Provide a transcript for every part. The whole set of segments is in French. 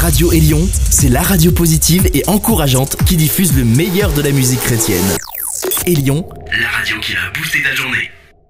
Radio Élion, c'est la radio positive et encourageante qui diffuse le meilleur de la musique chrétienne. Élion, la radio qui a boosté ta journée.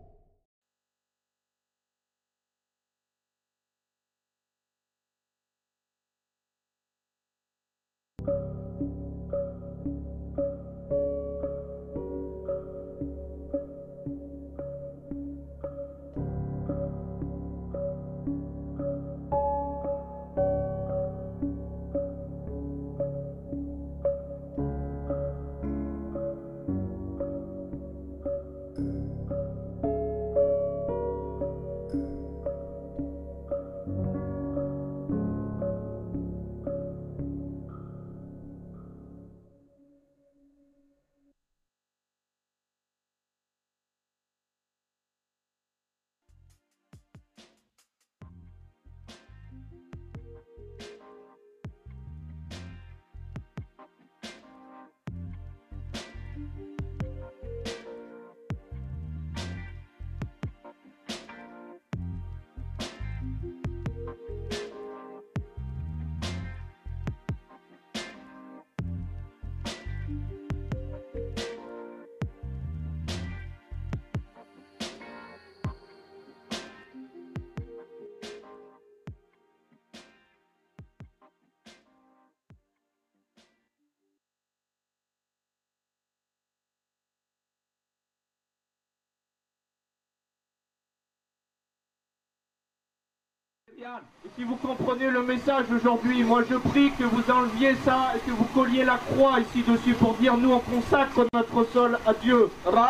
Et si vous comprenez le message aujourd'hui, moi je prie que vous enleviez ça et que vous colliez la croix ici dessus pour dire nous on consacre notre sol à Dieu.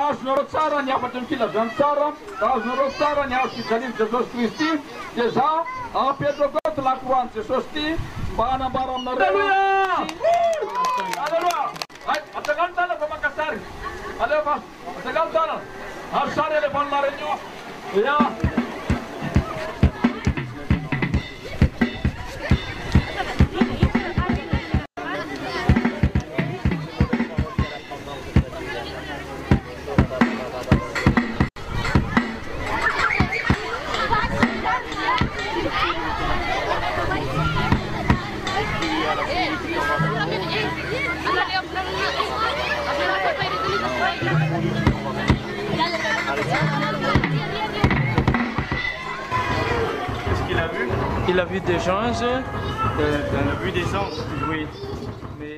Qu'est-ce qu'il a vu? Il a vu des anges. Il a vu des anges. Oui. Mais...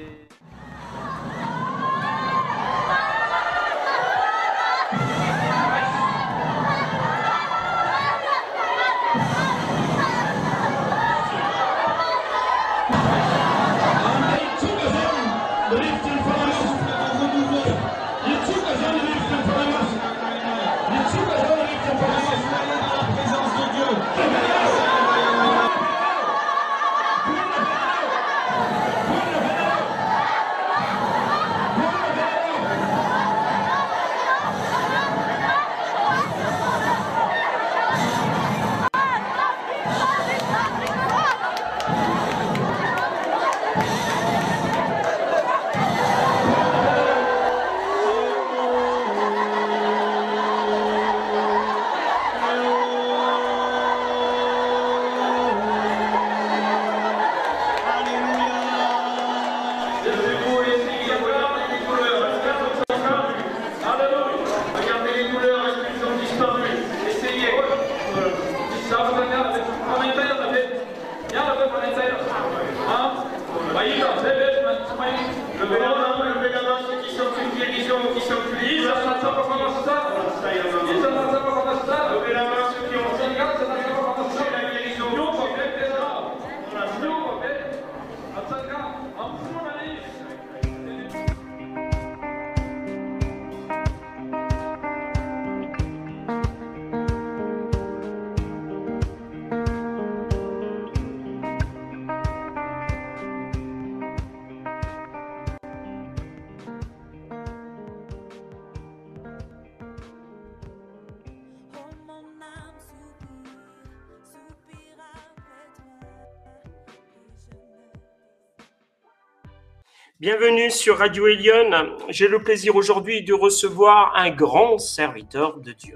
Bienvenue sur Radio Élion. J'ai le plaisir aujourd'hui de recevoir un grand serviteur de Dieu.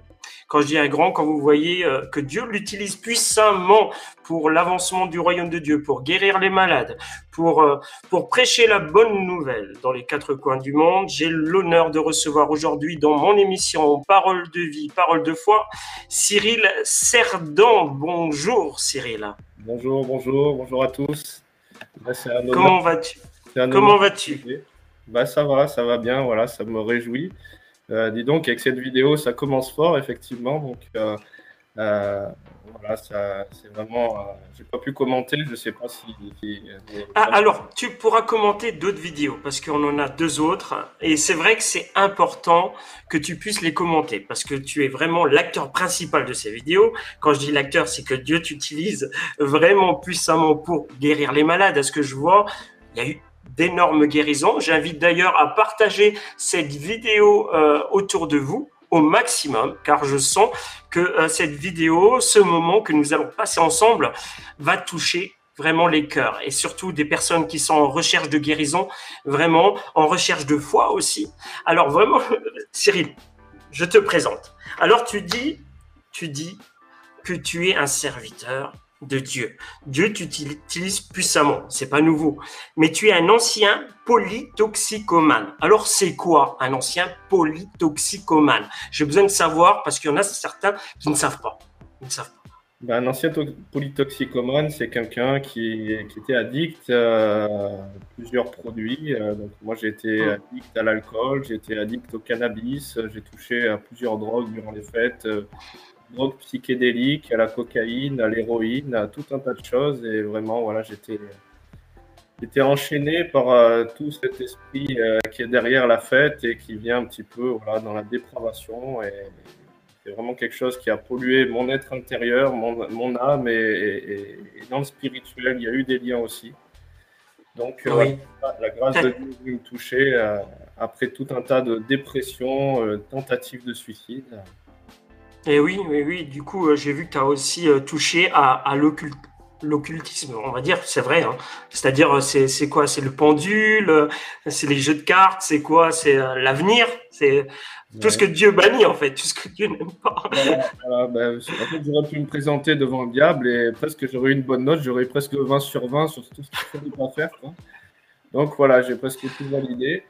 Quand je dis un grand, quand vous voyez que Dieu l'utilise puissamment pour l'avancement du royaume de Dieu, pour guérir les malades, pour prêcher la bonne nouvelle dans les quatre coins du monde, j'ai l'honneur de recevoir aujourd'hui dans mon émission Parole de vie, Parole de foi, Cyril Cerdan. Bonjour Cyril. Bonjour à tous. Bah, Comment vas-tu? Ça va bien, voilà, ça me réjouit. Dis donc, avec cette vidéo, ça commence fort, effectivement. Donc, voilà, c'est vraiment. J'ai pas pu commenter, je sais pas si. Alors, tu pourras commenter d'autres vidéos parce qu'on en a deux autres. Et c'est vrai que c'est important que tu puisses les commenter parce que tu es vraiment l'acteur principal de ces vidéos. Quand je dis l'acteur, c'est que Dieu t'utilise vraiment puissamment pour guérir les malades. À ce que je vois, il y a eu d'énormes guérisons. J'invite d'ailleurs à partager cette vidéo autour de vous au maximum, car je sens que cette vidéo, ce moment que nous allons passer ensemble, va toucher vraiment les cœurs et surtout des personnes qui sont en recherche de guérison, vraiment en recherche de foi aussi. Alors vraiment, Cyril, je te présente. Alors tu dis que tu es un serviteur de Dieu. Dieu t'utilise puissamment, c'est pas nouveau. Mais tu es un ancien polytoxicomane. Alors c'est quoi un ancien polytoxicomane? J'ai besoin de savoir parce qu'il y en a certains qui ne savent pas. Un ancien polytoxicomane, c'est quelqu'un qui était addict à plusieurs produits. Donc moi, j'ai été addict à l'alcool, j'ai été addict au cannabis, j'ai touché à plusieurs drogues durant les fêtes. Drogue psychédélique, à la cocaïne, à l'héroïne, à tout un tas de choses. Et vraiment, voilà, j'étais enchaîné par tout cet esprit qui est derrière la fête et qui vient un petit peu voilà, dans la dépravation. Et c'est vraiment quelque chose qui a pollué mon être intérieur, mon âme et dans le spirituel, il y a eu des liens aussi. Donc, oui. La grâce de Dieu est venue me toucher après tout un tas de dépressions, tentatives de suicide. Et oui. Du coup, j'ai vu que tu as aussi touché à l'occultisme, on va dire, c'est vrai. Hein. C'est-à-dire, c'est quoi? C'est le pendule, c'est les jeux de cartes, c'est quoi? C'est l'avenir, c'est tout ce que Dieu bannit, en fait, tout ce que Dieu n'aime pas. En fait, j'aurais pu me présenter devant le diable et presque j'aurais eu une bonne note, j'aurais presque 20 sur 20 sur tout ce qu'il ne fallait pas faire. Quoi. Donc voilà, j'ai presque tout validé.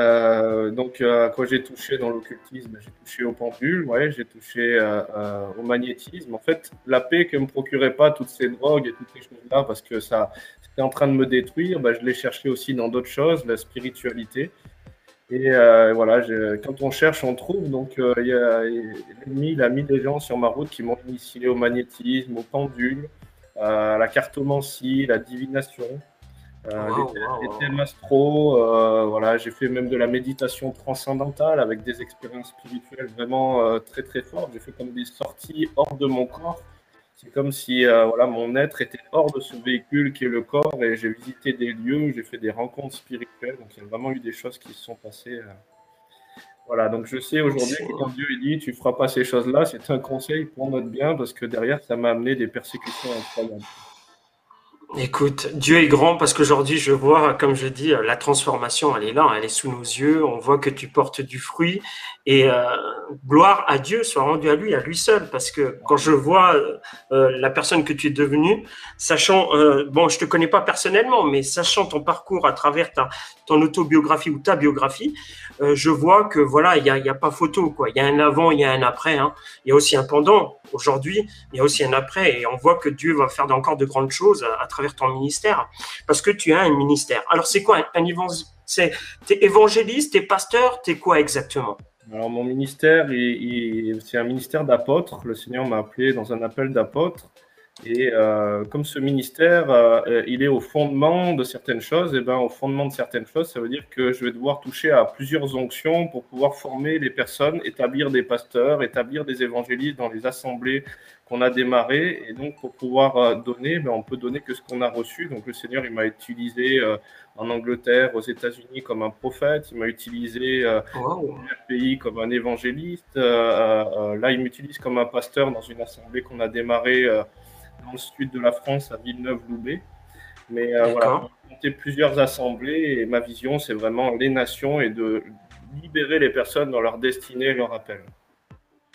Quand j'ai touché dans l'occultisme, j'ai touché au pendule, ouais, j'ai touché au magnétisme. En fait, la paix que me procuraient pas toutes ces drogues et toutes ces choses-là, parce que ça c'était en train de me détruire, je l'ai cherché aussi dans d'autres choses, la spiritualité. Et voilà, quand on cherche, on trouve. Donc l'ennemi, il a mis des gens sur ma route qui m'ont initié au magnétisme, au pendule, à la cartomancie, la divination. Les thèmes astro, voilà, j'ai fait même de la méditation transcendantale avec des expériences spirituelles vraiment très très fortes. J'ai fait comme des sorties hors de mon corps. C'est comme si voilà, mon être était hors de ce véhicule qui est le corps et j'ai visité des lieux, j'ai fait des rencontres spirituelles. Donc il y a vraiment eu des choses qui se sont passées. Voilà, donc je sais aujourd'hui que quand Dieu dit tu feras pas ces choses-là, c'est un conseil pour notre bien parce que derrière ça m'a amené des persécutions incroyables. Écoute, Dieu est grand parce qu'aujourd'hui, je vois, comme je dis, la transformation, elle est là, elle est sous nos yeux. On voit que tu portes du fruit et gloire à Dieu soit rendue à lui seul. Parce que quand je vois la personne que tu es devenue, sachant, bon, je te connais pas personnellement, mais sachant ton parcours à travers ton autobiographie ou ta biographie, je vois que voilà, il y a pas photo, quoi. Il y a un avant, il y a un après. Hein. Il y a aussi un pendant. Aujourd'hui, il y a aussi un après et on voit que Dieu va faire encore de grandes choses à travers ton ministère parce que tu as un ministère. Alors, c'est quoi un évangéliste? T'es évangéliste, t'es pasteur, t'es quoi exactement? Alors, mon ministère, c'est un ministère d'apôtre. Le Seigneur m'a appelé dans un appel d'apôtre. Et comme ce ministère, il est au fondement de certaines choses, et au fondement de certaines choses, ça veut dire que je vais devoir toucher à plusieurs onctions pour pouvoir former les personnes, établir des pasteurs, établir des évangélistes dans les assemblées qu'on a démarrées. Et donc, pour pouvoir donner, on peut donner que ce qu'on a reçu. Donc, le Seigneur, il m'a utilisé en Angleterre, aux États-Unis comme un prophète. Il m'a utilisé dans un pays comme un évangéliste. Là, il m'utilise comme un pasteur dans une assemblée qu'on a démarrée dans le sud de la France, à Villeneuve-Loubet. Mais voilà, j'ai monté plusieurs assemblées et ma vision, c'est vraiment les nations et de libérer les personnes dans leur destinée et leur appel.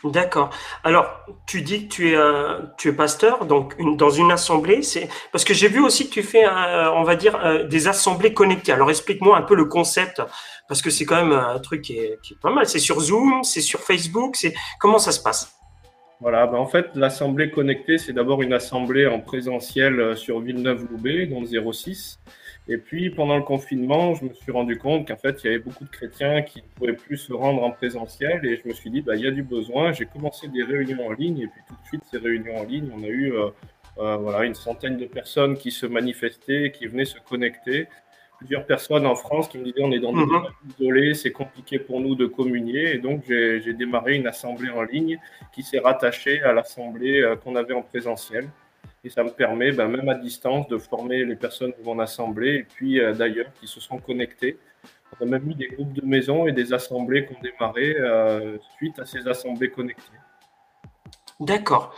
D'accord. Alors, tu dis que tu es pasteur, donc dans une assemblée, c'est parce que j'ai vu aussi que tu fais, on va dire, des assemblées connectées. Alors, explique-moi un peu le concept, parce que c'est quand même un truc qui est pas mal. C'est sur Zoom, c'est sur Facebook, c'est comment ça se passe? Voilà, en fait, l'assemblée connectée, c'est d'abord une assemblée en présentiel sur Villeneuve-Loubet, dans le 06. Et puis, pendant le confinement, je me suis rendu compte qu'en fait, il y avait beaucoup de chrétiens qui ne pouvaient plus se rendre en présentiel. Et je me suis dit, il y a du besoin. J'ai commencé des réunions en ligne. Et puis, tout de suite, ces réunions en ligne, on a eu voilà, une centaine de personnes qui se manifestaient, qui venaient se connecter. Plusieurs personnes en France qui me disaient, on est dans des villes isolées, c'est compliqué pour nous de communier. Et donc, j'ai démarré une assemblée en ligne qui s'est rattachée à l'assemblée qu'on avait en présentiel. Et ça me permet, même à distance, de former les personnes de mon assemblée et puis d'ailleurs qui se sont connectées. On a même eu des groupes de maisons et des assemblées qui ont démarré suite à ces assemblées connectées. D'accord.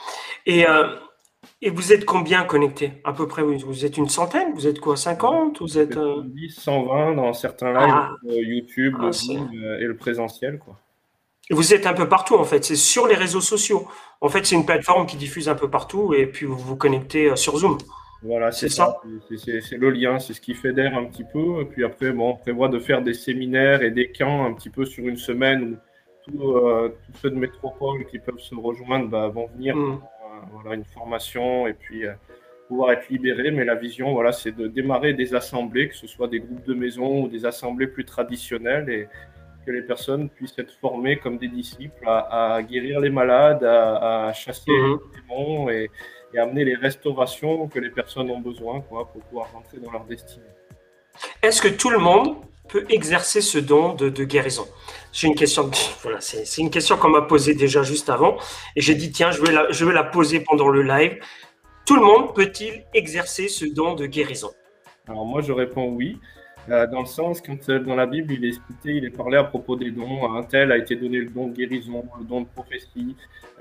Et vous êtes combien connectés? À peu près, vous êtes une centaine? Vous êtes quoi, 50? Vous êtes 10, 120 dans certains lives, YouTube, le Zoom et le présentiel, quoi. Et vous êtes un peu partout, en fait. C'est sur les réseaux sociaux. En fait, c'est une plateforme qui diffuse un peu partout et puis vous vous connectez sur Zoom. Voilà, c'est ça. C'est le lien, c'est ce qui fédère un petit peu. Et puis après, on prévoit de faire des séminaires et des camps un petit peu sur une semaine où tous ceux de métropole qui peuvent se rejoindre vont venir voilà, une formation et puis pouvoir être libérés. Mais la vision, voilà, c'est de démarrer des assemblées, que ce soit des groupes de maison ou des assemblées plus traditionnelles et que les personnes puissent être formées comme des disciples à guérir les malades, à chasser les démons et amener les restaurations que les personnes ont besoin pour pouvoir rentrer dans leur destinée. Est-ce que tout le monde peut exercer ce don de guérison? C'est une question, voilà, c'est une question qu'on m'a posée déjà juste avant et j'ai dit tiens, je vais la poser pendant le live. Tout le monde peut-il exercer ce don de guérison? Alors moi je réponds oui. Dans le sens, quand dans la Bible, il est parlé à propos des dons. À un tel a été donné le don de guérison, le don de prophétie.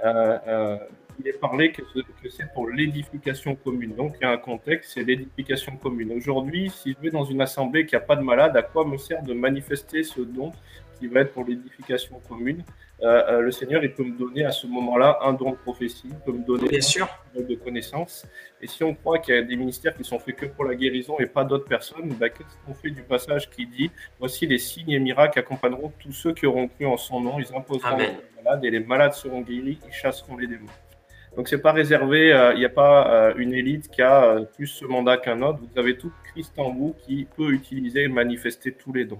Il est parlé que c'est pour l'édification commune. Donc, il y a un contexte, c'est l'édification commune. Aujourd'hui, si je vais dans une assemblée qui n'a pas de malade, à quoi me sert de manifester ce don qui va être pour l'édification commune? Le Seigneur, il peut me donner à ce moment-là un don de prophétie, il peut me donner un don de connaissance. Et si on croit qu'il y a des ministères qui sont faits que pour la guérison et pas d'autres personnes, qu'est-ce qu'on fait du passage qui dit « Voici les signes et miracles accompagneront tous ceux qui auront cru en son nom, ils imposeront les malades et les malades seront guéris, ils chasseront les démons. » Donc, ce n'est pas réservé, il n'y a pas une élite qui a plus ce mandat qu'un autre. Vous avez tout Christ en vous qui peut utiliser et manifester tous les dons.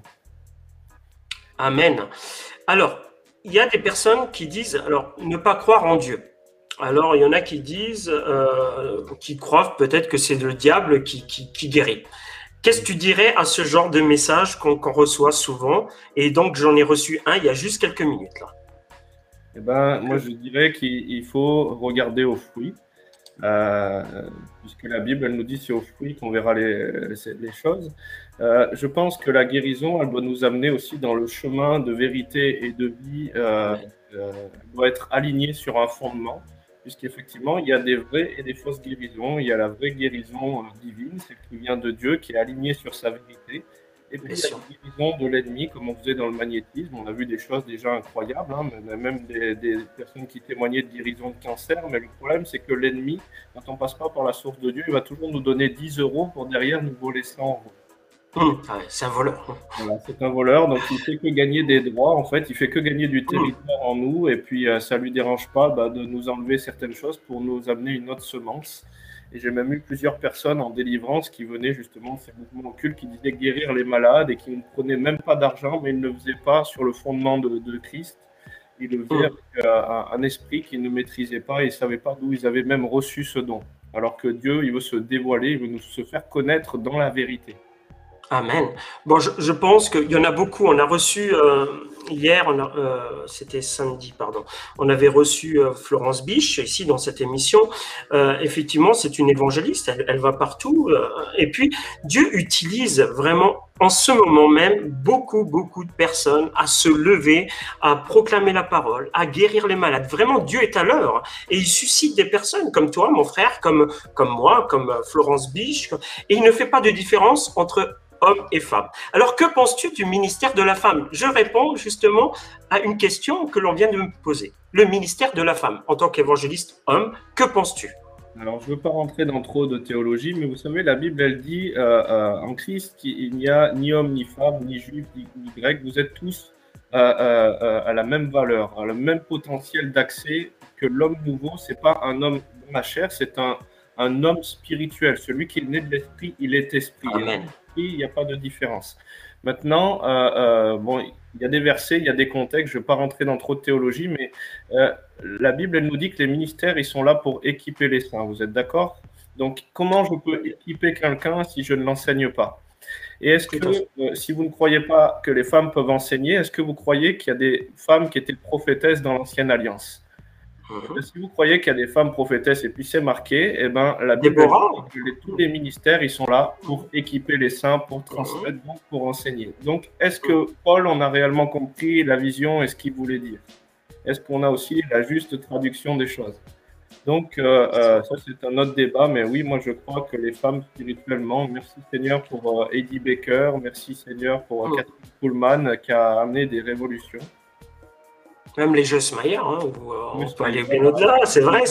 Amen. Alors, il y a des personnes qui disent, alors, ne pas croire en Dieu. Alors, il y en a qui disent, qui croient peut-être que c'est le diable qui guérit. Qu'est-ce que tu dirais à ce genre de message qu'on reçoit souvent? Et donc, j'en ai reçu un il y a juste quelques minutes, là. Eh moi, je dirais qu'il faut regarder aux fruits, puisque la Bible, elle nous dit c'est aux fruits qu'on verra les choses. Je pense que la guérison, elle doit nous amener aussi dans le chemin de vérité et de vie. Elle doit être alignée sur un fondement, puisqu'effectivement, il y a des vraies et des fausses guérisons. Il y a la vraie guérison divine, celle qui vient de Dieu, qui est alignée sur sa vérité. Et puis, il y a la guérison de l'ennemi, comme on faisait dans le magnétisme. On a vu des choses déjà incroyables, même des personnes qui témoignaient de guérison de cancer. Mais le problème, c'est que l'ennemi, quand on ne passe pas par la source de Dieu, il va toujours nous donner 10 € pour derrière nous voler 100 €. C'est un voleur. Voilà, c'est un voleur, donc il ne fait que gagner des droits, en fait. Il fait que gagner du territoire en nous. Et puis, ça ne lui dérange pas de nous enlever certaines choses pour nous amener une autre semence. Et j'ai même eu plusieurs personnes en délivrance qui venaient justement de ces mouvements occultes qui disaient guérir les malades et qui ne prenaient même pas d'argent, mais ils ne le faisaient pas sur le fondement de Christ. Ils le faisaient avec un esprit qu'ils ne maîtrisaient pas et ils ne savaient pas d'où ils avaient même reçu ce don. Alors que Dieu, il veut se dévoiler, il veut nous se faire connaître dans la vérité. Amen. Bon, je pense qu'il y en a beaucoup. On a reçu hier, c'était samedi, pardon. On avait reçu Florence Biche ici dans cette émission. Effectivement, c'est une évangéliste. Elle va partout. Et puis, Dieu utilise vraiment en ce moment même, beaucoup de personnes à se lever, à proclamer la parole, à guérir les malades. Vraiment, Dieu est à l'œuvre et il suscite des personnes comme toi, mon frère, comme moi, comme Florence Biche, et il ne fait pas de différence entre hommes et femmes. Alors, que penses-tu du ministère de la femme? Je réponds justement à une question que l'on vient de me poser. Le ministère de la femme, en tant qu'évangéliste homme, que penses-tu? Alors, je ne veux pas rentrer dans trop de théologie, mais vous savez, la Bible, elle dit en Christ, il n'y a ni homme, ni femme, ni juif, ni grec. Vous êtes tous à la même valeur, à le même potentiel d'accès que l'homme nouveau. C'est pas un homme dans la chair, c'est un homme spirituel. Celui qui est né de l'esprit, il est esprit. Amen. Il n'y a pas de différence. Maintenant, bon, il y a des versets, il y a des contextes, je ne vais pas rentrer dans trop de théologie, mais la Bible, elle nous dit que les ministères, ils sont là pour équiper les saints. Vous êtes d'accord? Donc, comment je peux équiper quelqu'un si je ne l'enseigne pas? Et est-ce que, si vous ne croyez pas que les femmes peuvent enseigner, est-ce que vous croyez qu'il y a des femmes qui étaient prophétesses dans l'Ancienne Alliance? Si vous croyez qu'il y a des femmes prophétesses et puis c'est marqué, eh ben, la Bible dit que tous les ministères, ils sont là pour équiper les saints, pour transmettre, donc pour enseigner. Donc, est-ce que Paul en a réellement compris la vision et ce qu'il voulait dire? Est-ce qu'on a aussi la juste traduction des choses? Donc, ça, c'est un autre débat, mais oui, moi, je crois que les femmes spirituellement, merci Seigneur pour Eddie Baker, merci Seigneur pour Catherine Kuhlman qui a amené des révolutions. Même les Joyce Meyer, hein, on peut aller bien au-delà, c'est vrai.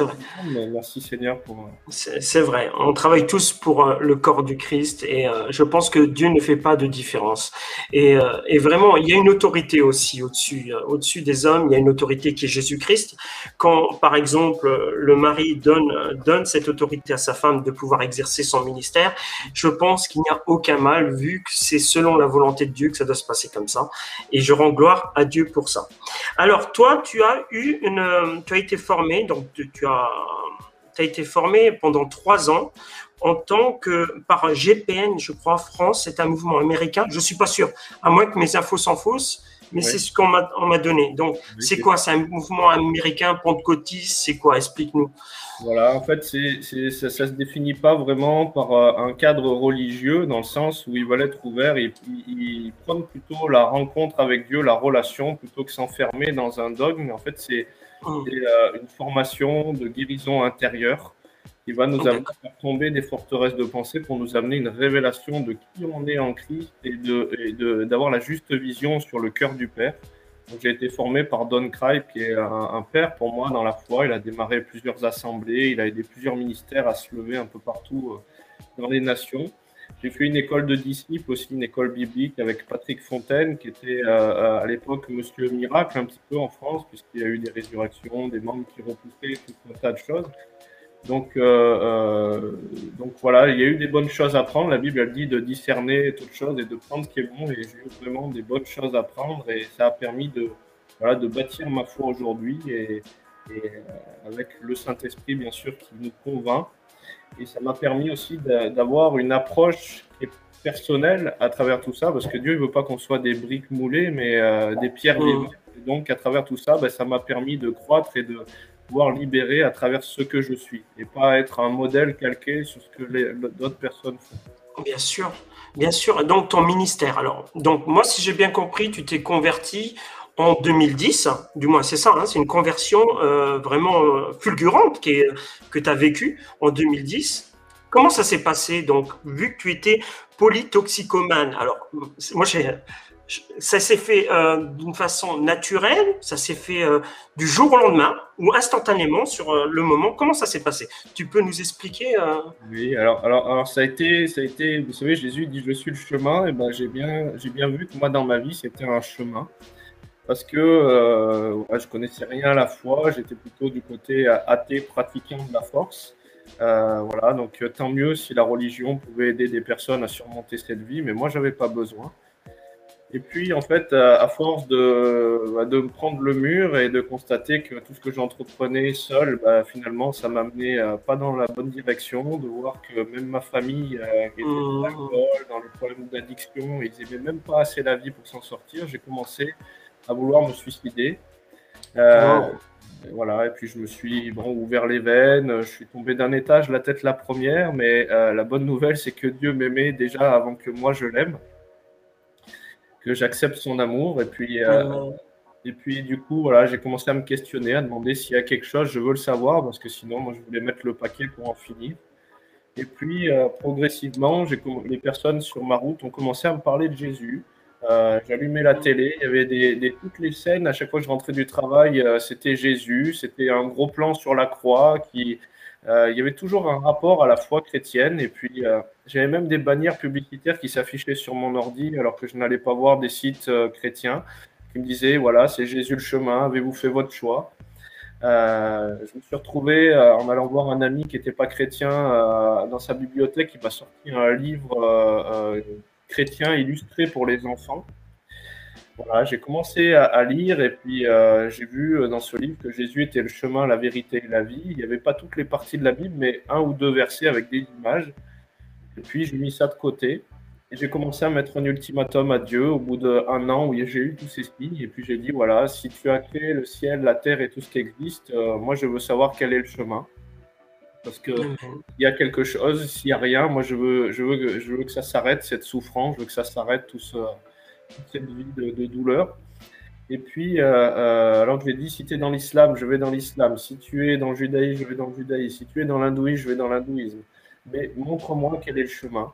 Merci Seigneur pour... C'est vrai, on travaille tous pour le corps du Christ et je pense que Dieu ne fait pas de différence. Et vraiment, il y a une autorité aussi au-dessus des hommes, il y a une autorité qui est Jésus-Christ. Quand, par exemple, le mari donne cette autorité à sa femme de pouvoir exercer son ministère, je pense qu'il n'y a aucun mal vu que c'est selon la volonté de Dieu que ça doit se passer comme ça. Et je rends gloire à Dieu pour ça. Alors, toi, tu as été formé, donc tu as été formé pendant 3 ans en tant que par GPN, je crois, France, c'est un mouvement américain. Je suis pas sûr, à moins que mes infos s'en faussent, mais c'est ce qu'on m'a donné. Donc, c'est quoi? C'est un mouvement américain pentecôtiste? C'est quoi? Explique-nous. Voilà, en fait, ça se définit pas vraiment par un cadre religieux dans le sens où ils veulent être ouverts et ils prennent plutôt la rencontre avec Dieu, la relation, plutôt que s'enfermer dans un dogme. En fait, c'est une formation de guérison intérieure qui va nous amener à faire tomber des forteresses de pensée pour nous amener une révélation de qui on est en Christ et d'avoir la juste vision sur le cœur du Père. J'ai été formé par Don Cripe, qui est un père pour moi dans la foi. Il a démarré plusieurs assemblées, il a aidé plusieurs ministères à se lever un peu partout dans les nations. J'ai fait une école de disciples, aussi une école biblique avec Patrick Fontaine, qui était à l'époque Monsieur Miracle un petit peu en France, puisqu'il y a eu des résurrections, des membres qui repoussaient, tout un tas de choses. Donc voilà, il y a eu des bonnes choses à prendre. La Bible, elle dit de discerner toutes choses et de prendre ce qui est bon. Et j'ai eu vraiment des bonnes choses à prendre. Et ça a permis de bâtir ma foi aujourd'hui. Et avec le Saint-Esprit, bien sûr, qui nous convainc. Et ça m'a permis aussi d'avoir une approche qui est personnelle à travers tout ça. Parce que Dieu ne veut pas qu'on soit des briques moulées, mais des pierres vivantes. Et donc, à travers tout ça, ça m'a permis de croître et de pouvoir libérer à travers ce que je suis et pas être un modèle calqué sur ce que d'autres personnes font. Bien sûr. Donc, ton ministère. Alors, donc, moi, si j'ai bien compris, tu t'es converti en 2010, du moins, c'est ça, hein, c'est une conversion vraiment fulgurante que tu as vécue en 2010. Comment ça s'est passé, donc, vu que tu étais polytoxicomane? Alors, moi, ça s'est fait d'une façon naturelle, ça s'est fait du jour au lendemain ou instantanément sur le moment. Comment ça s'est passé? Tu peux nous expliquer Oui, alors ça a été, vous savez, Jésus dit je suis le chemin, et ben j'ai bien vu que moi dans ma vie c'était un chemin parce que je connaissais rien à la foi, j'étais plutôt du côté athée pratiquant de la force. Voilà, donc tant mieux si la religion pouvait aider des personnes à surmonter cette vie, mais moi j'avais pas besoin. Et puis, en fait, à force de me prendre le mur et de constater que tout ce que j'entreprenais seul, finalement, ça m'amenait pas dans la bonne direction, de voir que même ma famille qui était dans l'alcool, dans les problèmes d'addiction, ils n'aimaient même pas assez la vie pour s'en sortir. J'ai commencé à vouloir me suicider. Et voilà, et puis je me suis ouvert les veines, je suis tombé d'un étage, la tête la première, mais la bonne nouvelle, c'est que Dieu m'aimait déjà avant que moi je l'aime, que j'accepte son amour, et puis du coup, voilà, j'ai commencé à me questionner, à demander s'il y a quelque chose, je veux le savoir, parce que sinon, moi, je voulais mettre le paquet pour en finir. Et puis, progressivement, les personnes sur ma route ont commencé à me parler de Jésus. J'allumais la télé, il y avait toutes les scènes, à chaque fois que je rentrais du travail, c'était Jésus, c'était un gros plan sur la croix, il y avait toujours un rapport à la foi chrétienne, et puis j'avais même des bannières publicitaires qui s'affichaient sur mon ordi alors que je n'allais pas voir des sites chrétiens, qui me disaient, voilà, c'est Jésus le chemin, avez-vous fait votre choix? Je me suis retrouvé en allant voir un ami qui n'était pas chrétien dans sa bibliothèque, il m'a sorti un livre chrétien illustré pour les enfants. Voilà, j'ai commencé à lire et puis j'ai vu dans ce livre que Jésus était le chemin, la vérité et la vie. Il n'y avait pas toutes les parties de la Bible, mais un ou deux versets avec des images. Et puis j'ai mis ça de côté et j'ai commencé à mettre un ultimatum à Dieu au bout d'1 an où j'ai eu tous ces signes. Et puis j'ai dit, voilà, si tu as créé le ciel, la terre et tout ce qui existe, moi je veux savoir quel est le chemin. Parce qu'il y a quelque chose, s'il n'y a rien, moi je veux que ça s'arrête, cette souffrance, je veux que ça s'arrête, toute cette vie de douleur. Et puis, alors je lui ai dit, si tu es dans l'islam, je vais dans l'islam. Si tu es dans le judaïsme, je vais dans le judaïsme. Si tu es dans l'hindouisme, je vais dans l'hindouisme. Mais montre-moi quel est le chemin.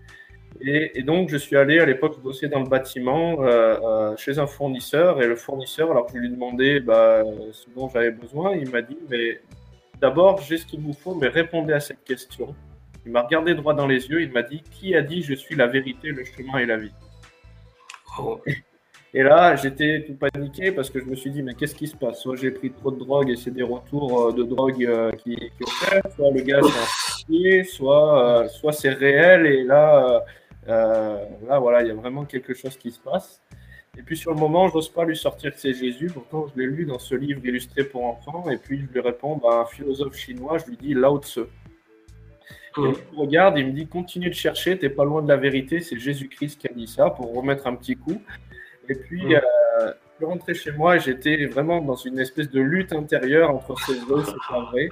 Et donc, je suis allé, à l'époque, je bossais dans le bâtiment chez un fournisseur. Et le fournisseur, alors que je lui demandais ce dont j'avais besoin, il m'a dit, mais d'abord, j'ai ce qu'il vous faut, mais répondez à cette question. Il m'a regardé droit dans les yeux, il m'a dit, qui a dit je suis la vérité, le chemin et la vie? Oh. Et là, j'étais tout paniqué parce que je me suis dit, mais qu'est-ce qui se passe? Soit j'ai pris trop de drogue et c'est des retours de drogue qui opèrent, soit le gars c'est un soit c'est réel et là, voilà, il y a vraiment quelque chose qui se passe. Et puis sur le moment, je n'ose pas lui sortir que c'est Jésus, pourtant je l'ai lu dans ce livre illustré pour enfants, et puis je lui réponds, un philosophe chinois, je lui dis Lao Tse. Et il me regarde, il me dit, continue de chercher, t'es pas loin de la vérité, c'est Jésus-Christ qui a dit ça, pour remettre un petit coup. Et puis, je suis rentré chez moi et j'étais vraiment dans une espèce de lutte intérieure entre ces deux, c'est pas vrai.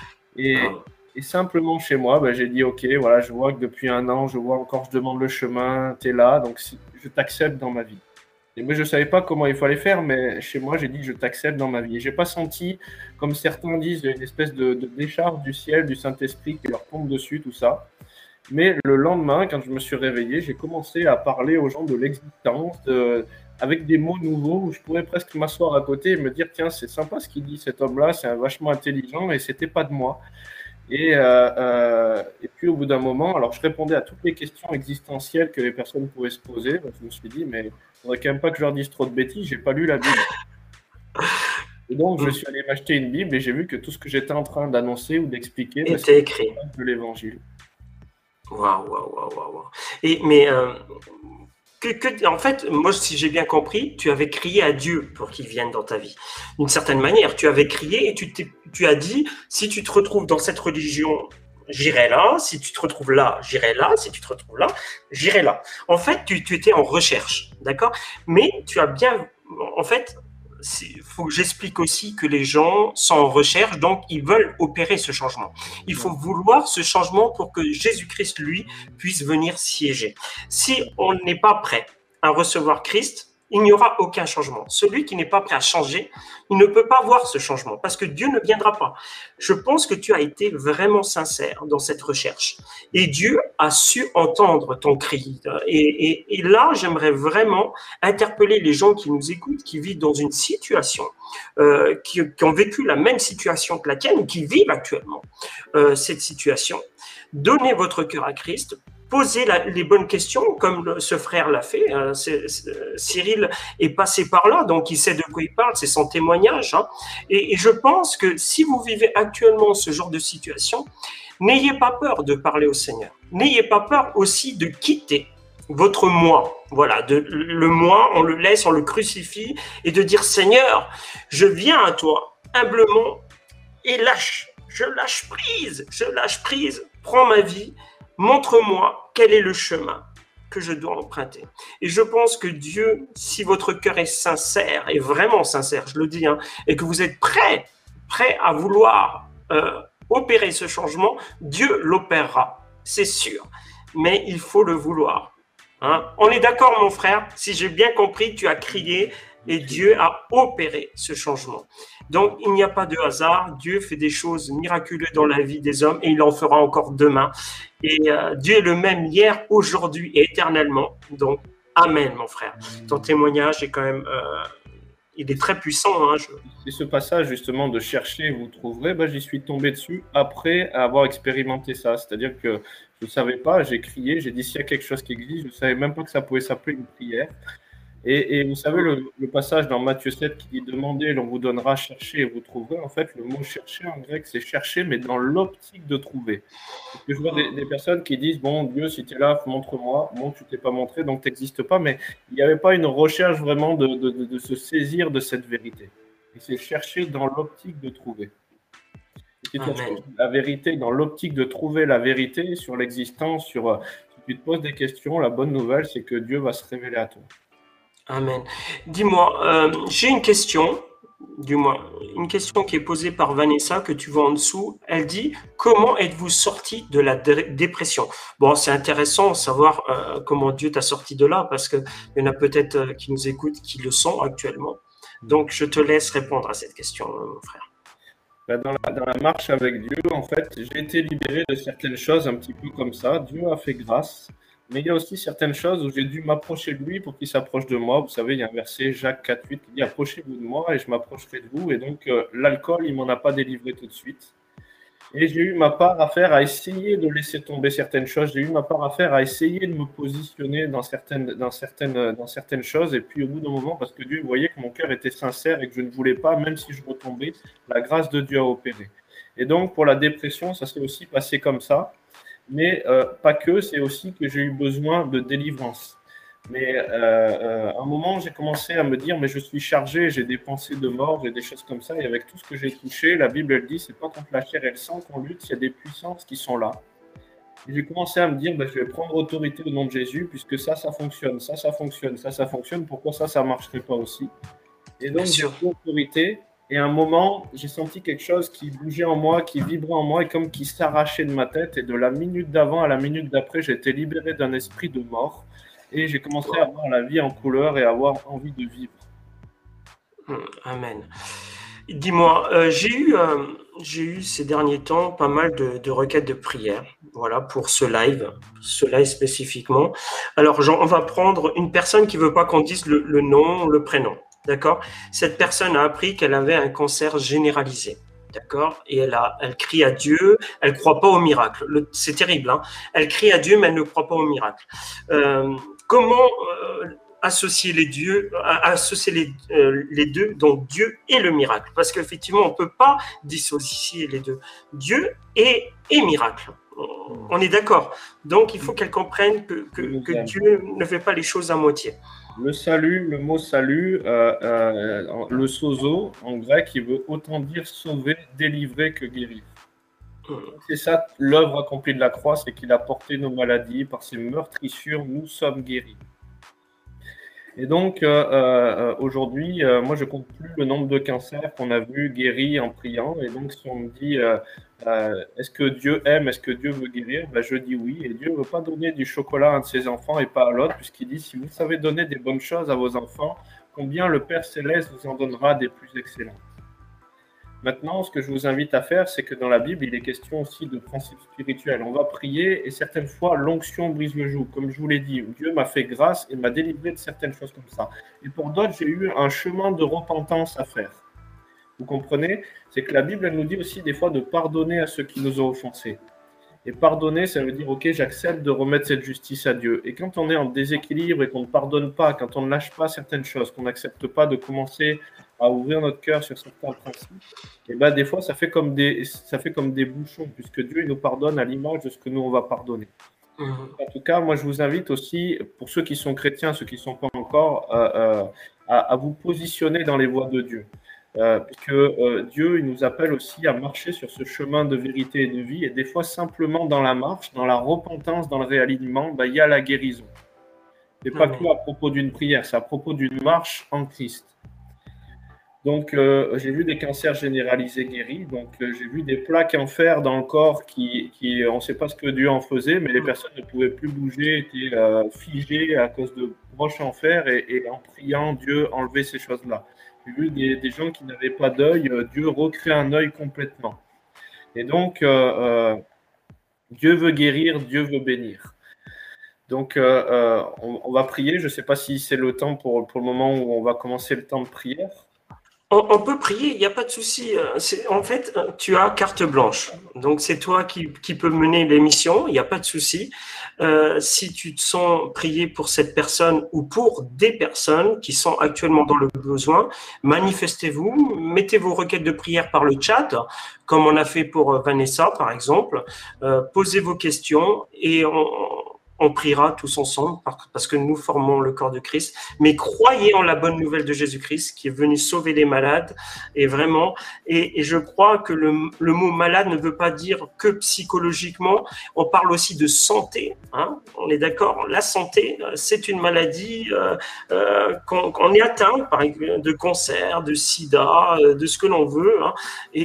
Et simplement chez moi, j'ai dit, ok, voilà, je vois que depuis 1 an, je vois encore, je demande le chemin, t'es là, donc je t'accepte dans ma vie. Et moi, je ne savais pas comment il fallait faire, mais chez moi, j'ai dit que je t'accepte dans ma vie. Et je n'ai pas senti, comme certains disent, une espèce de décharge du ciel, du Saint-Esprit qui leur tombe dessus, tout ça. Mais le lendemain, quand je me suis réveillé, j'ai commencé à parler aux gens de l'existence, avec des mots nouveaux, où je pourrais presque m'asseoir à côté et me dire, tiens, c'est sympa ce qu'il dit, cet homme-là, c'est vachement intelligent, et c'était pas de moi. Et puis au bout d'un moment, alors je répondais à toutes les questions existentielles que les personnes pouvaient se poser. Je me suis dit, mais il faudrait quand même pas que je leur dise trop de bêtises, j'ai pas lu la Bible. Et donc je suis allé m'acheter une Bible et j'ai vu que tout ce que j'étais en train d'annoncer ou d'expliquer, était écrit de l'Évangile. Waouh. En fait, moi, si j'ai bien compris, tu avais crié à Dieu pour qu'il vienne dans ta vie. D'une certaine manière, tu avais crié et tu as dit, si tu te retrouves dans cette religion, j'irai là. Si tu te retrouves là, j'irai là. Si tu te retrouves là, j'irai là. En fait, tu étais en recherche, d'accord? Mais tu as bien... En fait, il faut que j'explique aussi que les gens sont en recherche, donc ils veulent opérer ce changement. Il faut vouloir ce changement pour que Jésus-Christ, lui, puisse venir siéger. Si on n'est pas prêt à recevoir Christ, il n'y aura aucun changement. Celui qui n'est pas prêt à changer, il ne peut pas voir ce changement parce que Dieu ne viendra pas. Je pense que tu as été vraiment sincère dans cette recherche et Dieu a su entendre ton cri. Et là, j'aimerais vraiment interpeller les gens qui nous écoutent, qui vivent dans une situation, qui ont vécu la même situation que la tienne ou qui vivent actuellement cette situation. Donnez votre cœur à Christ. Posez les bonnes questions, comme ce frère l'a fait. Cyril est passé par là, donc il sait de quoi il parle, c'est son témoignage. Et je pense que si vous vivez actuellement ce genre de situation, n'ayez pas peur de parler au Seigneur. N'ayez pas peur aussi de quitter votre moi. Voilà, le moi, on le laisse, on le crucifie, et de dire, Seigneur, je viens à toi, humblement, et je lâche prise, prends ma vie. Montre-moi quel est le chemin que je dois emprunter. Et je pense que Dieu, si votre cœur est sincère, et vraiment sincère, je le dis, hein, et que vous êtes prêt à vouloir opérer ce changement, Dieu l'opérera, c'est sûr. Mais il faut le vouloir. Hein. On est d'accord, mon frère? Si j'ai bien compris, tu as crié et Dieu a opéré ce changement. Donc, il n'y a pas de hasard. Dieu fait des choses miraculeuses dans la vie des hommes et il en fera encore demain. Et Dieu est le même hier, aujourd'hui et éternellement. Donc, amen, mon frère. Ton témoignage est quand même... il est très puissant. Hein, Et ce passage, justement, de chercher, vous trouverez, j'y suis tombé dessus après avoir expérimenté ça. C'est-à-dire que je ne savais pas, j'ai crié, j'ai dit s'il y a quelque chose qui existe, je ne savais même pas que ça pouvait s'appeler une prière. Et vous savez, le passage dans Matthieu 7 qui dit « Demandez, l'on vous donnera, cherchez et vous trouverez ». En fait, le mot « chercher » en grec, c'est « chercher », mais dans l'optique de trouver. Parce que je vois des personnes qui disent « Bon, Dieu, si tu es là, montre-moi. Bon, tu t'es pas montré, donc tu n'existes pas. » Mais il n'y avait pas une recherche vraiment de se saisir de cette vérité. Et c'est chercher dans l'optique de trouver. Si tu cherches la vérité, dans l'optique de trouver la vérité sur l'existence, si tu te poses des questions, la bonne nouvelle, c'est que Dieu va se révéler à toi. Amen. Dis-moi, j'ai une question, une question qui est posée par Vanessa, que tu vois en dessous. Elle dit, comment êtes-vous sorti de la dépression? Bon, c'est intéressant de savoir comment Dieu t'a sorti de là, parce qu'il y en a peut-être qui nous écoutent, qui le sont actuellement. Donc, je te laisse répondre à cette question, mon frère. Dans la marche avec Dieu, en fait, j'ai été libéré de certaines choses un petit peu comme ça. Dieu a fait grâce. Mais il y a aussi certaines choses où j'ai dû m'approcher de lui pour qu'il s'approche de moi. Vous savez, il y a un verset, Jacques 4,8, qui dit « Approchez-vous de moi et je m'approcherai de vous ». Et donc, l'alcool, il ne m'en a pas délivré tout de suite. Et j'ai eu ma part à faire à essayer de laisser tomber certaines choses. J'ai eu ma part à faire à essayer de me positionner dans certaines choses. Et puis, au bout d'un moment, parce que Dieu voyait que mon cœur était sincère et que je ne voulais pas, même si je retombais, la grâce de Dieu a opéré. Et donc, pour la dépression, ça s'est aussi passé comme ça. Mais pas que, c'est aussi que j'ai eu besoin de délivrance. Mais à un moment, j'ai commencé à me dire, mais je suis chargé, j'ai des pensées de mort, j'ai des choses comme ça, et avec tout ce que j'ai touché, la Bible, elle dit, c'est pas contre la chair et le sang qu'on lutte, il y a des puissances qui sont là. Et j'ai commencé à me dire, je vais prendre autorité au nom de Jésus, puisque ça fonctionne, ça fonctionne, ça fonctionne, pourquoi ça marcherait pas aussi? Et donc, j'ai pris autorité. Et à un moment, j'ai senti quelque chose qui bougeait en moi, qui vibrait en moi et comme qui s'arrachait de ma tête. Et de la minute d'avant à la minute d'après, j'ai été libéré d'un esprit de mort. Et j'ai commencé à avoir la vie en couleur et à avoir envie de vivre. Amen. Dis-moi, j'ai eu ces derniers temps pas mal de requêtes de prière, voilà, pour ce live spécifiquement. Alors, on va prendre une personne qui ne veut pas qu'on dise le nom, le prénom. D'accord? Cette personne a appris qu'elle avait un cancer généralisé. D'accord? Et elle crie à Dieu, elle ne croit pas au miracle. C'est terrible, hein? Elle crie à Dieu, mais elle ne croit pas au miracle. Comment associer les deux, donc Dieu et le miracle? Parce qu'effectivement, on ne peut pas dissocier les deux. Dieu et miracle. On est d'accord. Donc, il faut qu'elle comprenne que Dieu ne fait pas les choses à moitié. Le salut, le mot salut, le sozo, en grec, il veut autant dire sauver, délivrer que guérir. C'est ça l'œuvre accomplie de la croix, c'est qu'il a porté nos maladies, par ses meurtrissures, nous sommes guéris. Et donc, aujourd'hui, moi, je compte plus le nombre de cancers qu'on a vus guéris en priant. Et donc, si on me dit, est-ce que Dieu aime, est-ce que Dieu veut guérir? Je dis oui. Et Dieu ne veut pas donner du chocolat à un de ses enfants et pas à l'autre, puisqu'il dit, si vous savez donner des bonnes choses à vos enfants, combien le Père Céleste vous en donnera des plus excellentes. Maintenant, ce que je vous invite à faire, c'est que dans la Bible, il est question aussi de principes spirituels. On va prier et certaines fois, l'onction brise le joug. Comme je vous l'ai dit, Dieu m'a fait grâce et m'a délivré de certaines choses comme ça. Et pour d'autres, j'ai eu un chemin de repentance à faire. Vous comprenez? C'est que la Bible, elle nous dit aussi des fois de pardonner à ceux qui nous ont offensés. Et pardonner, ça veut dire, ok, j'accepte de remettre cette justice à Dieu. Et quand on est en déséquilibre et qu'on ne pardonne pas, quand on ne lâche pas certaines choses, qu'on n'accepte pas de commencer à ouvrir notre cœur sur certains principes, et des fois, ça fait comme des bouchons, puisque Dieu il nous pardonne à l'image de ce que nous, on va pardonner. En tout cas, moi, je vous invite aussi, pour ceux qui sont chrétiens, ceux qui ne sont pas encore, à vous positionner dans les voies de Dieu. Puisque Dieu il nous appelle aussi à marcher sur ce chemin de vérité et de vie, et des fois simplement dans la marche, dans la repentance, dans le réalignement, il y a la guérison. C'est pas que à propos d'une prière, c'est à propos d'une marche en Christ. Donc, j'ai vu des cancers généralisés guéris. Donc, j'ai vu des plaques en fer dans le corps on ne sait pas ce que Dieu en faisait, mais les personnes ne pouvaient plus bouger, étaient figées à cause de broches en fer et en priant, Dieu enlevait ces choses-là. J'ai vu des gens qui n'avaient pas d'œil, Dieu recrée un œil complètement. Et donc, Dieu veut guérir, Dieu veut bénir. Donc, on va prier. Je ne sais pas si c'est le temps pour le moment où on va commencer le temps de prière. On peut prier, il n'y a pas de souci. En fait, tu as carte blanche. Donc, c'est toi qui peux mener l'émission, il n'y a pas de souci. Si tu te sens prier pour cette personne ou pour des personnes qui sont actuellement dans le besoin, manifestez-vous, mettez vos requêtes de prière par le chat, comme on a fait pour Vanessa, par exemple. Posez vos questions et on priera tous ensemble parce que nous formons le corps de Christ. Mais croyez en la bonne nouvelle de Jésus-Christ qui est venu sauver les malades. Et vraiment, et je crois que le mot malade ne veut pas dire que psychologiquement. On parle aussi de santé. Hein, on est d'accord. La santé, c'est une maladie qu'on est atteint par exemple, de cancer, de sida, de ce que l'on veut. Hein,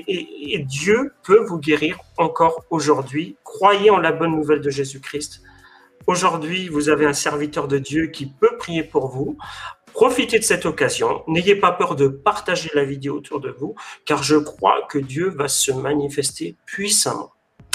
et Dieu peut vous guérir encore aujourd'hui. Croyez en la bonne nouvelle de Jésus-Christ. Aujourd'hui, vous avez un serviteur de Dieu qui peut prier pour vous. Profitez de cette occasion. N'ayez pas peur de partager la vidéo autour de vous, car je crois que Dieu va se manifester puissamment.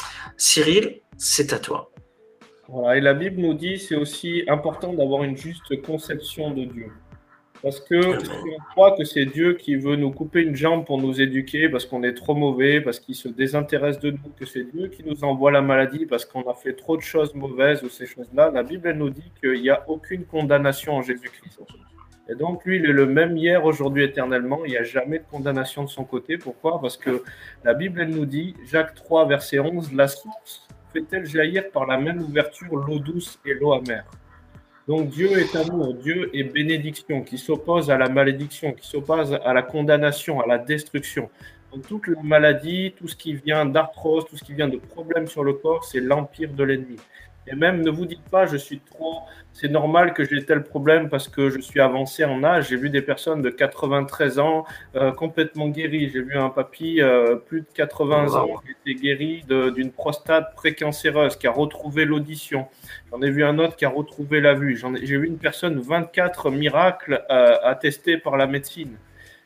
Cyril, c'est à toi. Voilà, et la Bible nous dit que c'est aussi important d'avoir une juste conception de Dieu. Parce que si on croit que c'est Dieu qui veut nous couper une jambe pour nous éduquer parce qu'on est trop mauvais, parce qu'il se désintéresse de nous, que c'est Dieu qui nous envoie la maladie parce qu'on a fait trop de choses mauvaises ou ces choses-là, la Bible elle nous dit qu'il n'y a aucune condamnation en Jésus-Christ. Et donc lui, il est le même hier, aujourd'hui, éternellement. Il n'y a jamais de condamnation de son côté. Pourquoi? Parce que la Bible elle nous dit, Jacques 3, verset 11, « La source fait-elle jaillir par la même ouverture l'eau douce et l'eau amère ?» Donc Dieu est amour, Dieu est bénédiction, qui s'oppose à la malédiction, qui s'oppose à la condamnation, à la destruction. Donc toute la maladie, tout ce qui vient d'arthrose, tout ce qui vient de problèmes sur le corps, c'est l'empire de l'ennemi. Et même, ne vous dites pas, c'est normal que j'ai tel problème parce que je suis avancé en âge. J'ai vu des personnes de 93 ans complètement guéries. J'ai vu un papy plus de 80 ans qui était guéri d'une prostate précancéreuse, qui a retrouvé l'audition. J'en ai vu un autre qui a retrouvé la vue. J'ai vu une personne, 24 miracles attestés par la médecine.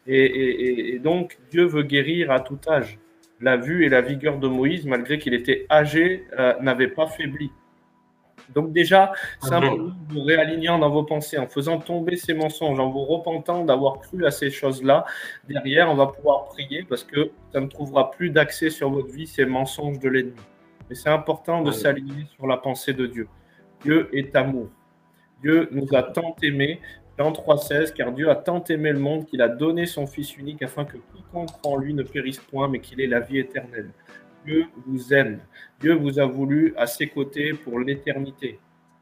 Et donc, Dieu veut guérir à tout âge. La vue et la vigueur de Moïse, malgré qu'il était âgé, n'avaient pas faibli. Donc déjà, simplement vous réalignant dans vos pensées, en faisant tomber ces mensonges, en vous repentant d'avoir cru à ces choses-là, derrière, on va pouvoir prier parce que ça ne trouvera plus d'accès sur votre vie, ces mensonges de l'ennemi. Mais c'est important de s'aligner sur la pensée de Dieu. Dieu est amour. Dieu nous a tant aimés, Jean 3,16, car Dieu a tant aimé le monde qu'il a donné son Fils unique afin que quiconque en lui ne périsse point, mais qu'il ait la vie éternelle. Dieu vous aime. Dieu vous a voulu à ses côtés pour l'éternité.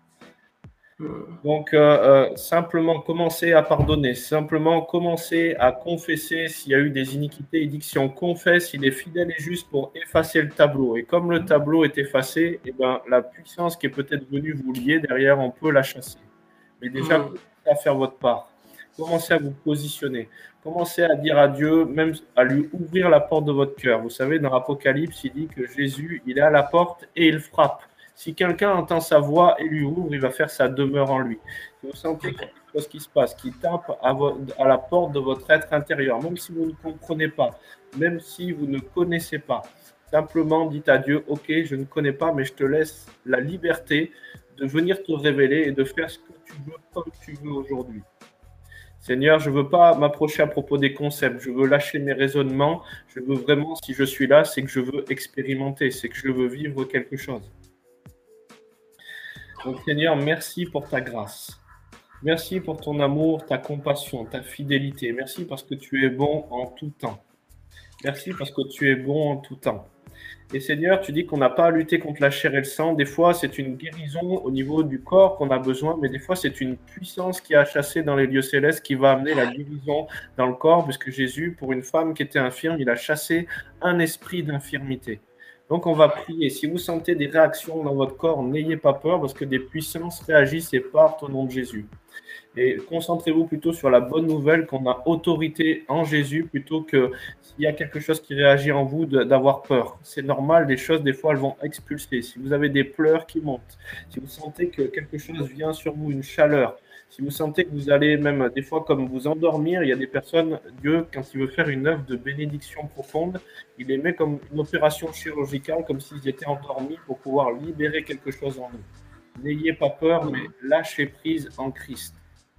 Donc, simplement commencez à pardonner, simplement commencez à confesser s'il y a eu des iniquités. Il dit que si on confesse, il est fidèle et juste pour effacer le tableau. Et comme le tableau est effacé, eh ben, la puissance qui est peut-être venue vous lier derrière, on peut la chasser. Mais déjà, commencez à faire votre part. Commencez à vous positionner. Commencez à dire à Dieu, même à lui ouvrir la porte de votre cœur. Vous savez, dans l'Apocalypse, il dit que Jésus, il est à la porte et il frappe. Si quelqu'un entend sa voix et lui ouvre, il va faire sa demeure en lui. Si vous sentez quelque chose qui se passe, qui tape à la porte de votre être intérieur, même si vous ne comprenez pas, même si vous ne connaissez pas, simplement dites à Dieu, ok, je ne connais pas, mais je te laisse la liberté de venir te révéler et de faire ce que tu veux comme tu veux aujourd'hui. Seigneur, je ne veux pas m'approcher à propos des concepts, je veux lâcher mes raisonnements, je veux vraiment, si je suis là, c'est que je veux expérimenter, c'est que je veux vivre quelque chose. Donc Seigneur, merci pour ta grâce. Merci pour ton amour, ta compassion, ta fidélité. Merci parce que tu es bon en tout temps. Merci parce que tu es bon en tout temps. Et Seigneur, tu dis qu'on n'a pas à lutter contre la chair et le sang. Des fois, c'est une guérison au niveau du corps qu'on a besoin, mais des fois, c'est une puissance qui a chassé dans les lieux célestes qui va amener la guérison dans le corps, puisque Jésus, pour une femme qui était infirme, il a chassé un esprit d'infirmité. Donc, on va prier. Si vous sentez des réactions dans votre corps, n'ayez pas peur parce que des puissances réagissent et partent au nom de Jésus. Et concentrez-vous plutôt sur la bonne nouvelle qu'on a autorité en Jésus plutôt que s'il y a quelque chose qui réagit en vous d'avoir peur. C'est normal, les choses, des fois, elles vont expulser. Si vous avez des pleurs qui montent, si vous sentez que quelque chose vient sur vous, une chaleur, si vous sentez que vous allez même des fois comme vous endormir, il y a des personnes, Dieu, quand il veut faire une œuvre de bénédiction profonde, il les met comme une opération chirurgicale, comme s'ils étaient endormis pour pouvoir libérer quelque chose en nous. N'ayez pas peur, mais lâchez prise en Christ.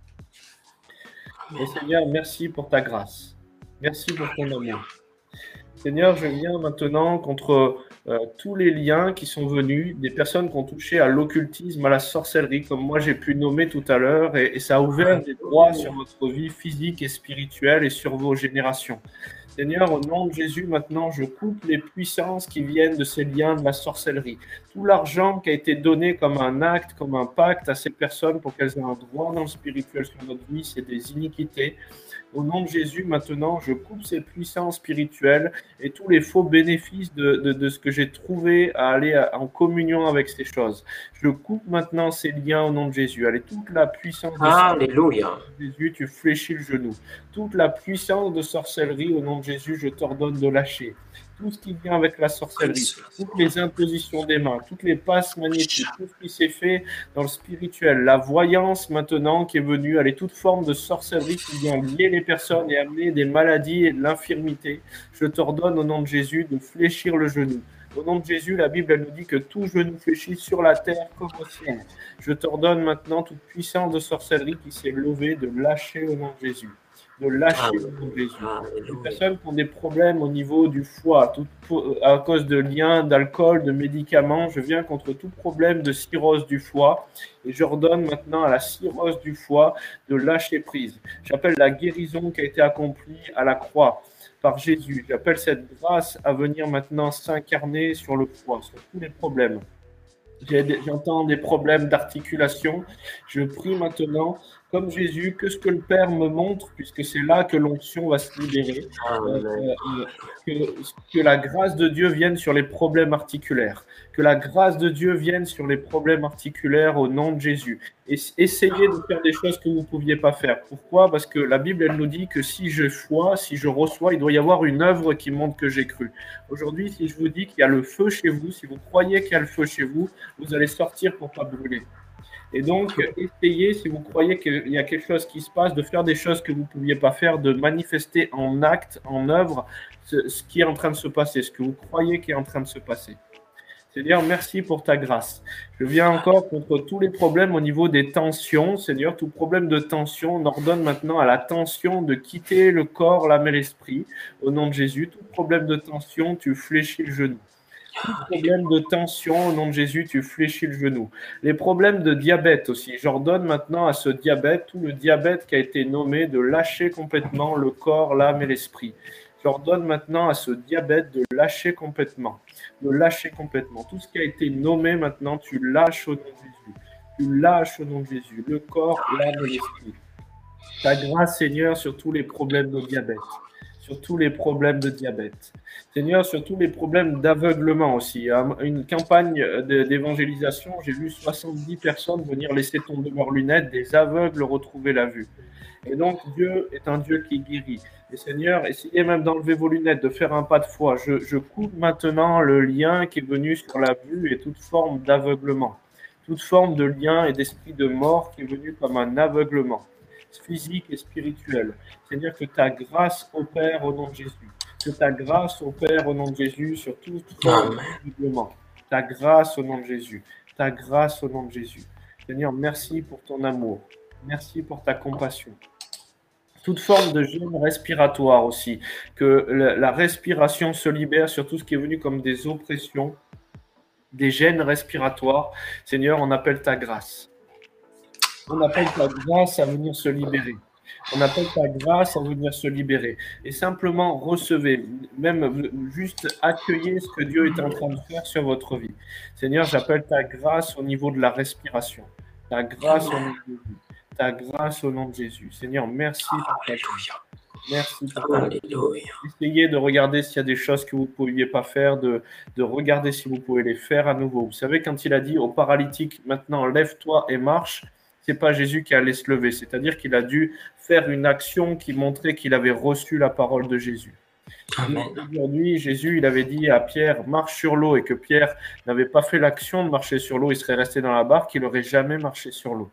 Et Seigneur, merci pour ta grâce. Merci pour ton amour. Seigneur, je viens maintenant contre tous les liens qui sont venus, des personnes qui ont touché à l'occultisme, à la sorcellerie, comme moi j'ai pu nommer tout à l'heure, et ça a ouvert des droits sur votre vie physique et spirituelle et sur vos générations. Seigneur, au nom de Jésus, maintenant, je coupe les puissances qui viennent de ces liens de la sorcellerie. Tout l'argent qui a été donné comme un acte, comme un pacte à ces personnes pour qu'elles aient un droit dans le spirituel sur notre vie, c'est des iniquités. Au nom de Jésus, maintenant, je coupe ces puissances spirituelles et tous les faux bénéfices de ce que j'ai trouvé à aller en communion avec ces choses. Je coupe maintenant ces liens au nom de Jésus. Allez, toute la puissance de Alléluia. Jésus, tu fléchis le genou. Toute la puissance de sorcellerie, au nom de Jésus, je t'ordonne de lâcher. Tout ce qui vient avec la sorcellerie, toutes les impositions des mains, toutes les passes magnétiques, tout ce qui s'est fait dans le spirituel, la voyance maintenant qui est venue, allez, toute forme de sorcellerie qui vient lier les personnes et amener des maladies et de l'infirmité, je t'ordonne au nom de Jésus de fléchir le genou. Au nom de Jésus, la Bible, elle nous dit que tout genou fléchit sur la terre comme au ciel. Je t'ordonne maintenant toute puissance de sorcellerie qui s'est levée de lâcher au nom de Jésus. De lâcher au nom de Jésus. Les personnes qui ont des problèmes au niveau du foie, à cause de liens, d'alcool, de médicaments, je viens contre tout problème de cirrhose du foie et j'ordonne maintenant à la cirrhose du foie de lâcher prise. J'appelle la guérison qui a été accomplie à la croix par Jésus. J'appelle cette grâce à venir maintenant s'incarner sur le foie, sur tous les problèmes. J'entends des problèmes d'articulation. Je prie maintenant, comme Jésus, que ce que le Père me montre, puisque c'est là que l'onction va se libérer, que la grâce de Dieu vienne sur les problèmes articulaires, que la grâce de Dieu vienne sur les problèmes articulaires au nom de Jésus. Et essayez de faire des choses que vous ne pouviez pas faire. Pourquoi? Parce que la Bible, elle nous dit que si je reçois, il doit y avoir une œuvre qui montre que j'ai cru. Aujourd'hui, si je vous dis qu'il y a le feu chez vous, si vous croyez qu'il y a le feu chez vous, vous allez sortir pour ne pas brûler. Et donc, essayez, si vous croyez qu'il y a quelque chose qui se passe, de faire des choses que vous ne pouviez pas faire, de manifester en acte, en œuvre, ce qui est en train de se passer, ce que vous croyez qui est en train de se passer. Seigneur, merci pour ta grâce. Je viens encore contre tous les problèmes au niveau des tensions. Seigneur, tout problème de tension, on ordonne maintenant à la tension de quitter le corps, l'âme et l'esprit. Au nom de Jésus, tout problème de tension, tu fléchis le genou. Tout problème de tension, au nom de Jésus, tu fléchis le genou. Les problèmes de diabète aussi. J'ordonne maintenant à ce diabète, tout le diabète qui a été nommé, de lâcher complètement le corps, l'âme et l'esprit. J'ordonne maintenant à ce diabète de lâcher complètement. De lâcher complètement. Tout ce qui a été nommé maintenant, tu lâches au nom de Jésus. Tu lâches au nom de Jésus. Le corps, l'âme et l'esprit. Ta grâce, Seigneur, sur tous les problèmes de diabète. Sur tous les problèmes de diabète. Seigneur, sur tous les problèmes d'aveuglement aussi. Une campagne d'évangélisation, j'ai vu 70 personnes venir laisser tomber leurs lunettes, des aveugles retrouver la vue. Et donc, Dieu est un Dieu qui guérit. Et Seigneur, essayez même d'enlever vos lunettes, de faire un pas de foi. Je coupe maintenant le lien qui est venu sur la vue et toute forme d'aveuglement. Toute forme de lien et d'esprit de mort qui est venu comme un aveuglement physique et spirituel. Seigneur, que ta grâce opère au nom de Jésus. Que ta grâce opère au nom de Jésus sur toute forme d'aveuglement. Ta grâce au nom de Jésus. Ta grâce au nom de Jésus. Seigneur, merci pour ton amour. Merci pour ta compassion. Toute forme de gêne respiratoire aussi. Que la respiration se libère sur tout ce qui est venu comme des oppressions, des gènes respiratoires. Seigneur, on appelle ta grâce. On appelle ta grâce à venir se libérer. On appelle ta grâce à venir se libérer. Et simplement recevez, même juste accueillez ce que Dieu est en train de faire sur votre vie. Seigneur, j'appelle ta grâce au niveau de la respiration. Ta grâce au nom de Jésus. Ta grâce au nom de Jésus. Seigneur, merci pour ta grâce. Merci pour ta grâce. Alléluia. Essayez de regarder s'il y a des choses que vous ne pouviez pas faire, de regarder si vous pouvez les faire à nouveau. Vous savez, quand il a dit au paralytique, maintenant lève-toi et marche, c'est pas Jésus qui allait se lever. C'est-à-dire qu'il a dû faire une action qui montrait qu'il avait reçu la parole de Jésus. Aujourd'hui, Jésus, il avait dit à Pierre, marche sur l'eau, et que Pierre n'avait pas fait l'action de marcher sur l'eau, il serait resté dans la barque, il n'aurait jamais marché sur l'eau.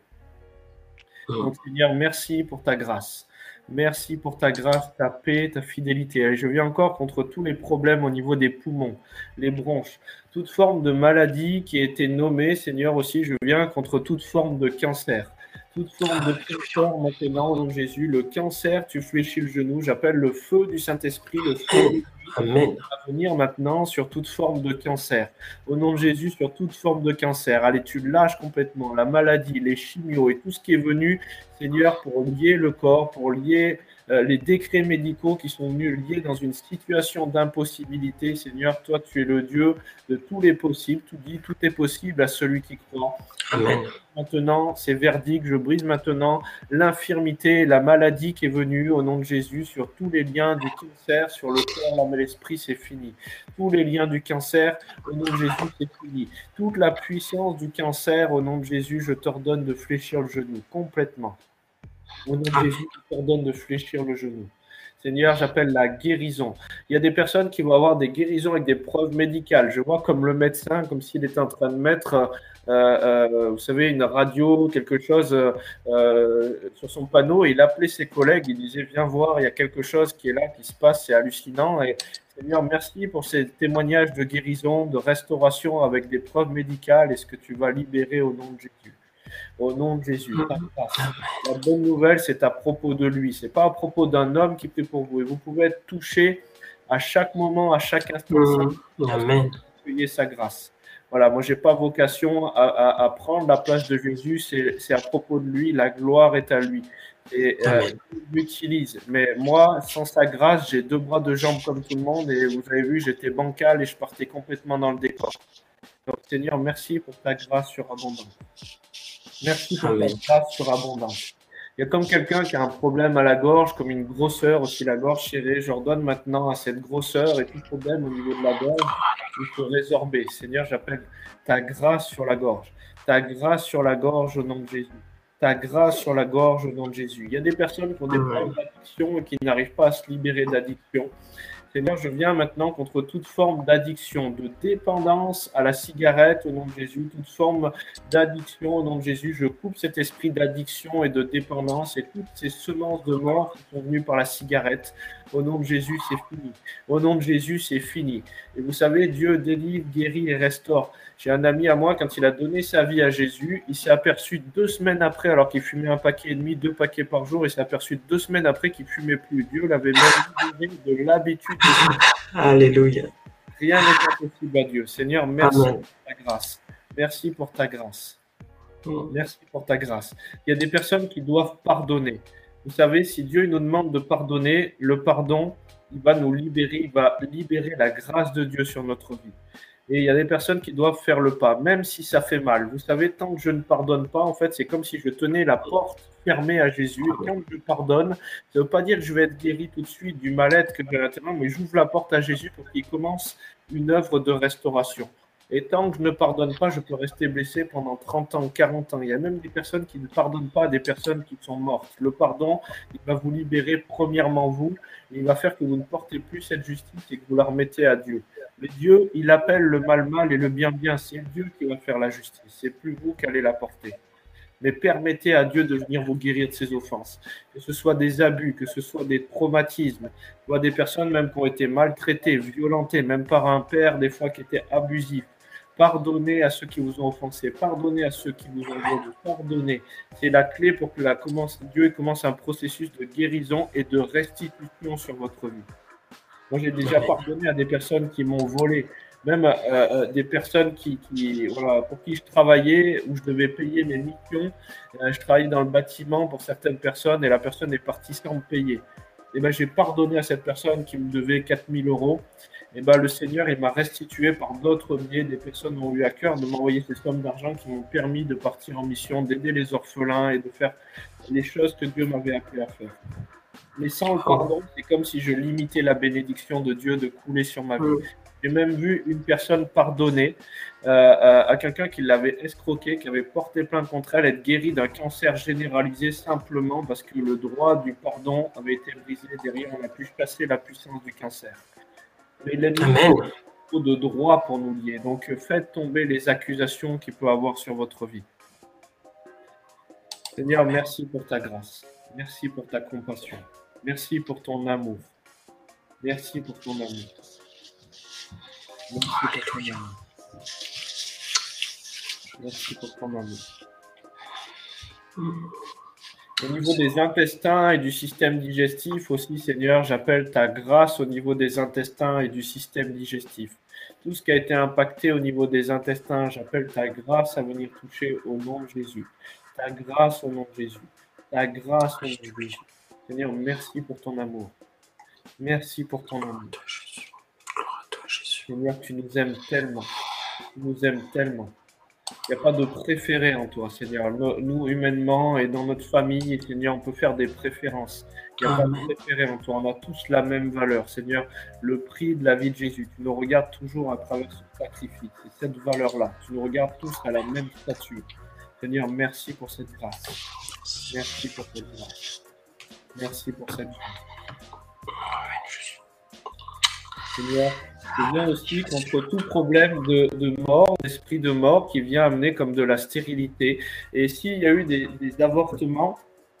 Donc, Seigneur, merci pour ta grâce. Merci pour ta grâce, ta paix, ta fidélité. Et je viens encore contre tous les problèmes au niveau des poumons, les bronches, toute forme de maladie qui a été nommée, Seigneur, aussi, je viens contre toute forme de cancer. Toute forme de cancer maintenant, au nom de Jésus. Le cancer, tu fléchis le genou. J'appelle le feu du Saint-Esprit, le feu de Amen. à venir maintenant sur toute forme de cancer. Au nom de Jésus, sur toute forme de cancer. Allez, tu lâches complètement la maladie, les chimios et tout ce qui est venu, Seigneur, pour lier le corps, pour lier les décrets médicaux qui sont venus liés dans une situation d'impossibilité. Seigneur, toi, tu es le Dieu de tous les possibles. Tu dis, tout est possible à celui qui croit. Amen. Maintenant, c'est verdict. Je brise maintenant l'infirmité, la maladie qui est venue au nom de Jésus sur tous les liens du cancer, sur le corps, l'âme et l'esprit, c'est fini. Tous les liens du cancer, au nom de Jésus, c'est fini. Toute la puissance du cancer, au nom de Jésus, je t'ordonne de fléchir le genou complètement. Au nom de Jésus, je t'ordonne de fléchir le genou. Seigneur, j'appelle la guérison. Il y a des personnes qui vont avoir des guérisons avec des preuves médicales. Je vois comme le médecin, comme s'il était en train de mettre, vous savez, une radio, quelque chose sur son panneau. Et il appelait ses collègues, il disait, viens voir, il y a quelque chose qui est là, qui se passe, c'est hallucinant. Et Seigneur, merci pour ces témoignages de guérison, de restauration avec des preuves médicales et ce que tu vas libérer au nom de Jésus. Au nom de Jésus. La bonne nouvelle, c'est à propos de lui. Ce n'est pas à propos d'un homme qui prie pour vous. Et vous pouvez être touché à chaque moment, à chaque instant. Amen. Ayez sa grâce. Voilà, moi, je n'ai pas vocation à prendre la place de Jésus. C'est à propos de lui. La gloire est à lui. Et il l'utilise. Mais moi, sans sa grâce, j'ai 2 bras, 2 jambes comme tout le monde. Et vous avez vu, j'étais bancal et je partais complètement dans le décor. Donc, Seigneur, merci pour ta grâce surabondante. Merci pour ta grâce surabondante. Il y a comme quelqu'un qui a un problème à la gorge, comme une grosseur aussi la gorge serrée. J'ordonne maintenant à cette grosseur et tout problème au niveau de la gorge, il faut résorber. Seigneur, j'appelle ta grâce sur la gorge. Ta grâce sur la gorge au nom de Jésus. Ta grâce sur la gorge au nom de Jésus. Il y a des personnes qui ont des problèmes d'addiction et qui n'arrivent pas à se libérer d'addiction. Seigneur, je viens maintenant contre toute forme d'addiction, de dépendance à la cigarette au nom de Jésus, toute forme d'addiction au nom de Jésus. Je coupe cet esprit d'addiction et de dépendance et toutes ces semences de mort qui sont venues par la cigarette. Au nom de Jésus, c'est fini. Au nom de Jésus, c'est fini. Et vous savez, Dieu délivre, guérit et restaure. J'ai un ami à moi, quand il a donné sa vie à Jésus, il s'est aperçu 2 semaines après, alors qu'il fumait 1,5 paquet, 2 paquets par jour, il s'est aperçu 2 semaines après qu'il ne fumait plus. Dieu l'avait même libéré de l'habitude. Alléluia. Rien n'est impossible à Dieu. Seigneur, merci pour ta grâce. Merci pour ta grâce. Merci pour ta grâce. Il y a des personnes qui doivent pardonner. Vous savez, si Dieu nous demande de pardonner, le pardon, il va nous libérer, il va libérer la grâce de Dieu sur notre vie. Et il y a des personnes qui doivent faire le pas, même si ça fait mal. Vous savez, tant que je ne pardonne pas, en fait, c'est comme si je tenais la porte fermée à Jésus. Et quand je pardonne, ça ne veut pas dire que je vais être guéri tout de suite du mal-être que j'ai à l'intérieur, mais j'ouvre la porte à Jésus pour qu'il commence une œuvre de restauration. Et tant que je ne pardonne pas, je peux rester blessé pendant 30 ans, 40 ans. Il y a même des personnes qui ne pardonnent pas à des personnes qui sont mortes. Le pardon, il va vous libérer premièrement vous, et il va faire que vous ne portez plus cette justice et que vous la remettez à Dieu. Mais Dieu, il appelle le mal mal et le bien bien. C'est Dieu qui va faire la justice. C'est plus vous qui allez la porter. Mais permettez à Dieu de venir vous guérir de ses offenses. Que ce soit des abus, que ce soit des traumatismes. Il y a des personnes même qui ont été maltraitées, violentées, même par un père, des fois qui était abusif. Pardonnez à ceux qui vous ont offensé. Pardonnez à ceux qui vous ont volé. Pardonnez. C'est la clé pour que Dieu commence un processus de guérison et de restitution sur votre vie. Moi, j'ai déjà pardonné à des personnes qui m'ont volé. Même des personnes voilà, pour qui je travaillais, où je devais payer mes missions. Je travaillais dans le bâtiment pour certaines personnes et la personne est partie sans me payer. Et ben, j'ai pardonné à cette personne qui me devait 4 000 €. Et ben, le Seigneur, il m'a restitué par d'autres biais. Des personnes ont eu à cœur de m'envoyer ces sommes d'argent qui m'ont permis de partir en mission, d'aider les orphelins et de faire les choses que Dieu m'avait appelé à faire. Mais sans le pardon, c'est comme si je limitais la bénédiction de Dieu de couler sur ma vie. J'ai même vu une personne pardonner à quelqu'un qui l'avait escroqué, qui avait porté plainte contre elle, être guérie d'un cancer généralisé simplement parce que le droit du pardon avait été brisé. Derrière, on a pu chasser la puissance du cancer. Mais il a dit de droit pour nous lier. Donc, faites tomber les accusations qu'il peut avoir sur votre vie. Seigneur, merci pour ta grâce. Merci pour ta compassion. Merci pour ton amour. Merci pour ton amour. Merci pour ton amour. Merci pour ton amour. Au niveau des intestins et du système digestif aussi, Seigneur, j'appelle ta grâce au niveau des intestins et du système digestif. Tout ce qui a été impacté au niveau des intestins, j'appelle ta grâce à venir toucher au nom de Jésus. Ta grâce au nom de Jésus. Ta grâce au nom de Jésus. Seigneur, merci pour ton amour. Merci pour ton amour. Seigneur, tu nous aimes tellement. Tu nous aimes tellement. Il n'y a pas de préféré en toi, Seigneur. Nous, humainement et dans notre famille, Seigneur, on peut faire des préférences. Il n'y a pas de préféré en toi. On a tous la même valeur, Seigneur. Le prix de la vie de Jésus, tu nous regardes toujours à travers ce sacrifice. C'est cette valeur-là. Tu nous regardes tous à la même stature. Seigneur, merci pour cette grâce. Merci pour cette grâce. Merci pour cette grâce. Seigneur, je viens aussi contre tout problème de mort, d'esprit de mort qui vient amener comme de la stérilité. Et s'il y a eu des avortements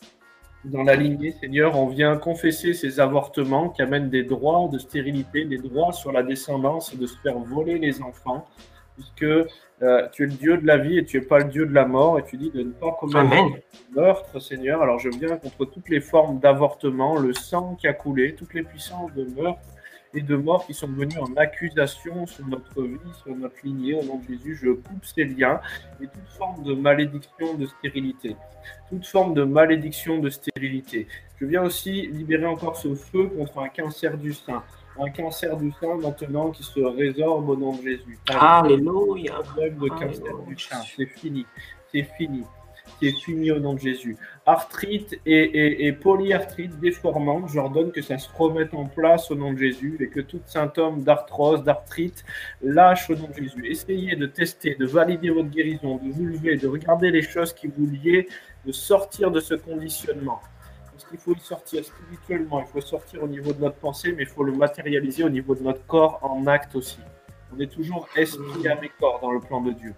dans la lignée, Seigneur, on vient confesser ces avortements qui amènent des droits de stérilité, des droits sur la descendance et de se faire voler les enfants, puisque tu es le Dieu de la vie et tu n'es pas le Dieu de la mort, et tu dis de ne pas commettre le meurtre, Seigneur. Alors je viens contre toutes les formes d'avortement, le sang qui a coulé, toutes les puissances de meurtre et de mort qui sont venues en accusation sur notre vie, sur notre lignée. Au nom de Jésus, je coupe ces liens et toute forme de malédiction de stérilité. Toute forme de malédiction de stérilité. Je viens aussi libérer encore ce feu contre un cancer du sein. Un cancer du sein maintenant qui se résorbe au nom de Jésus. Alléluia. Problème de cancer du sein, c'est fini. C'est fini. C'est fini au nom de Jésus. Arthrite et polyarthrite déformante, je leur donne que ça se remette en place au nom de Jésus et que tout symptôme d'arthrose, d'arthrite lâche au nom de Jésus. Essayez de tester, de valider votre guérison, de vous lever, de regarder les choses qui vous liaient, de sortir de ce conditionnement. Parce qu'il faut y sortir spirituellement, il faut sortir au niveau de notre pensée, mais il faut le matérialiser au niveau de notre corps en acte aussi. On est toujours esprit, âme et corps dans le plan de Dieu.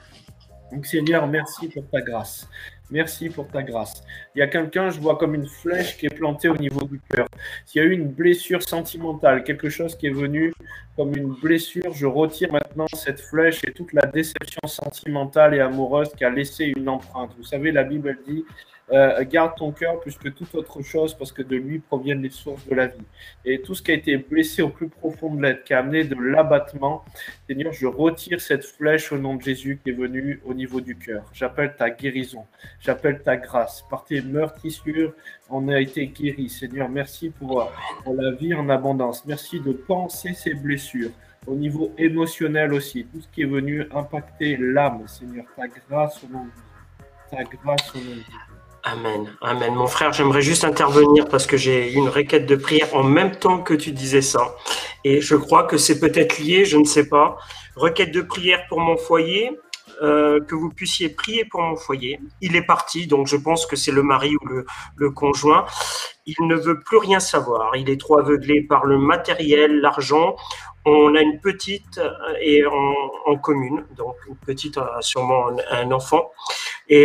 Donc Seigneur, merci pour ta grâce. Merci pour ta grâce. Il y a quelqu'un, je vois comme une flèche qui est plantée au niveau du cœur. S'il y a eu une blessure sentimentale, quelque chose qui est venu comme une blessure, je retire maintenant cette flèche et toute la déception sentimentale et amoureuse qui a laissé une empreinte. Vous savez, la Bible elle dit garde ton cœur plus que toute autre chose parce que de lui proviennent les sources de la vie. Et tout ce qui a été blessé au plus profond de l'être, qui a amené de l'abattement, Seigneur, je retire cette flèche au nom de Jésus qui est venue au niveau du cœur. J'appelle ta guérison, j'appelle ta grâce. Par tes meurtrissures, on a été guéris. Seigneur, merci pour la vie en abondance. Merci de penser ces blessures. Au niveau émotionnel aussi, tout ce qui est venu impacter l'âme, Seigneur, ta grâce au nom de Jésus. Ta grâce au nom de Jésus. Amen, amen. Mon frère, j'aimerais juste intervenir parce que j'ai eu une requête de prière en même temps que tu disais ça. Et je crois que c'est peut-être lié, je ne sais pas. Requête de prière pour mon foyer, que vous puissiez prier pour mon foyer. Il est parti, donc je pense que c'est le mari ou le conjoint. Il ne veut plus rien savoir. Il est trop aveuglé par le matériel, l'argent. On a une petite et en commune, donc une petite a sûrement un enfant. Et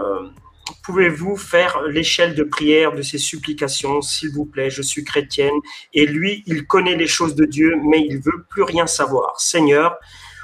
pouvez-vous faire l'échelle de prière de ses supplications, s'il vous plaît? Je suis chrétienne et lui, il connaît les choses de Dieu, mais il veut plus rien savoir. Seigneur,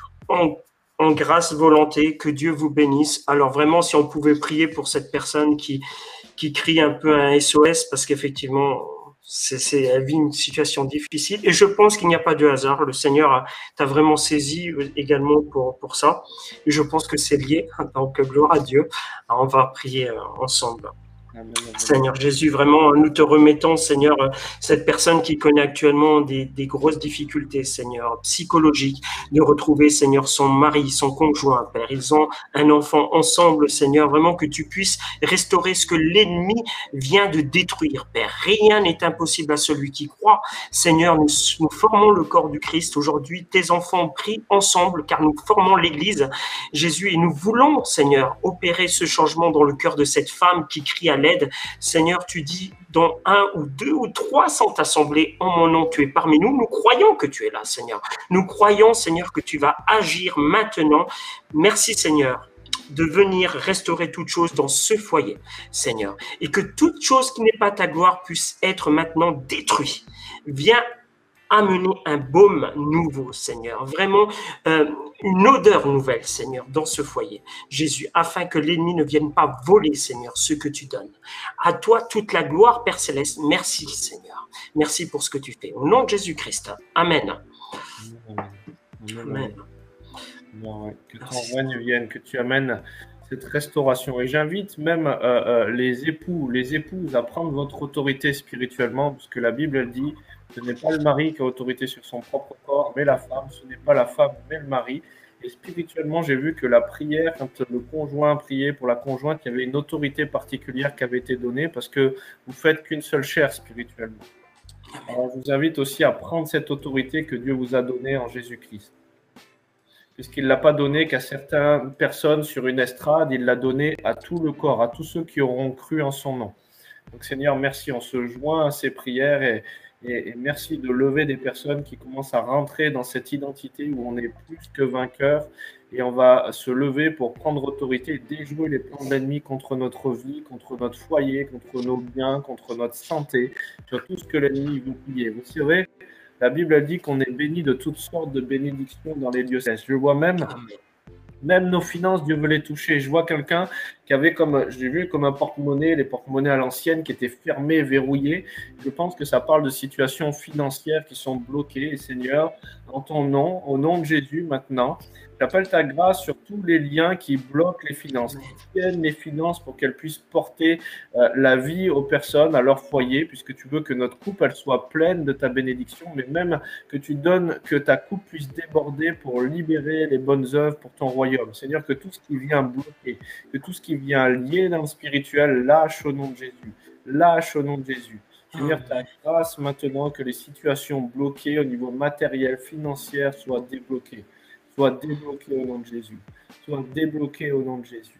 en grâce, volonté, que Dieu vous bénisse. Alors vraiment, si on pouvait prier pour cette personne qui crie un peu un SOS, parce qu'effectivement, elle vit une situation difficile. Et je pense qu'il n'y a pas de hasard. Le Seigneur t'a vraiment saisi également pour ça. Et je pense que c'est lié. Donc, gloire à Dieu. Alors, on va prier ensemble. Amen. Seigneur Jésus, vraiment, nous te remettons, Seigneur, cette personne qui connaît actuellement des grosses difficultés, Seigneur, psychologiques, de retrouver, Seigneur, son mari, son conjoint, Père. Ils ont un enfant ensemble, Seigneur, vraiment que tu puisses restaurer ce que l'ennemi vient de détruire, Père. Rien n'est impossible à celui qui croit. Seigneur, nous formons le corps du Christ. Aujourd'hui, tes enfants prient ensemble, car nous formons l'Église, Jésus, et nous voulons, Seigneur, opérer ce changement dans le cœur de cette femme qui crie à l'aide. Seigneur, tu dis, dans 1 ou 2 ou 3 sont assemblés en mon nom, tu es parmi nous. Nous croyons que tu es là, Seigneur. Nous croyons, Seigneur, que tu vas agir maintenant. Merci, Seigneur, de venir restaurer toute chose dans ce foyer, Seigneur. Et que toute chose qui n'est pas ta gloire puisse être maintenant détruite. Viens amener un baume nouveau, Seigneur. Vraiment, une odeur nouvelle, Seigneur, dans ce foyer. Jésus, afin que l'ennemi ne vienne pas voler, Seigneur, ce que tu donnes. À toi, toute la gloire, Père Céleste. Merci, Seigneur. Merci pour ce que tu fais. Au nom de Jésus-Christ. Amen. Amen. Que ton règne vienne, que tu amènes cette restauration. Et j'invite même les époux, les épouses à prendre votre autorité spirituellement, parce que la Bible, elle dit, ce n'est pas le mari qui a autorité sur son propre corps, mais la femme. Ce n'est pas la femme, mais le mari. Et spirituellement, j'ai vu que la prière, quand le conjoint priait pour la conjointe, il y avait une autorité particulière qui avait été donnée, parce que vous faites qu'une seule chair spirituellement. Alors, je vous invite aussi à prendre cette autorité que Dieu vous a donnée en Jésus-Christ. Puisqu'il ne l'a pas donné qu'à certaines personnes sur une estrade, il l'a donné à tout le corps, à tous ceux qui auront cru en son nom. Donc Seigneur, merci, on se joint à ces prières et merci de lever des personnes qui commencent à rentrer dans cette identité où on est plus que vainqueur, et on va se lever pour prendre autorité et déjouer les plans de l'ennemi contre notre vie, contre notre foyer, contre nos biens, contre notre santé, sur tout ce que l'ennemi veut piller. Vous savez, la Bible dit qu'on est béni de toutes sortes de bénédictions dans les lieux célestes. Je vois même nos finances, Dieu veut les toucher. Je vois quelqu'un qui avait j'ai vu comme un porte-monnaie, les porte-monnaies à l'ancienne qui étaient fermés, verrouillés. Je pense que ça parle de situations financières qui sont bloquées. Et Seigneur, en ton nom, au nom de Jésus maintenant, j'appelle ta grâce sur tous les liens qui bloquent les finances, qui tiennent les finances pour qu'elles puissent porter la vie aux personnes, à leur foyer, puisque tu veux que notre coupe, elle soit pleine de ta bénédiction, mais même que tu donnes, que ta coupe puisse déborder pour libérer les bonnes œuvres pour ton royaume. Seigneur, que tout ce qui vient bloquer, que tout ce qui vient lier dans le spirituel, lâche au nom de Jésus. Lâche au nom de Jésus. Seigneur, ta grâce maintenant que les situations bloquées au niveau matériel, financier soient débloquées. Sois débloqué au nom de Jésus. Sois débloqué au nom de Jésus.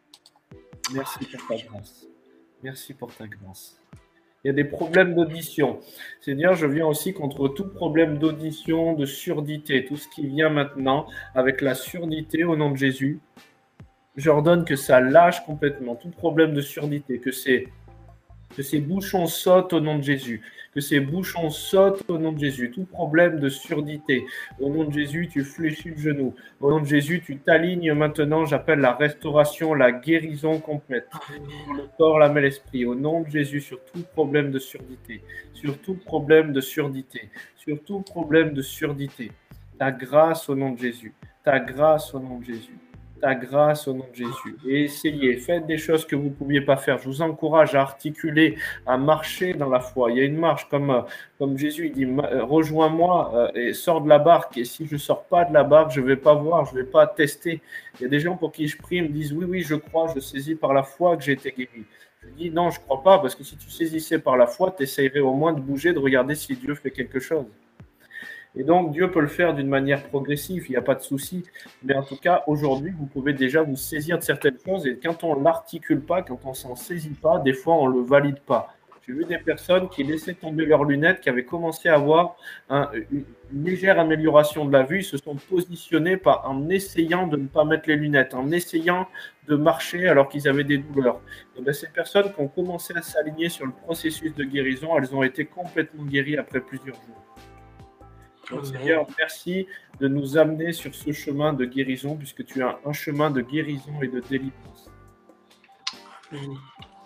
Merci pour ta grâce. Merci pour ta grâce. Il y a des problèmes d'audition. Seigneur, je viens aussi contre tout problème d'audition, de surdité, tout ce qui vient maintenant avec la surdité au nom de Jésus. J'ordonne que ça lâche complètement, tout problème de surdité, que ces bouchons sautent au nom de Jésus. Que ces bouchons sautent au nom de Jésus. Tout problème de surdité. Au nom de Jésus, tu fléchis le genou. Au nom de Jésus, tu t'alignes maintenant. J'appelle la restauration, la guérison complète. Le corps, l'âme et l'esprit. Au nom de Jésus, sur tout problème de surdité. Sur tout problème de surdité. Sur tout problème de surdité. Ta grâce au nom de Jésus. Ta grâce au nom de Jésus. Ta grâce au nom de Jésus. Et essayez, faites des choses que vous ne pouviez pas faire. Je vous encourage à articuler, à marcher dans la foi. Il y a une marche, comme Jésus il dit, rejoins-moi et sors de la barque. Et si je ne sors pas de la barque, je ne vais pas voir, je ne vais pas tester. Il y a des gens pour qui je prie, ils me disent, oui, je crois, je saisis par la foi que j'ai été guéri. Je dis, non, je ne crois pas, parce que si tu saisissais par la foi, tu essayerais au moins de bouger, de regarder si Dieu fait quelque chose. Et donc, Dieu peut le faire d'une manière progressive, il n'y a pas de souci. Mais en tout cas, aujourd'hui, vous pouvez déjà vous saisir de certaines choses. Et quand on ne l'articule pas, quand on ne s'en saisit pas, des fois, on ne le valide pas. J'ai vu des personnes qui laissaient tomber leurs lunettes, qui avaient commencé à avoir une légère amélioration de la vue. Ils se sont positionnés en essayant de ne pas mettre les lunettes, en essayant de marcher alors qu'ils avaient des douleurs. Et bien, ces personnes qui ont commencé à s'aligner sur le processus de guérison, elles ont été complètement guéries après plusieurs jours. Donc, Seigneur, merci de nous amener sur ce chemin de guérison, puisque tu as un chemin de guérison et de délivrance. Amen.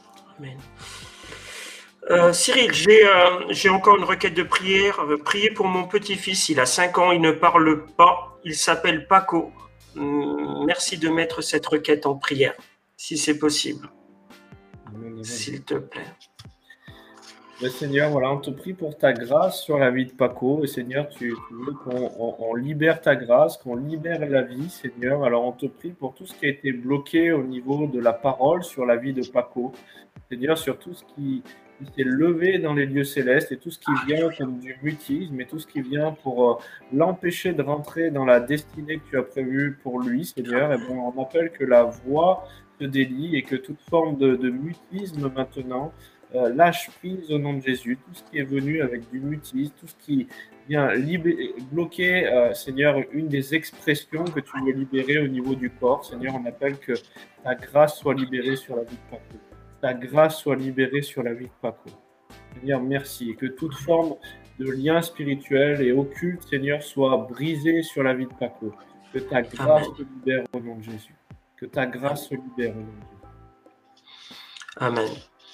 Amen. Cyril, j'ai encore une requête de prière. Priez pour mon petit-fils, il a 5 ans, il ne parle pas, il s'appelle Paco. Merci de mettre cette requête en prière, si c'est possible. s'il te plaît. Le Seigneur, voilà, on te prie pour ta grâce sur la vie de Paco. Et Seigneur, tu veux qu'on libère ta grâce, qu'on libère la vie, Seigneur. Alors, on te prie pour tout ce qui a été bloqué au niveau de la parole sur la vie de Paco. Seigneur, sur tout ce qui s'est levé dans les lieux célestes et tout ce qui vient comme du mutisme et tout ce qui vient pour l'empêcher de rentrer dans la destinée que tu as prévue pour lui, Seigneur. Et bon, on appelle que la voie se délie et que toute forme de mutisme maintenant lâche prise au nom de Jésus. Tout ce qui est venu avec du mutisme, tout ce qui vient bloquer, Seigneur, une des expressions que tu veux libérer au niveau du corps. Seigneur, on appelle que ta grâce soit libérée sur la vie de Paco. Ta grâce soit libérée sur la vie de Paco. Seigneur, merci. Et que toute forme de lien spirituel et occulte, Seigneur, soit brisée sur la vie de Paco. Que ta grâce se libère au nom de Jésus. Que ta grâce se libère au nom de Jésus. Amen.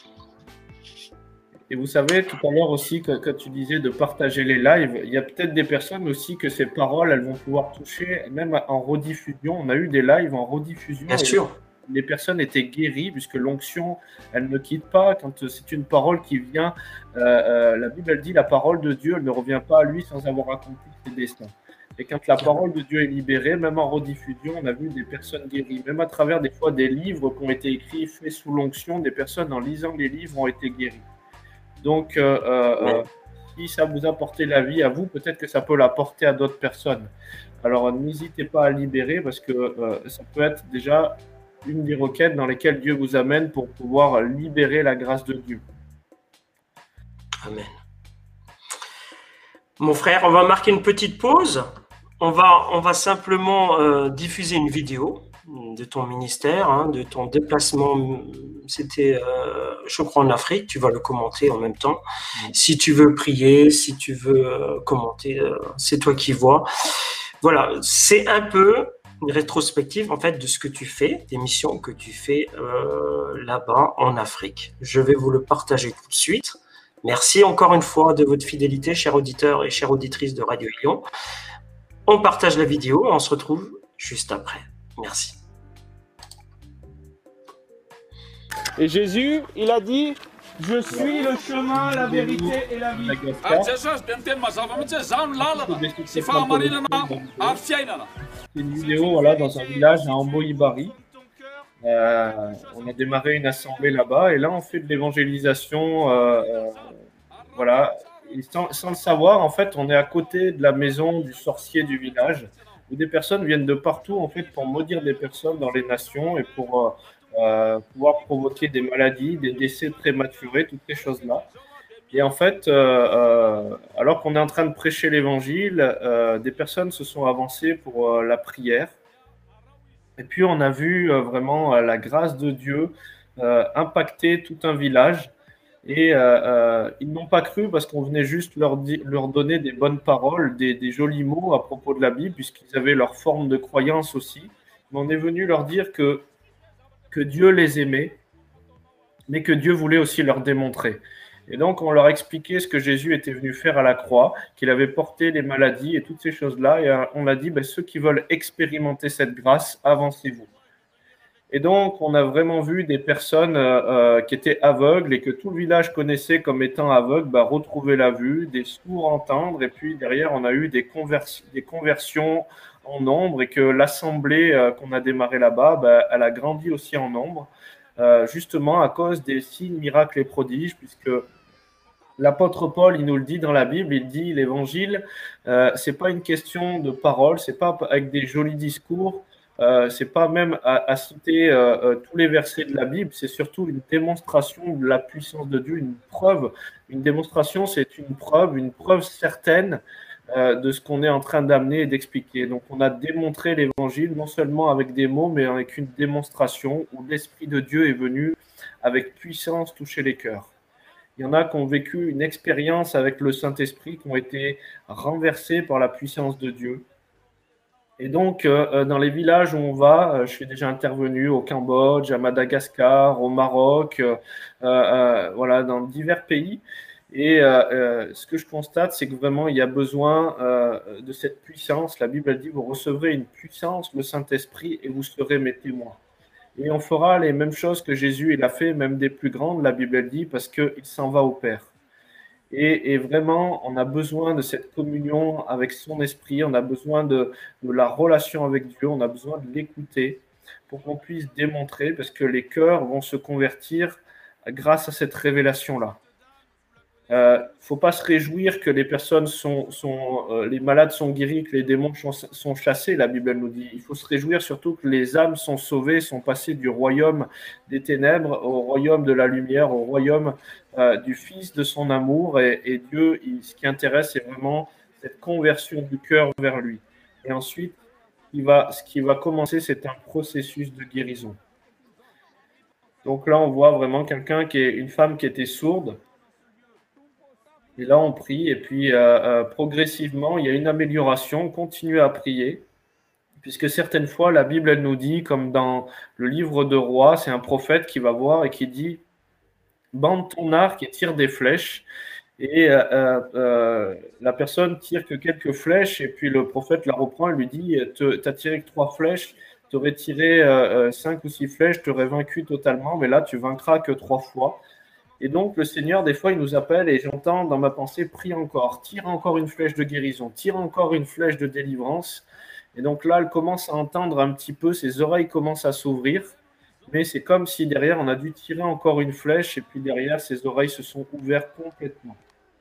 Et vous savez, tout à l'heure aussi, quand tu disais de partager les lives, il y a peut-être des personnes aussi que ces paroles, elles vont pouvoir toucher, même en rediffusion. On a eu des lives en rediffusion. Bien sûr. Les personnes étaient guéries, puisque l'onction, elle ne quitte pas. Quand c'est une parole qui vient, la Bible, elle dit, la parole de Dieu, elle ne revient pas à lui sans avoir accompli ses destins. Et quand la parole de Dieu est libérée, même en rediffusion, on a vu des personnes guéries. Même à travers des fois des livres qui ont été écrits, faits sous l'onction, des personnes en lisant les livres ont été guéries. Donc, si ça vous a porté la vie à vous, peut-être que ça peut l'apporter à d'autres personnes. Alors, n'hésitez pas à libérer parce que ça peut être déjà une des requêtes dans lesquelles Dieu vous amène pour pouvoir libérer la grâce de Dieu. Amen. Mon frère, on va marquer une petite pause. On va simplement diffuser une vidéo de ton ministère, hein, de ton déplacement. C'était, je crois, en Afrique. Tu vas le commenter en même temps. Si tu veux prier, si tu veux commenter, c'est toi qui vois. Voilà, c'est un peu une rétrospective en fait de ce que tu fais, des missions que tu fais là-bas en Afrique. Je vais vous le partager tout de suite. Merci encore une fois de votre fidélité, chers auditeurs et chères auditrices de Radio Lyon. On partage la vidéo et on se retrouve juste après. Merci. Et Jésus, il a dit, je suis le chemin, la vérité et la vie. C'est une vidéo voilà, dans un village à Amboïbari. On a démarré une assemblée là-bas et là on fait de l'évangélisation. Voilà. Et sans le savoir, en fait, on est à côté de la maison du sorcier du village où des personnes viennent de partout en fait pour maudire des personnes dans les nations et pour pouvoir provoquer des maladies, des décès prématurés, toutes ces choses-là. Et en fait, alors qu'on est en train de prêcher l'évangile, des personnes se sont avancées pour la prière. Et puis, on a vu vraiment la grâce de Dieu impacter tout un village. Et ils n'ont pas cru parce qu'on venait juste leur donner des bonnes paroles, des jolis mots à propos de la Bible, puisqu'ils avaient leur forme de croyance aussi. Mais on est venu leur dire que Dieu les aimait, mais que Dieu voulait aussi leur démontrer. Et donc, on leur expliquait ce que Jésus était venu faire à la croix, qu'il avait porté les maladies et toutes ces choses-là. Et on a dit, ceux qui veulent expérimenter cette grâce, avancez-vous. Et donc, on a vraiment vu des personnes qui étaient aveugles et que tout le village connaissait comme étant aveugles, retrouver la vue, des sourds entendre. Et puis derrière, on a eu des conversions en nombre et que l'assemblée qu'on a démarré là-bas, elle a grandi aussi en nombre, justement à cause des signes, miracles et prodiges, puisque l'apôtre Paul, il nous le dit dans la Bible, il dit l'évangile, c'est pas une question de parole, c'est pas avec des jolis discours, c'est pas même à citer tous les versets de la Bible, c'est surtout une démonstration de la puissance de Dieu, une preuve. Une démonstration, c'est une preuve certaine de ce qu'on est en train d'amener et d'expliquer. Donc, on a démontré l'évangile non seulement avec des mots, mais avec une démonstration où l'Esprit de Dieu est venu avec puissance toucher les cœurs. Il y en a qui ont vécu une expérience avec le Saint-Esprit, qui ont été renversés par la puissance de Dieu. Et donc, dans les villages où on va, je suis déjà intervenu au Cambodge, à Madagascar, au Maroc, voilà, dans divers pays. Et ce que je constate, c'est que vraiment, il y a besoin de cette puissance. La Bible dit, vous recevrez une puissance, le Saint-Esprit, et vous serez mes témoins. Et on fera les mêmes choses que Jésus il a fait, même des plus grandes, la Bible elle dit, parce qu'il s'en va au Père. Et vraiment, on a besoin de cette communion avec son esprit, on a besoin de la relation avec Dieu, on a besoin de l'écouter pour qu'on puisse démontrer, parce que les cœurs vont se convertir grâce à cette révélation-là. Faut pas se réjouir que les personnes les malades sont guéris, que les démons sont chassés, la Bible nous dit. Il faut se réjouir surtout que les âmes sont sauvées, sont passées du royaume des ténèbres au royaume de la lumière, au royaume du Fils de son amour. Et Dieu, ce qui intéresse, c'est vraiment cette conversion du cœur vers lui. Et ensuite, ce qui va commencer, c'est un processus de guérison. Donc là, on voit vraiment une femme qui était sourde. Et là, on prie, et puis progressivement, il y a une amélioration. Continue à prier, puisque certaines fois, la Bible, elle nous dit, comme dans le livre de Rois, c'est un prophète qui va voir et qui dit « Bande ton arc et tire des flèches ». Et la personne tire que quelques flèches, et puis le prophète la reprend et lui dit « Tu as tiré que 3 flèches, tu aurais tiré 5 ou 6 flèches, tu aurais vaincu totalement, mais là, tu vaincras que 3 fois ». Et donc, le Seigneur, des fois, il nous appelle et j'entends dans ma pensée, prie encore, tire encore une flèche de guérison, tire encore une flèche de délivrance. Et donc là, elle commence à entendre un petit peu, ses oreilles commencent à s'ouvrir, mais c'est comme si derrière, on a dû tirer encore une flèche et puis derrière, ses oreilles se sont ouvertes complètement.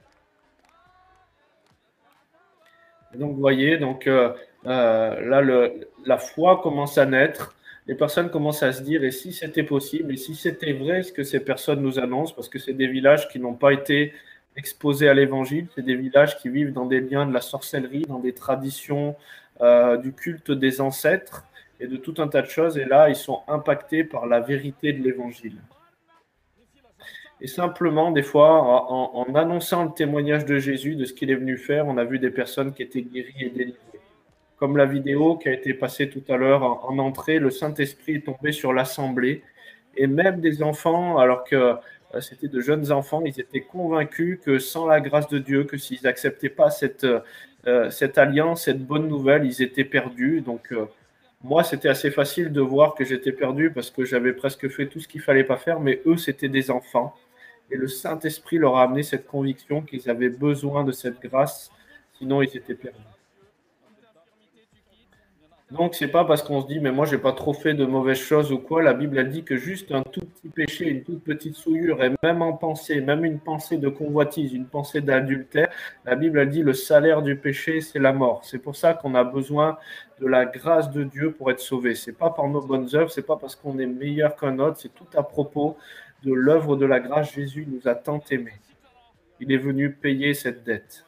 Et donc, vous voyez, là, la foi commence à naître. Les personnes commencent à se dire, et si c'était possible, et si c'était vrai ce que ces personnes nous annoncent, parce que c'est des villages qui n'ont pas été exposés à l'évangile, c'est des villages qui vivent dans des liens de la sorcellerie, dans des traditions du culte des ancêtres, et de tout un tas de choses, et là, ils sont impactés par la vérité de l'évangile. Et simplement, des fois, en annonçant le témoignage de Jésus, de ce qu'il est venu faire, on a vu des personnes qui étaient guéries et délivrées. Comme la vidéo qui a été passée tout à l'heure en entrée, le Saint-Esprit est tombé sur l'assemblée. Et même des enfants, alors que c'était de jeunes enfants, ils étaient convaincus que sans la grâce de Dieu, que s'ils n'acceptaient pas cette alliance, cette bonne nouvelle, ils étaient perdus. Donc, moi, c'était assez facile de voir que j'étais perdu parce que j'avais presque fait tout ce qu'il ne fallait pas faire, mais eux, c'était des enfants. Et le Saint-Esprit leur a amené cette conviction qu'ils avaient besoin de cette grâce, sinon ils étaient perdus. Donc, c'est pas parce qu'on se dit, mais moi, j'ai pas trop fait de mauvaises choses ou quoi. La Bible, elle dit que juste un tout petit péché, une toute petite souillure, et même en pensée, même une pensée de convoitise, une pensée d'adultère, la Bible, elle dit, le salaire du péché, c'est la mort. C'est pour ça qu'on a besoin de la grâce de Dieu pour être sauvé. C'est pas par nos bonnes œuvres, c'est pas parce qu'on est meilleur qu'un autre, c'est tout à propos de l'œuvre de la grâce. Jésus nous a tant aimés. Il est venu payer cette dette.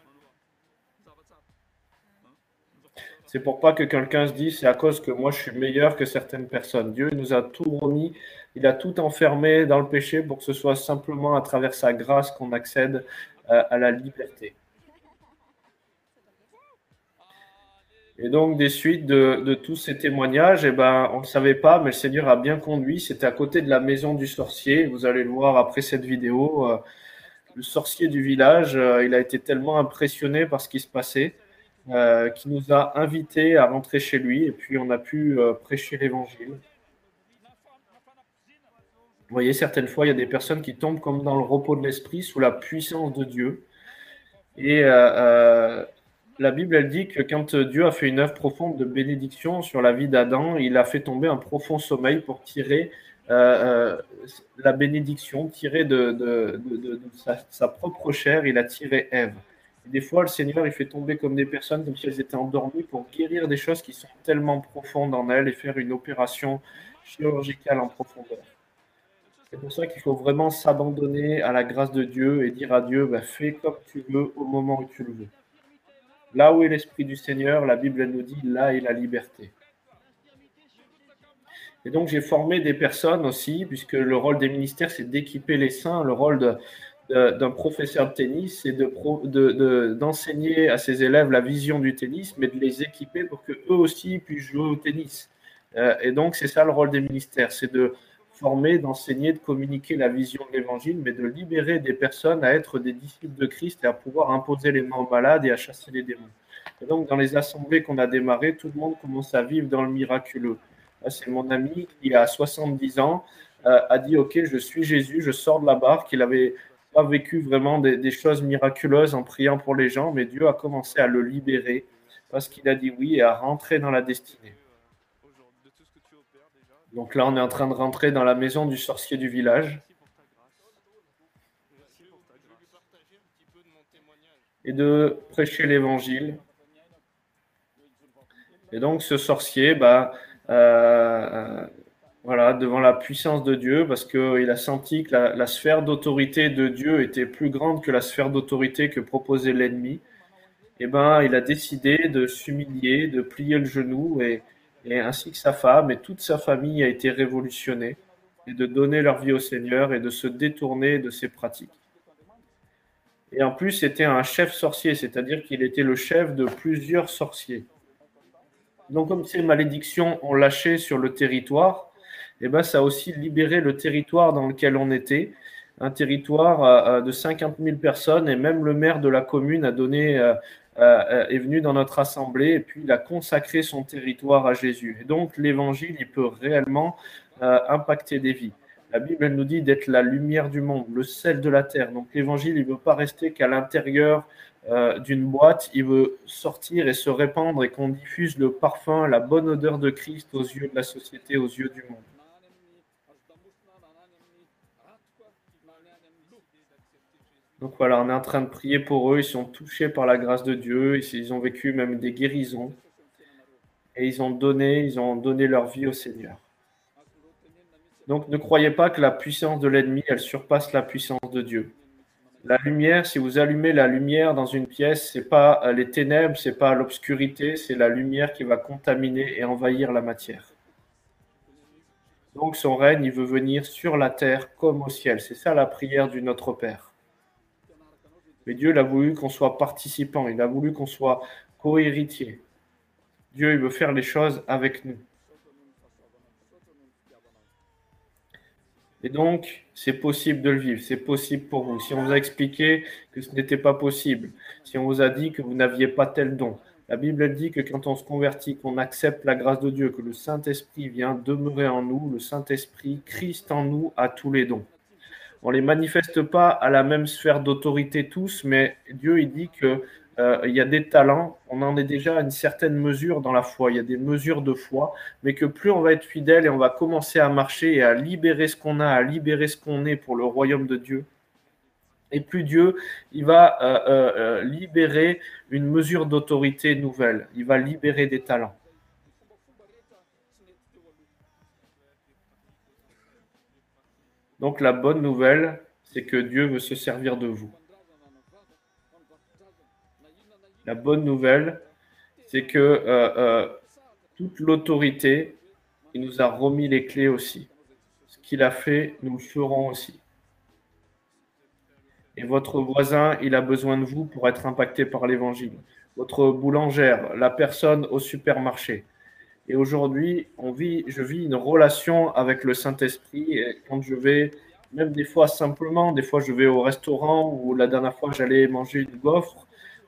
C'est pour pas que quelqu'un se dise c'est à cause que moi je suis meilleur que certaines personnes. Dieu nous a tout remis, il a tout enfermé dans le péché pour que ce soit simplement à travers sa grâce qu'on accède à la liberté. Et donc, des suites de tous ces témoignages, on ne le savait pas, mais le Seigneur a bien conduit. C'était à côté de la maison du sorcier. Vous allez le voir après cette vidéo. Le sorcier du village, il a été tellement impressionné par ce qui se passait qu'il nous a invités à rentrer chez lui et puis on a pu prêcher l'évangile. Vous voyez, certaines fois, il y a des personnes qui tombent comme dans le repos de l'esprit sous la puissance de Dieu. Et la Bible, elle dit que quand Dieu a fait une œuvre profonde de bénédiction sur la vie d'Adam, il a fait tomber un profond sommeil pour tirer la bénédiction, tirer de sa propre chair, il a tiré Ève. Et des fois, le Seigneur, il fait tomber comme des personnes, comme si elles étaient endormies, pour guérir des choses qui sont tellement profondes en elles et faire une opération chirurgicale en profondeur. C'est pour ça qu'il faut vraiment s'abandonner à la grâce de Dieu et dire à Dieu, fais comme tu veux au moment où tu le veux. Là où est l'Esprit du Seigneur, la Bible nous dit, là est la liberté. Et donc, j'ai formé des personnes aussi, puisque le rôle des ministères, c'est d'équiper les saints. Le rôle d'un professeur de tennis, c'est d'enseigner à ses élèves la vision du tennis, mais de les équiper pour qu'eux aussi puissent jouer au tennis. Et donc, c'est ça le rôle des ministères, c'est de former, d'enseigner, de communiquer la vision de l'Évangile, mais de libérer des personnes à être des disciples de Christ et à pouvoir imposer les mains aux malades et à chasser les démons. Et donc, dans les assemblées qu'on a démarrées, tout le monde commence à vivre dans le miraculeux. Là, c'est mon ami qui, à 70 ans, a dit « Ok, je suis Jésus, je sors de la barque ». Il n'avait pas vécu vraiment des choses miraculeuses en priant pour les gens, mais Dieu a commencé à le libérer parce qu'il a dit oui et à rentrer dans la destinée. Donc là, on est en train de rentrer dans la maison du sorcier du village. Et de prêcher l'évangile. Et donc, ce sorcier, voilà, devant la puissance de Dieu, parce qu'il a senti que la sphère d'autorité de Dieu était plus grande que la sphère d'autorité que proposait l'ennemi, il a décidé de s'humilier, de plier le genou, et ainsi que sa femme, et toute sa famille a été révolutionnée, et de donner leur vie au Seigneur, et de se détourner de ses pratiques. Et en plus, c'était un chef sorcier, c'est-à-dire qu'il était le chef de plusieurs sorciers. Donc, comme ces malédictions ont lâché sur le territoire, ça a aussi libéré le territoire dans lequel on était, un territoire de 50 000 personnes, et même le maire de la commune est venu dans notre assemblée, et puis il a consacré son territoire à Jésus. Et donc, l'évangile, il peut réellement impacter des vies. La Bible, elle nous dit d'être la lumière du monde, le sel de la terre. Donc, l'évangile, il ne veut pas rester qu'à l'intérieur d'une boîte, il veut sortir et se répandre et qu'on diffuse le parfum, la bonne odeur de Christ aux yeux de la société, aux yeux du monde. Donc voilà, on est en train de prier pour eux, ils sont touchés par la grâce de Dieu, ils ont vécu même des guérisons et ils ont donné leur vie au Seigneur. Donc ne croyez pas que la puissance de l'ennemi, elle surpasse la puissance de Dieu. La lumière, si vous allumez la lumière dans une pièce, c'est pas les ténèbres, c'est pas l'obscurité, c'est la lumière qui va contaminer et envahir la matière. Donc son règne, il veut venir sur la terre comme au ciel. C'est ça la prière du Notre Père. Mais Dieu, il a voulu qu'on soit participant, il a voulu qu'on soit co-héritier. Dieu, il veut faire les choses avec nous. Et donc, c'est possible de le vivre, c'est possible pour vous. Si on vous a expliqué que ce n'était pas possible, si on vous a dit que vous n'aviez pas tel don, la Bible dit que quand on se convertit, qu'on accepte la grâce de Dieu, que le Saint-Esprit vient demeurer en nous, le Saint-Esprit, Christ en nous, a tous les dons. On ne les manifeste pas à la même sphère d'autorité tous, mais Dieu, il dit qu'il y a des talents, on en est déjà à une certaine mesure dans la foi, il y a des mesures de foi, mais que plus on va être fidèle et on va commencer à marcher et à libérer ce qu'on a, à libérer ce qu'on est pour le royaume de Dieu, et plus Dieu, il va libérer une mesure d'autorité nouvelle, il va libérer des talents. Donc la bonne nouvelle, c'est que Dieu veut se servir de vous. La bonne nouvelle, c'est que toute l'autorité, il nous a remis les clés aussi. Ce qu'il a fait, nous le ferons aussi. Et votre voisin, il a besoin de vous pour être impacté par l'évangile. Votre boulangère, la personne au supermarché. Et aujourd'hui, je vis une relation avec le Saint-Esprit. Et quand je vais, même des fois simplement, des fois je vais au restaurant ou la dernière fois j'allais manger une gaufre,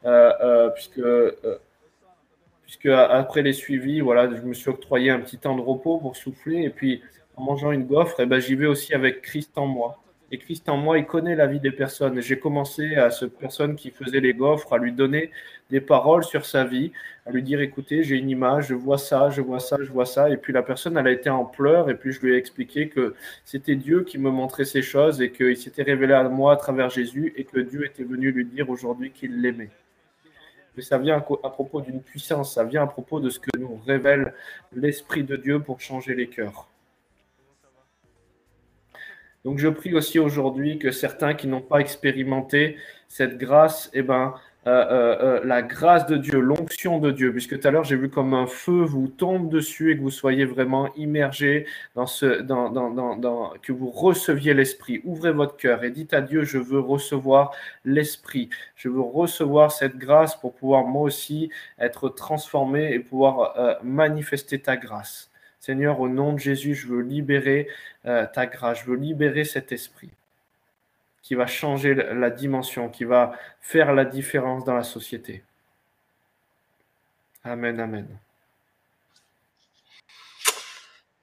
puisque après les suivis, voilà, je me suis octroyé un petit temps de repos pour souffler. Et puis en mangeant une gaufre, j'y vais aussi avec Christ en moi. Et Christ en moi, il connaît la vie des personnes. J'ai commencé à cette personne qui faisait les gaufres à lui donner des paroles sur sa vie, à lui dire, écoutez, j'ai une image, je vois ça, je vois ça, je vois ça. Et puis la personne, elle a été en pleurs, et puis je lui ai expliqué que c'était Dieu qui me montrait ces choses et qu'il s'était révélé à moi à travers Jésus et que Dieu était venu lui dire aujourd'hui qu'il l'aimait. Mais ça vient à propos d'une puissance, ça vient à propos de ce que nous révèle l'Esprit de Dieu pour changer les cœurs. Donc je prie aussi aujourd'hui que certains qui n'ont pas expérimenté cette grâce, la grâce de Dieu, l'onction de Dieu, puisque tout à l'heure j'ai vu comme un feu vous tombe dessus et que vous soyez vraiment immergés que vous receviez l'Esprit. Ouvrez votre cœur et dites à Dieu, je veux recevoir l'Esprit. Je veux recevoir cette grâce pour pouvoir moi aussi être transformé et pouvoir manifester ta grâce. Seigneur, au nom de Jésus, je veux libérer ta grâce, je veux libérer cet esprit qui va changer la dimension, qui va faire la différence dans la société. Amen, amen.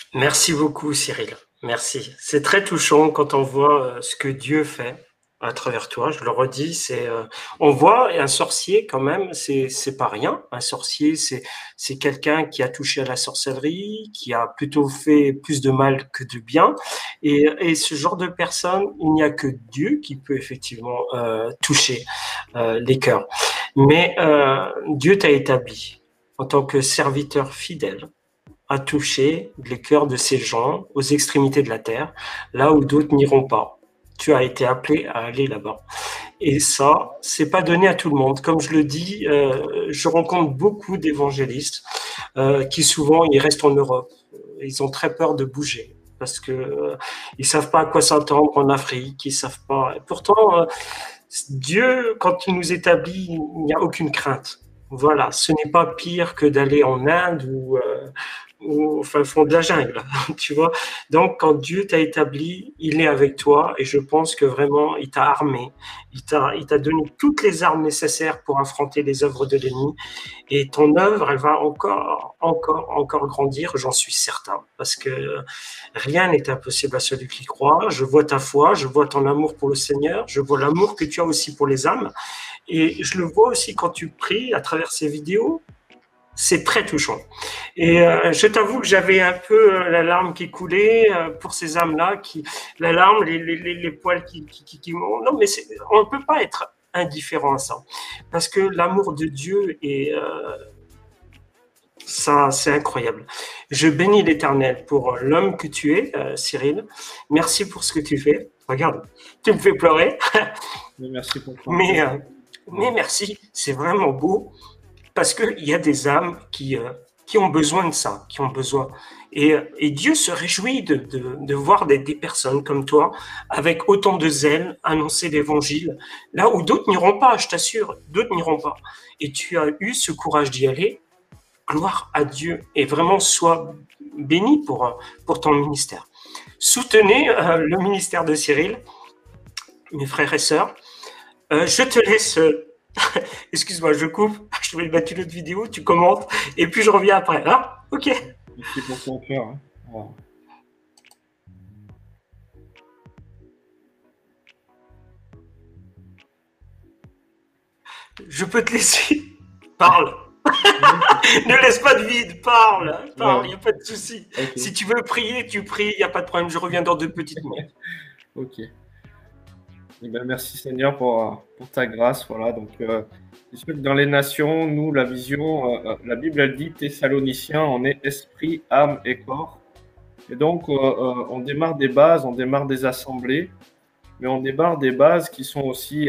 Merci beaucoup, Cyril. Merci. C'est très touchant quand on voit ce que Dieu fait à travers toi. Je le redis, on voit un sorcier quand même, c'est pas rien. Un sorcier, c'est quelqu'un qui a touché à la sorcellerie, qui a plutôt fait plus de mal que de bien. Et ce genre de personne, il n'y a que Dieu qui peut effectivement toucher les cœurs. Mais Dieu t'a établi en tant que serviteur fidèle à toucher les cœurs de ces gens aux extrémités de la terre, là où d'autres n'iront pas. Tu as été appelé à aller là-bas. Et ça, c'est pas donné à tout le monde. Comme je le dis, je rencontre beaucoup d'évangélistes qui souvent ils restent en Europe. Ils ont très peur de bouger parce que ils savent pas à quoi s'attendre en Afrique. Ils savent pas. Et pourtant, Dieu, quand il nous établit, il n'y a aucune crainte. Voilà, ce n'est pas pire que d'aller en Inde ou au fin fond de la jungle, tu vois. Donc, quand Dieu t'a établi, il est avec toi et je pense que vraiment, il t'a armé, il t'a donné toutes les armes nécessaires pour affronter les œuvres de l'ennemi et ton œuvre, elle va encore grandir, j'en suis certain, parce que rien n'est impossible à celui qui croit. Je vois ta foi, je vois ton amour pour le Seigneur, je vois l'amour que tu as aussi pour les âmes et je le vois aussi quand tu pries à travers ces vidéos. C'est très touchant. Et je t'avoue que j'avais un peu la larme qui coulait pour ces âmes-là, la larme, les poils qui montent. Non, mais on ne peut pas être indifférent à ça. Parce que l'amour de Dieu est... ça, c'est incroyable. Je bénis l'Éternel pour l'homme que tu es, Cyril. Merci pour ce que tu fais. Regarde, tu me fais pleurer. Merci pour toi. Mais merci, c'est vraiment beau. Parce qu'il y a des âmes qui ont besoin de ça, qui ont besoin. Et Dieu se réjouit de voir des personnes comme toi, avec autant de zèle, annoncer l'Évangile, là où d'autres n'iront pas, je t'assure, d'autres n'iront pas. Et tu as eu ce courage d'y aller, gloire à Dieu, et vraiment sois béni pour ton ministère. Soutenez le ministère de Cyril, mes frères et sœurs. Je te laisse... Excuse-moi, je coupe. Je vais mettre une autre vidéo, tu commentes, et puis je reviens après. Hein, ok. Merci pour ton cœur. Hein. Wow. Je peux te laisser. Parle. Ne laisse pas de vide. Parle. Il n'y a pas de souci. Okay. Si tu veux prier, tu pries. Il n'y a pas de problème. Je reviens dans 2 petites minutes. Ok. Eh bien, merci Seigneur pour ta grâce. Voilà, donc c'est sûr que dans les nations, nous, la vision, la Bible elle dit Thessaloniciens, on est esprit, âme et corps. Et donc on démarre des bases, on démarre des assemblées, mais on démarre des bases qui sont aussi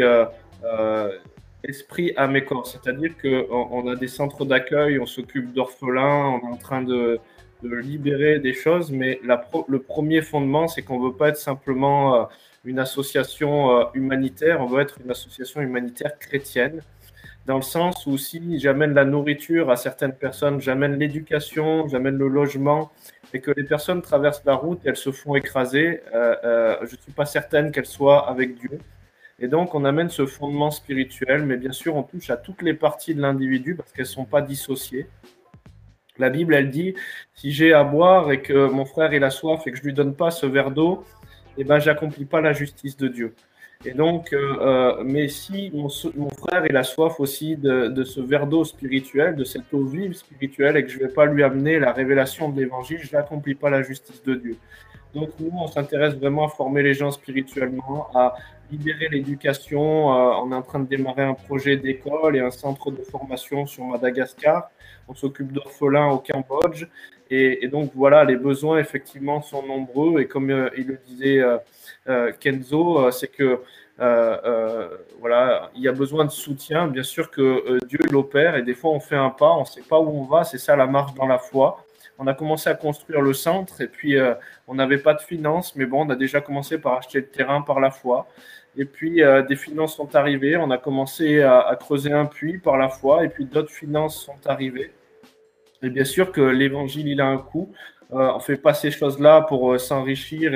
esprit, âme et corps. C'est-à-dire qu'on a des centres d'accueil, on s'occupe d'orphelins, on est en train de libérer des choses, mais le premier fondement, c'est qu'on ne veut pas être simplement une association humanitaire, on veut être une association humanitaire chrétienne, dans le sens où si j'amène la nourriture à certaines personnes, j'amène l'éducation, j'amène le logement, et que les personnes traversent la route et elles se font écraser, je ne suis pas certaine qu'elles soient avec Dieu. Et donc, on amène ce fondement spirituel, mais bien sûr, on touche à toutes les parties de l'individu parce qu'elles ne sont pas dissociées. La Bible, elle dit, si j'ai à boire et que mon frère il a soif et que je ne lui donne pas ce verre d'eau, eh ben, j'accomplis pas la justice de Dieu. Et donc, mais si mon frère il a soif aussi de ce verre d'eau spirituel, de cette eau vive spirituelle, et que je ne vais pas lui amener la révélation de l'Évangile, je n'accomplis pas la justice de Dieu. Donc, nous, on s'intéresse vraiment à former les gens spirituellement, à libérer l'éducation. On est en train de démarrer un projet d'école et un centre de formation sur Madagascar. On s'occupe d'orphelins au Cambodge. Et donc, voilà, les besoins, effectivement, sont nombreux. Et comme il le disait Kenzo, c'est que voilà, il y a besoin de soutien. Bien sûr que Dieu l'opère et des fois, on fait un pas, on ne sait pas où on va. C'est ça la marche dans la foi. On a commencé à construire le centre et puis on n'avait pas de finances, mais bon, on a déjà commencé par acheter le terrain par la foi. Et puis des finances sont arrivées, on a commencé à creuser un puits par la foi et puis d'autres finances sont arrivées. Et bien sûr que l'évangile, il a un coût. On ne fait pas ces choses-là pour s'enrichir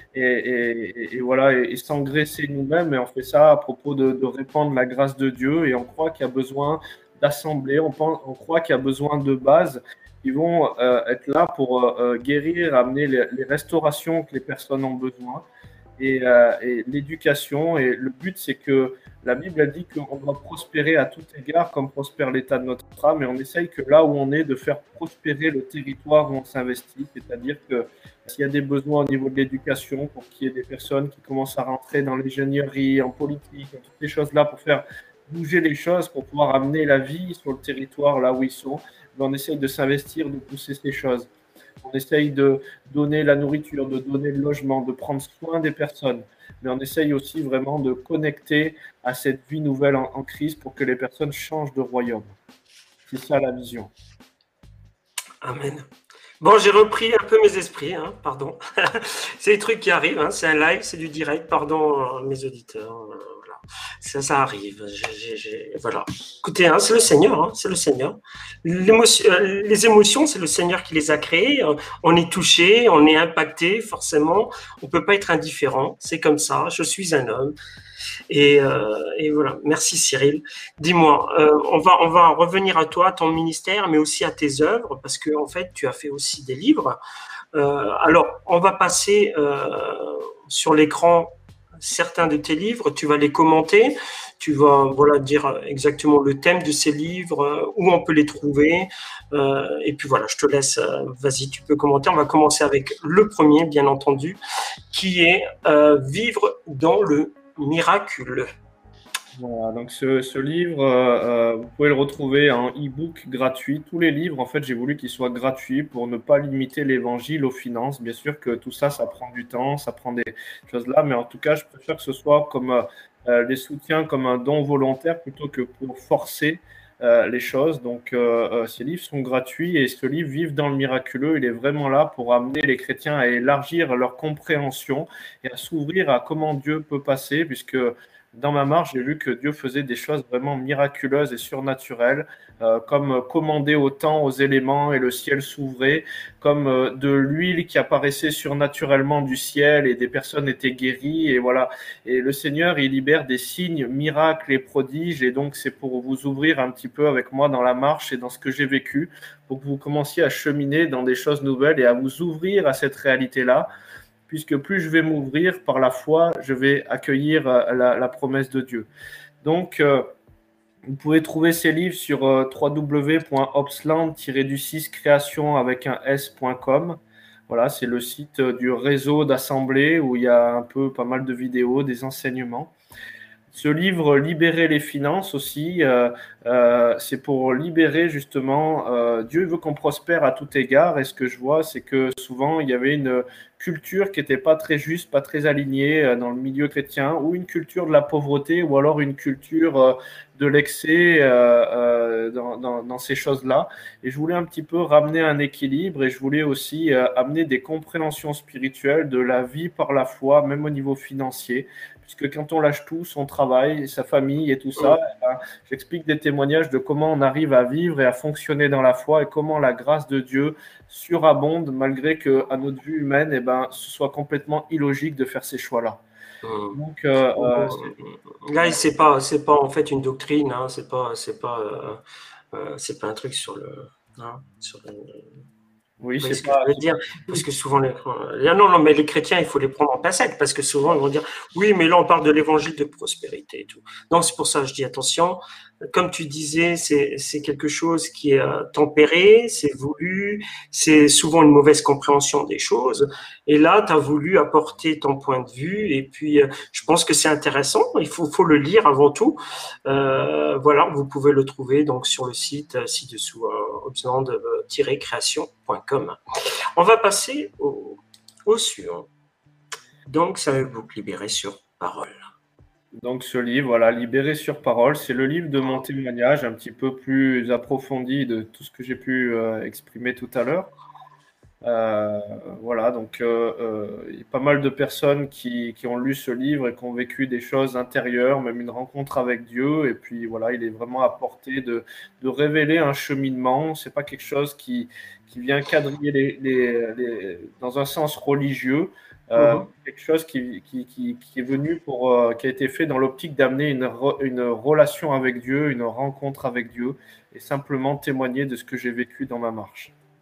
et voilà, et s'engraisser nous-mêmes, mais on fait ça à propos de répandre la grâce de Dieu et on croit qu'il y a besoin d'assemblée, on croit qu'il y a besoin de base. qui vont être là pour guérir, amener les restaurations que les personnes ont besoin et l'éducation. Et le but, c'est que la Bible a dit qu'on doit prospérer à tout égard, comme prospère l'état de notre âme, et on essaye que là où on est, de faire prospérer le territoire où on s'investit, c'est-à-dire que s'il y a des besoins au niveau de l'éducation, pour qu'il y ait des personnes qui commencent à rentrer dans l'ingénierie, en politique, toutes ces choses-là, pour faire bouger les choses, pour pouvoir amener la vie sur le territoire là où ils sont, on essaye de s'investir, de pousser ces choses. On essaye de donner la nourriture, de donner le logement, de prendre soin des personnes. Mais on essaye aussi vraiment de connecter à cette vie nouvelle en Christ pour que les personnes changent de royaume. C'est ça la vision. Amen. Bon, j'ai repris un peu mes esprits, hein, pardon. C'est des trucs qui arrivent, hein, c'est un live, c'est du direct, pardon mes auditeurs. Voilà. Ça arrive. Voilà. Écoutez, hein, c'est le Seigneur, hein, c'est le Seigneur. Les émotions, c'est le Seigneur qui les a créées. On est touché, on est impacté, forcément. On peut pas être indifférent. C'est comme ça. Je suis un homme. Et voilà. Merci Cyril. Dis-moi, on va revenir à toi, à ton ministère, mais aussi à tes œuvres, parce que en fait, tu as fait aussi des livres. Alors, on va passer sur l'écran certains de tes livres, tu vas les commenter, tu vas dire exactement le thème de ces livres, où on peut les trouver, et puis voilà, je te laisse, vas-y, tu peux commenter. On va commencer avec le premier, bien entendu, qui est Vivre dans le miraculeux. Voilà, donc ce livre, vous pouvez le retrouver en e-book gratuit. Tous les livres, en fait, j'ai voulu qu'ils soient gratuits pour ne pas limiter l'évangile aux finances. Bien sûr que tout ça, ça prend du temps, ça prend des choses là, mais en tout cas, je préfère que ce soit comme des soutiens, comme un don volontaire plutôt que pour forcer les choses. Donc, ces livres sont gratuits et ce livre, Vivre dans le miraculeux, il est vraiment là pour amener les chrétiens à élargir leur compréhension et à s'ouvrir à comment Dieu peut passer, puisque dans ma marche, j'ai vu que Dieu faisait des choses vraiment miraculeuses et surnaturelles, comme commander au temps, aux éléments et le ciel s'ouvrait, comme de l'huile qui apparaissait surnaturellement du ciel et des personnes étaient guéries. Et voilà. Et le Seigneur, il libère des signes, miracles et prodiges. Et donc, c'est pour vous ouvrir un petit peu avec moi dans la marche et dans ce que j'ai vécu, pour que vous commenciez à cheminer dans des choses nouvelles et à vous ouvrir à cette réalité-là. Puisque plus je vais m'ouvrir par la foi, je vais accueillir la promesse de Dieu. Donc, vous pouvez trouver ces livres sur www.opsland-du6création avec un s.com. Voilà, c'est le site du réseau d'assemblée où il y a un peu pas mal de vidéos, des enseignements. Ce livre, Libérer les finances aussi, c'est pour libérer justement, Dieu veut qu'on prospère à tout égard, et ce que je vois, c'est que souvent il y avait une culture qui n'était pas très juste, pas très alignée dans le milieu chrétien, ou une culture de la pauvreté, ou alors une culture de l'excès dans ces choses-là. Et je voulais un petit peu ramener un équilibre, et je voulais aussi amener des compréhensions spirituelles de la vie par la foi, même au niveau financier. Puisque quand on lâche tout, son travail, sa famille et tout ça, j'explique des témoignages de comment on arrive à vivre et à fonctionner dans la foi et comment la grâce de Dieu surabonde malgré qu'à notre vue humaine, ce soit complètement illogique de faire ces choix-là. Donc, là, c'est pas en fait une doctrine, hein, c'est pas un truc sur le. Hein, sur le oui, c'est ce que je veux dire, parce que souvent non, mais les chrétiens, il faut les prendre en pincette, parce que souvent ils vont dire oui, mais là on parle de l'évangile de prospérité et tout. Donc c'est pour ça que je dis attention. Comme tu disais, c'est quelque chose qui est tempéré, c'est voulu, c'est souvent une mauvaise compréhension des choses. Et là, tu as voulu apporter ton point de vue, et puis je pense que c'est intéressant. Il faut le lire avant tout. Voilà, vous pouvez le trouver donc sur le site ci-dessous, opsland-création.com. On va passer au suivant. Donc, c'est un e-book libéré sur parole. Donc ce livre, voilà, Libéré sur parole, c'est le livre de mon témoignage un petit peu plus approfondi de tout ce que j'ai pu exprimer tout à l'heure. Voilà, donc il y a pas mal de personnes qui ont lu ce livre et qui ont vécu des choses intérieures, même une rencontre avec Dieu. Et puis voilà, il est vraiment à portée de révéler un cheminement. C'est pas quelque chose qui vient quadriller dans un sens religieux. Quelque chose qui est venu qui a été fait dans l'optique d'amener une relation avec Dieu, une rencontre avec Dieu, et simplement témoigner de ce que j'ai vécu dans ma marche.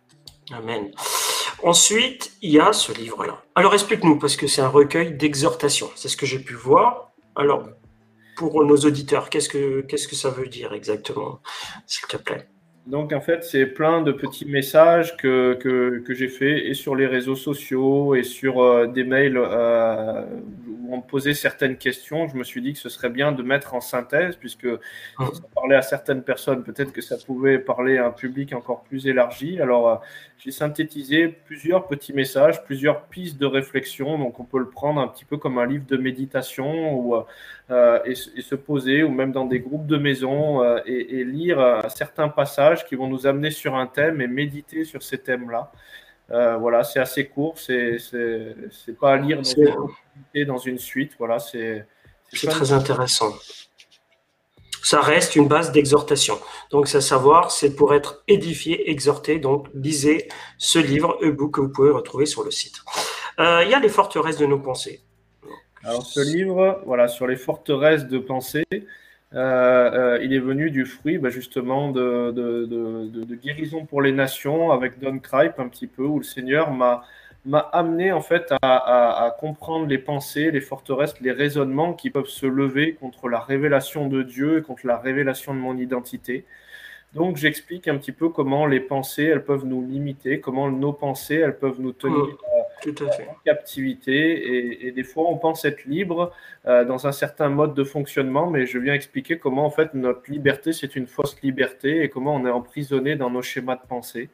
Amen. Ensuite, il y a ce livre-là. Alors, explique-nous, parce que c'est un recueil d'exhortations. C'est ce que j'ai pu voir. Alors, pour nos auditeurs, qu'est-ce que ça veut dire exactement, s'il te plaît? Donc, en fait, c'est plein de petits messages que j'ai fait et sur les réseaux sociaux et sur des mails où on me posait certaines questions. Je me suis dit que ce serait bien de mettre en synthèse, puisque si ça parlait à certaines personnes, peut-être que ça pouvait parler à un public encore plus élargi. Alors, j'ai synthétisé plusieurs petits messages, plusieurs pistes de réflexion. Donc, on peut le prendre un petit peu comme un livre de méditation ou et se poser, ou même dans des groupes de maison et lire certains passages qui vont nous amener sur un thème et méditer sur ces thèmes-là. Voilà, c'est assez court, c'est pas à lire dans une suite. Voilà, c'est très intéressant. Ça reste une base d'exhortation. Donc, c'est à savoir, c'est pour être édifié, exhorté. Donc, lisez ce livre, e-book, que vous pouvez retrouver sur le site. Il y a les forteresses de nos pensées. Alors, ce livre, voilà, sur les forteresses de pensée, il est venu du fruit justement de guérison pour les nations avec Don Cripe un petit peu, où le Seigneur m'a amené en fait à comprendre les pensées, les forteresses, les raisonnements qui peuvent se lever contre la révélation de Dieu et contre la révélation de mon identité. Donc j'explique un petit peu comment les pensées, elles peuvent nous limiter, comment nos pensées, elles peuvent nous tenir en captivité, et des fois on pense être libre dans un certain mode de fonctionnement, mais je viens expliquer comment en fait notre liberté c'est une fausse liberté et comment on est emprisonné dans nos schémas de pensée.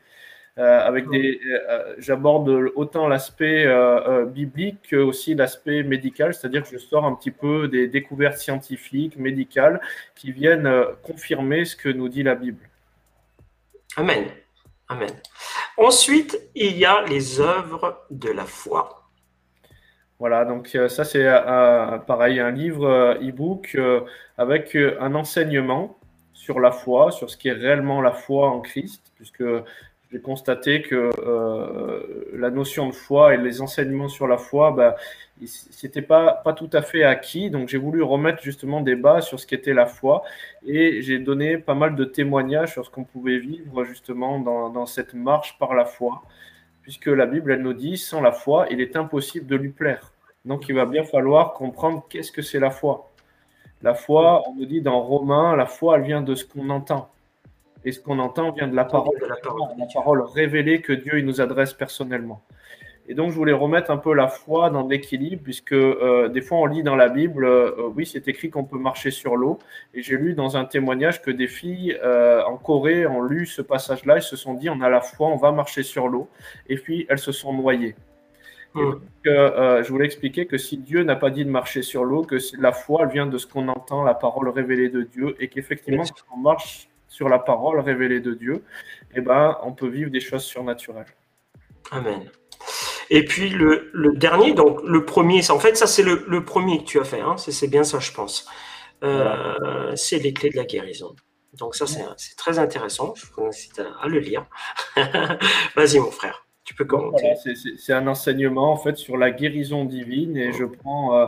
J'aborde autant l'aspect biblique que aussi l'aspect médical, c'est-à-dire que je sors un petit peu des découvertes scientifiques, médicales, qui viennent confirmer ce que nous dit la Bible. Amen. Amen. Ensuite, il y a les œuvres de la foi. Voilà, donc ça c'est pareil, un livre e-book avec un enseignement sur la foi, sur ce qui est réellement la foi en Christ, puisque j'ai constaté que la notion de foi et les enseignements sur la foi, c'était pas tout à fait acquis. Donc j'ai voulu remettre justement des bases sur ce qu'était la foi, et j'ai donné pas mal de témoignages sur ce qu'on pouvait vivre justement dans cette marche par la foi, puisque la Bible elle nous dit sans la foi il est impossible de lui plaire. Donc il va bien falloir comprendre qu'est-ce que c'est la foi. La foi, on nous dit dans Romains, la foi elle vient de ce qu'on entend. Et ce qu'on entend vient de la parole révélée que Dieu il nous adresse personnellement. Et donc, je voulais remettre un peu la foi dans l'équilibre, puisque des fois, on lit dans la Bible, oui, c'est écrit qu'on peut marcher sur l'eau. Et j'ai lu dans un témoignage que des filles en Corée ont lu ce passage-là et se sont dit, on a la foi, on va marcher sur l'eau. Et puis, elles se sont noyées. Et donc, je voulais expliquer que si Dieu n'a pas dit de marcher sur l'eau, que la foi, elle vient de ce qu'on entend, la parole révélée de Dieu, et qu'effectivement, si on marche sur la parole révélée de Dieu, on peut vivre des choses surnaturelles. Amen. Et puis le dernier, donc le premier, en fait ça c'est le premier que tu as fait, hein, c'est bien ça je pense. Voilà. C'est les clés de la guérison. Donc ça c'est très intéressant, je vous incite à le lire. Vas-y mon frère, tu peux commenter. Voilà, c'est un enseignement en fait sur la guérison divine, et je prends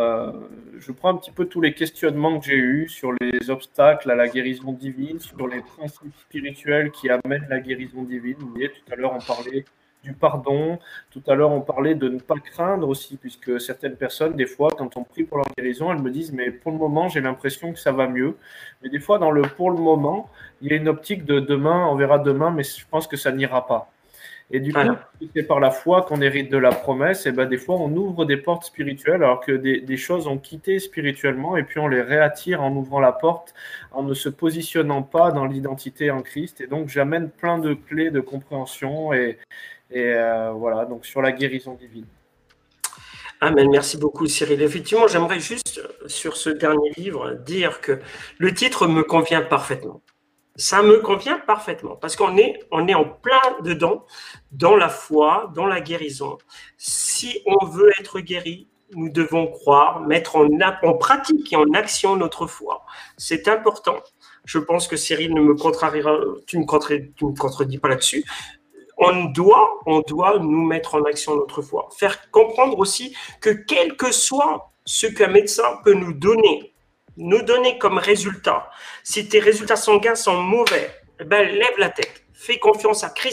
un petit peu tous les questionnements que j'ai eus sur les obstacles à la guérison divine, sur les principes spirituels qui amènent la guérison divine. Vous voyez, tout à l'heure on parlait du pardon, tout à l'heure on parlait de ne pas craindre aussi, puisque certaines personnes, des fois, quand on prie pour leur guérison, elles me disent mais pour le moment j'ai l'impression que ça va mieux. Mais des fois dans le pour le moment, il y a une optique de demain, on verra demain, mais je pense que ça n'ira pas. Et du coup, c'est par la foi qu'on hérite de la promesse, et des fois on ouvre des portes spirituelles alors que des choses ont quitté spirituellement, et puis on les réattire en ouvrant la porte, en ne se positionnant pas dans l'identité en Christ. Et donc j'amène plein de clés de compréhension et voilà, donc sur la guérison divine. Amen, merci beaucoup Cyril. Effectivement, j'aimerais juste sur ce dernier livre dire que le titre me convient parfaitement. Ça me convient parfaitement parce qu'on est en plein dedans, dans la foi, dans la guérison. Si on veut être guéri, nous devons croire, mettre en pratique et en action notre foi. C'est important. Je pense que Cyril ne me contrariera, tu ne me contredis pas là-dessus. On doit nous mettre en action notre foi. Faire comprendre aussi que quel que soit ce qu'un médecin peut nous donner comme résultat, si tes résultats sanguins sont mauvais, lève la tête, fais confiance à Christ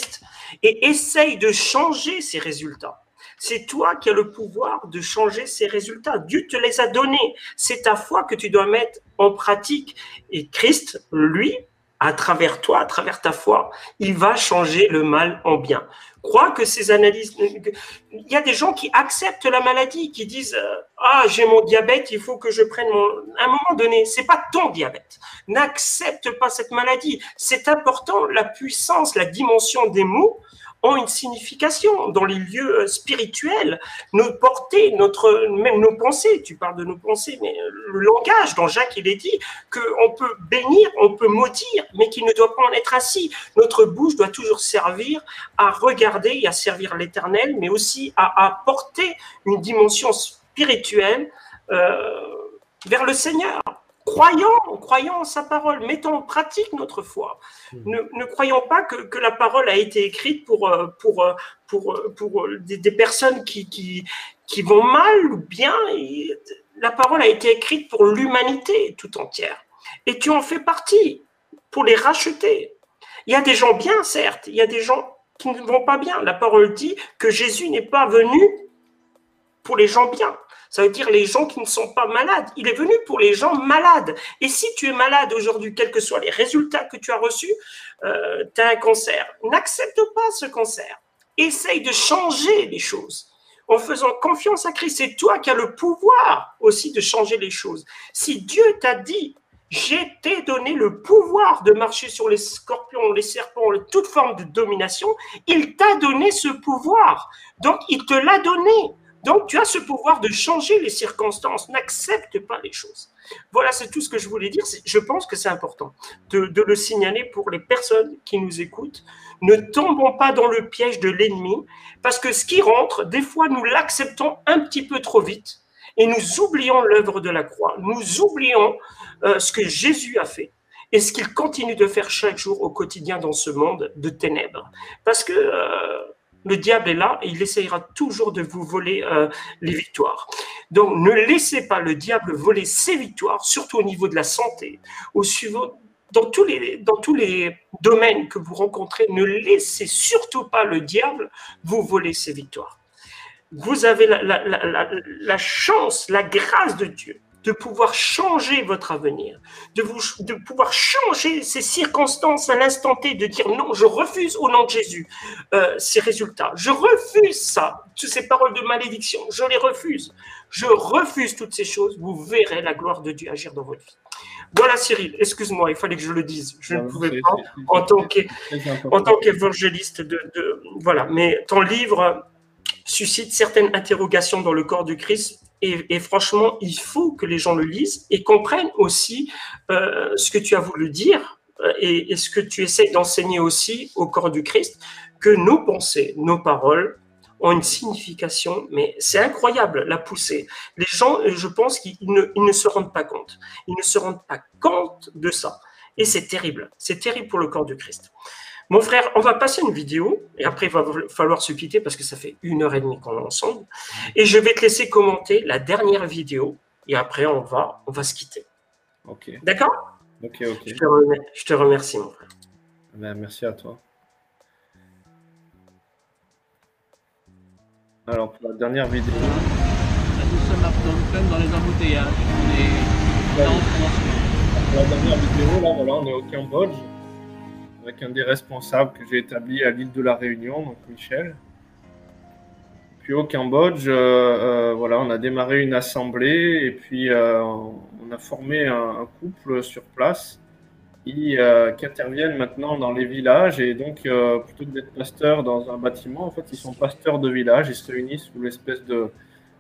et essaye de changer ces résultats. C'est toi qui as le pouvoir de changer ces résultats. Dieu te les a donnés. C'est ta foi que tu dois mettre en pratique. Et Christ, lui, à travers toi, à travers ta foi, il va changer le mal en bien. Crois que ces analyses... Il y a des gens qui acceptent la maladie, qui disent « Ah, j'ai mon diabète, il faut que je prenne mon... » À un moment donné, c'est pas ton diabète. N'accepte pas cette maladie. C'est important, la puissance, la dimension des mots ont une signification dans les lieux spirituels. Nos portées, même nos pensées, tu parles de nos pensées, mais le langage, dans Jacques, il est dit qu'on peut bénir, on peut maudire, mais qu'il ne doit pas en être ainsi. Notre bouche doit toujours servir à regarder et à servir l'Éternel, mais aussi à apporter une dimension spirituelle vers le Seigneur. Croyons en sa parole, mettons en pratique notre foi. Ne croyons pas que la parole a été écrite pour des personnes qui vont mal ou bien. La parole a été écrite pour l'humanité tout entière. Et tu en fais partie pour les racheter. Il y a des gens bien, certes, il y a des gens qui ne vont pas bien. La parole dit que Jésus n'est pas venu pour les gens bien. Ça veut dire les gens qui ne sont pas malades. Il est venu pour les gens malades. Et si tu es malade aujourd'hui, quels que soient les résultats que tu as reçus, tu as un cancer. N'accepte pas ce cancer. Essaye de changer les choses en faisant confiance à Christ. C'est toi qui as le pouvoir aussi de changer les choses. Si Dieu t'a dit, je t'ai donné le pouvoir de marcher sur les scorpions, les serpents, toute forme de domination, il t'a donné ce pouvoir. Donc, il te l'a donné. Donc, tu as ce pouvoir de changer les circonstances. N'accepte pas les choses. Voilà, c'est tout ce que je voulais dire. Je pense que c'est important de le signaler pour les personnes qui nous écoutent. Ne tombons pas dans le piège de l'ennemi, parce que ce qui rentre, des fois, nous l'acceptons un petit peu trop vite et nous oublions l'œuvre de la croix. Nous oublions ce que Jésus a fait et ce qu'il continue de faire chaque jour au quotidien dans ce monde de ténèbres. Parce que... le diable est là et il essayera toujours de vous voler les victoires. Donc, ne laissez pas le diable voler ses victoires, surtout au niveau de la santé, dans tous les domaines que vous rencontrez. Ne laissez surtout pas le diable vous voler ses victoires. Vous avez la chance, la grâce de Dieu de pouvoir changer votre avenir, de pouvoir changer ces circonstances à l'instant T, de dire non, je refuse au nom de Jésus ces résultats, je refuse ça, toutes ces paroles de malédiction, je les refuse, je refuse toutes ces choses, vous verrez la gloire de Dieu agir dans votre vie. Voilà Cyril, excuse-moi, il fallait que je le dise, je ne pouvais pas en tant qu'évangéliste voilà, mais ton livre suscite certaines interrogations dans le corps du Christ. Et franchement, il faut que les gens le lisent et comprennent aussi ce que tu as voulu dire et ce que tu essaies d'enseigner aussi au corps du Christ, que nos pensées, nos paroles ont une signification, mais c'est incroyable la poussée. Les gens, je pense qu'ils ne se rendent pas compte. Ils ne se rendent pas compte de ça. Et c'est terrible pour le corps du Christ. Mon frère, on va passer une vidéo et après il va falloir se quitter parce que ça fait 1h30 qu'on est ensemble. Et je vais te laisser commenter la dernière vidéo et après on va se quitter. Ok. D'accord ? Ok. Je te remercie, mon frère. Ben, merci à toi. Alors pour la dernière vidéo. Nous sommes à Phnom Penh dans les embouteillages. On est là en France. Pour la dernière vidéo, là, voilà, on est au Cambodge, avec un des responsables que j'ai établi à l'île de la Réunion, donc Michel. Puis au Cambodge, voilà, on a démarré une assemblée et puis on a formé un couple sur place qui interviennent maintenant dans les villages et donc plutôt que d'être pasteurs dans un bâtiment, en fait, ils sont pasteurs de village. Ils se réunissent sous l'espèce de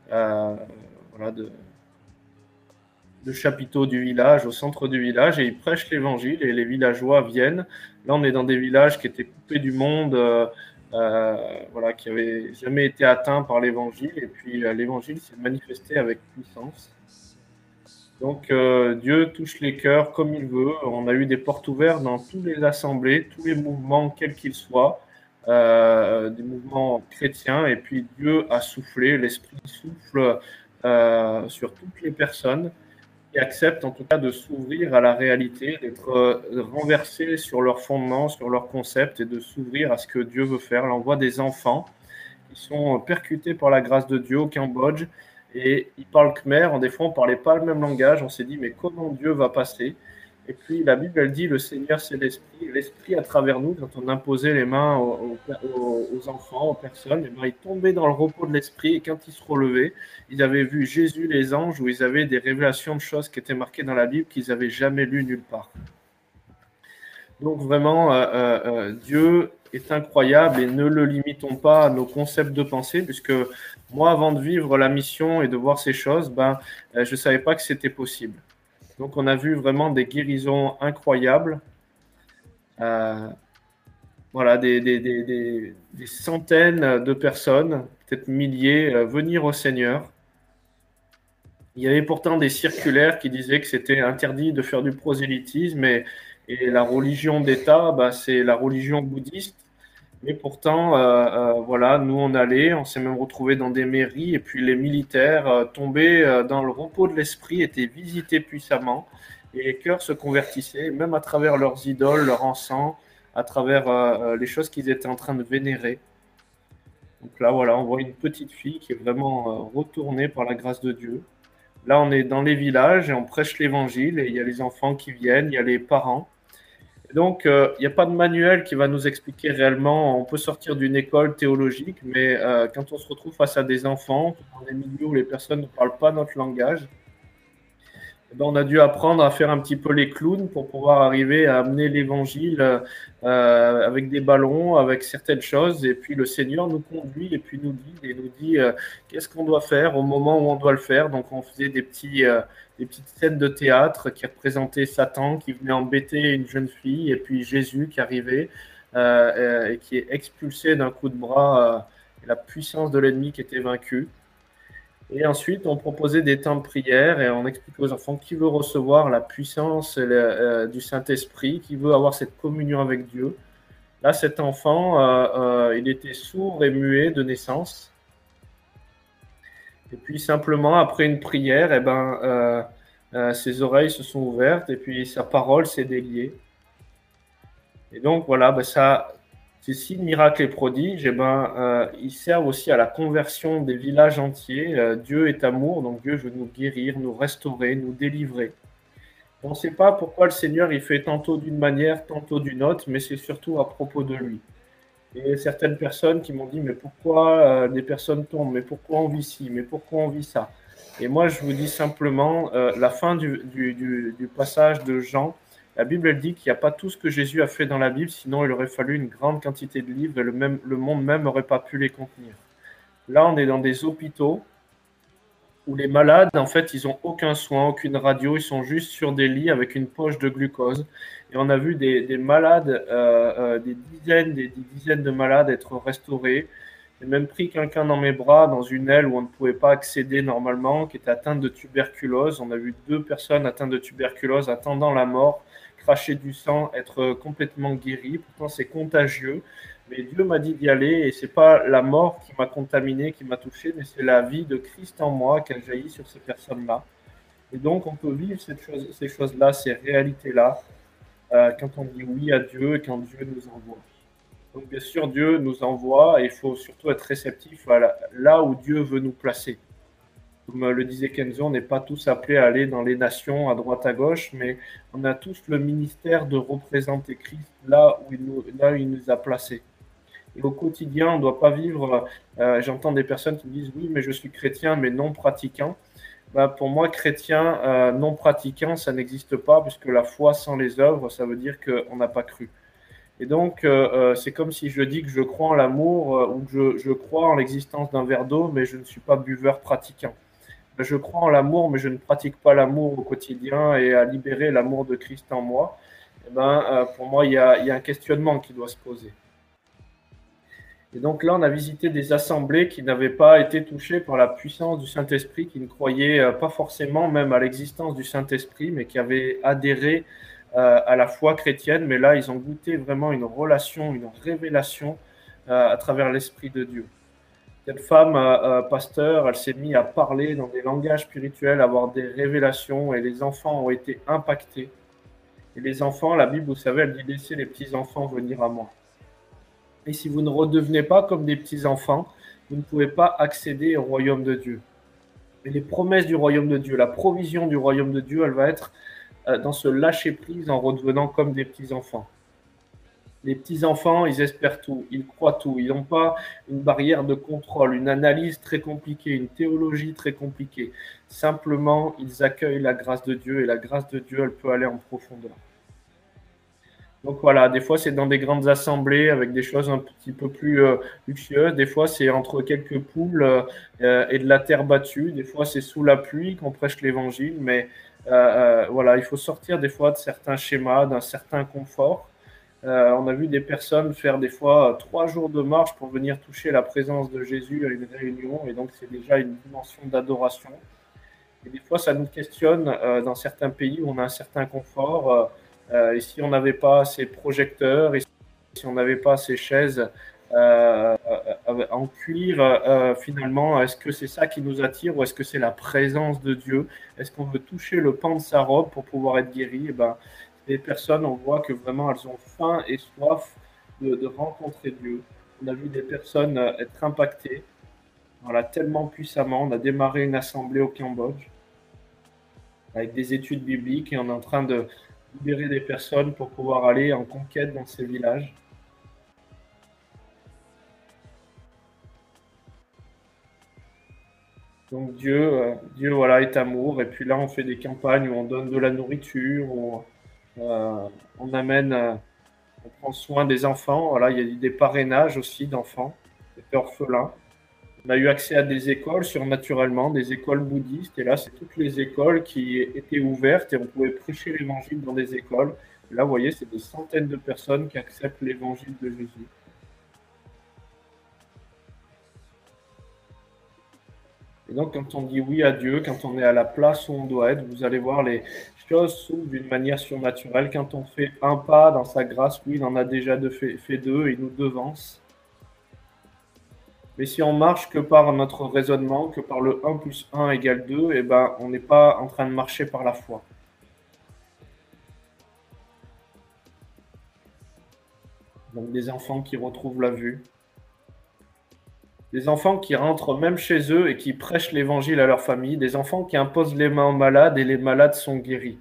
chapiteau du village, au centre du village, et ils prêchent l'évangile et les villageois viennent. Là, on est dans des villages qui étaient coupés du monde, qui n'avaient jamais été atteints par l'évangile, et puis l'évangile s'est manifesté avec puissance. Donc, Dieu touche les cœurs comme il veut. On a eu des portes ouvertes dans toutes les assemblées, tous les mouvements, quels qu'ils soient, des mouvements chrétiens, et puis Dieu a soufflé, l'Esprit souffle sur toutes les personnes. Il qui acceptent en tout cas de s'ouvrir à la réalité, d'être renversés sur leurs fondements, sur leurs concepts et de s'ouvrir à ce que Dieu veut faire. Là, on voit des enfants qui sont percutés par la grâce de Dieu au Cambodge et ils parlent khmer. Des fois, on ne parlait pas le même langage. On s'est dit, mais comment Dieu va passer? Et puis la Bible, elle dit, le Seigneur, c'est l'Esprit. L'Esprit à travers nous, quand on imposait les mains aux enfants, aux personnes, et ben, ils tombaient dans le repos de l'Esprit. Et quand ils se relevaient, ils avaient vu Jésus, les anges, où ils avaient des révélations de choses qui étaient marquées dans la Bible qu'ils n'avaient jamais lues nulle part. Donc vraiment, Dieu est incroyable et ne le limitons pas à nos concepts de pensée, puisque moi, avant de vivre la mission et de voir ces choses, je ne savais pas que c'était possible. Donc, on a vu vraiment des guérisons incroyables. Voilà, des centaines de personnes, peut-être milliers, venir au Seigneur. Il y avait pourtant des circulaires qui disaient que c'était interdit de faire du prosélytisme et la religion d'État, c'est la religion bouddhiste. Mais pourtant, voilà, nous on allait, on s'est même retrouvés dans des mairies et puis les militaires tombés dans le repos de l'esprit, étaient visités puissamment et les cœurs se convertissaient, même à travers leurs idoles, leur encens, à travers les choses qu'ils étaient en train de vénérer. Donc là, voilà, on voit une petite fille qui est vraiment retournée par la grâce de Dieu. Là, on est dans les villages et on prêche l'évangile et il y a les enfants qui viennent, il y a les parents. Donc, il n'y a pas de manuel qui va nous expliquer réellement. On peut sortir d'une école théologique, mais quand on se retrouve face à des enfants, dans des milieux où les personnes ne parlent pas notre langage, on a dû apprendre à faire un petit peu les clowns pour pouvoir arriver à amener l'évangile avec des ballons, avec certaines choses. Et puis, le Seigneur nous conduit et puis nous guide et nous dit qu'est-ce qu'on doit faire au moment où on doit le faire. Donc, on faisait des petites scènes de théâtre qui représentaient Satan qui venait embêter une jeune fille et puis Jésus qui arrivait et qui est expulsé d'un coup de bras la puissance de l'ennemi qui était vaincue. Et ensuite, on proposait des temps de prière et on expliquait aux enfants qui veut recevoir la puissance du Saint-Esprit, qui veut avoir cette communion avec Dieu. Là, cet enfant, il était sourd et muet de naissance. Et puis simplement, après une prière, ses oreilles se sont ouvertes et puis sa parole s'est déliée. Et donc voilà, ces 6 miracles et prodiges, ils servent aussi à la conversion des villages entiers. Dieu est amour, donc Dieu veut nous guérir, nous restaurer, nous délivrer. On ne sait pas pourquoi le Seigneur il fait tantôt d'une manière, tantôt d'une autre, mais c'est surtout à propos de lui. Et certaines personnes qui m'ont dit, mais pourquoi des personnes tombent, mais pourquoi on vit ci, mais pourquoi on vit ça? Et moi, je vous dis simplement, la fin du passage de Jean, la Bible elle dit qu'il n'y a pas tout ce que Jésus a fait dans la Bible, sinon il aurait fallu une grande quantité de livres et le monde même n'aurait pas pu les contenir. Là, on est dans des hôpitaux où les malades, en fait, ils n'ont aucun soin, aucune radio, ils sont juste sur des lits avec une poche de glucose. Et on a vu des malades, des dizaines de malades être restaurés. J'ai même pris quelqu'un dans mes bras, dans une aile où on ne pouvait pas accéder normalement, qui était atteinte de tuberculose. On a vu 2 personnes atteintes de tuberculose attendant la mort, cracher du sang, être complètement guéri. Pourtant, c'est contagieux. Mais Dieu m'a dit d'y aller et c'est pas la mort qui m'a contaminé, qui m'a touché, mais c'est la vie de Christ en moi qui a jailli sur ces personnes-là. Et donc, on peut vivre ces choses-là, ces réalités-là, quand on dit oui à Dieu et quand Dieu nous envoie. Donc, bien sûr, Dieu nous envoie et il faut surtout être réceptif là où Dieu veut nous placer. Comme le disait Kenzo, on n'est pas tous appelés à aller dans les nations à droite à gauche, mais on a tous le ministère de représenter Christ là où il nous a placés. Et au quotidien, on ne doit pas vivre. J'entends des personnes qui me disent oui, mais je suis chrétien, mais non pratiquant. Pour moi, chrétien non pratiquant, ça n'existe pas, puisque la foi sans les œuvres, ça veut dire qu'on n'a pas cru. Et donc, c'est comme si je dis que je crois en l'amour ou que je crois en l'existence d'un verre d'eau, mais je ne suis pas buveur pratiquant. Je crois en l'amour, mais je ne pratique pas l'amour au quotidien et à libérer l'amour de Christ en moi. Pour moi, il y a un questionnement qui doit se poser. Et donc là, on a visité des assemblées qui n'avaient pas été touchées par la puissance du Saint-Esprit, qui ne croyaient pas forcément même à l'existence du Saint-Esprit, mais qui avaient adhéré à la foi chrétienne. Mais là, ils ont goûté vraiment une relation, une révélation à travers l'Esprit de Dieu. Cette femme, pasteur, elle s'est mise à parler dans des langages spirituels, à avoir des révélations, et les enfants ont été impactés. Et les enfants, la Bible, vous savez, elle dit laissez les petits-enfants venir à moi. Et si vous ne redevenez pas comme des petits-enfants, vous ne pouvez pas accéder au royaume de Dieu. Et les promesses du royaume de Dieu, la provision du royaume de Dieu, elle va être dans ce lâcher-prise en redevenant comme des petits-enfants. Les petits-enfants, ils espèrent tout, ils croient tout, ils n'ont pas une barrière de contrôle, une analyse très compliquée, une théologie très compliquée. Simplement, ils accueillent la grâce de Dieu, et la grâce de Dieu, elle peut aller en profondeur. Donc voilà, des fois c'est dans des grandes assemblées avec des choses un petit peu plus luxueuses, des fois c'est entre quelques poules et de la terre battue, des fois c'est sous la pluie qu'on prêche l'évangile, mais voilà, il faut sortir des fois de certains schémas, d'un certain confort. On a vu des personnes faire des fois 3 jours de marche pour venir toucher la présence de Jésus à une réunion, et donc c'est déjà une dimension d'adoration. Et des fois ça nous questionne dans certains pays où on a un certain confort. Et si on n'avait pas ces projecteurs, et si on n'avait pas ces chaises en cuir, finalement, est-ce que c'est ça qui nous attire, ou est-ce que c'est la présence de Dieu? Est-ce qu'on veut toucher le pan de sa robe pour pouvoir être guéri? Les personnes, on voit que vraiment elles ont faim et soif de rencontrer Dieu. On a vu des personnes être impactées, voilà, tellement puissamment. On a démarré une assemblée au Cambodge avec des études bibliques, et on est en train de libérer des personnes pour pouvoir aller en conquête dans ces villages. Donc Dieu voilà, est amour. Et puis là, on fait des campagnes où on donne de la nourriture, où on amène, on prend soin des enfants. Voilà, il y a des parrainages aussi d'enfants, des orphelins. On a eu accès à des écoles surnaturellement, des écoles bouddhistes. Et là, c'est toutes les écoles qui étaient ouvertes, et on pouvait prêcher l'évangile dans des écoles. Et là, vous voyez, c'est des centaines de personnes qui acceptent l'évangile de Jésus. Et donc, quand on dit oui à Dieu, quand on est à la place où on doit être, vous allez voir, les choses s'ouvrent d'une manière surnaturelle. Quand on fait un pas dans sa grâce, oui, il en a déjà fait deux, et il nous devance. Mais si on marche que par notre raisonnement, que par le 1 plus 1 égale 2, eh ben, on n'est pas en train de marcher par la foi. Donc des enfants qui retrouvent la vue. Des enfants qui rentrent même chez eux et qui prêchent l'évangile à leur famille. Des enfants qui imposent les mains aux malades, et les malades sont guéris.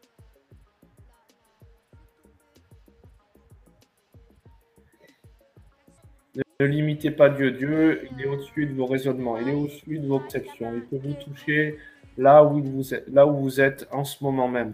Ne limitez pas Dieu. Dieu, il est au-dessus de vos raisonnements, il est au-dessus de vos perceptions. Il peut vous toucher là où vous êtes en ce moment même.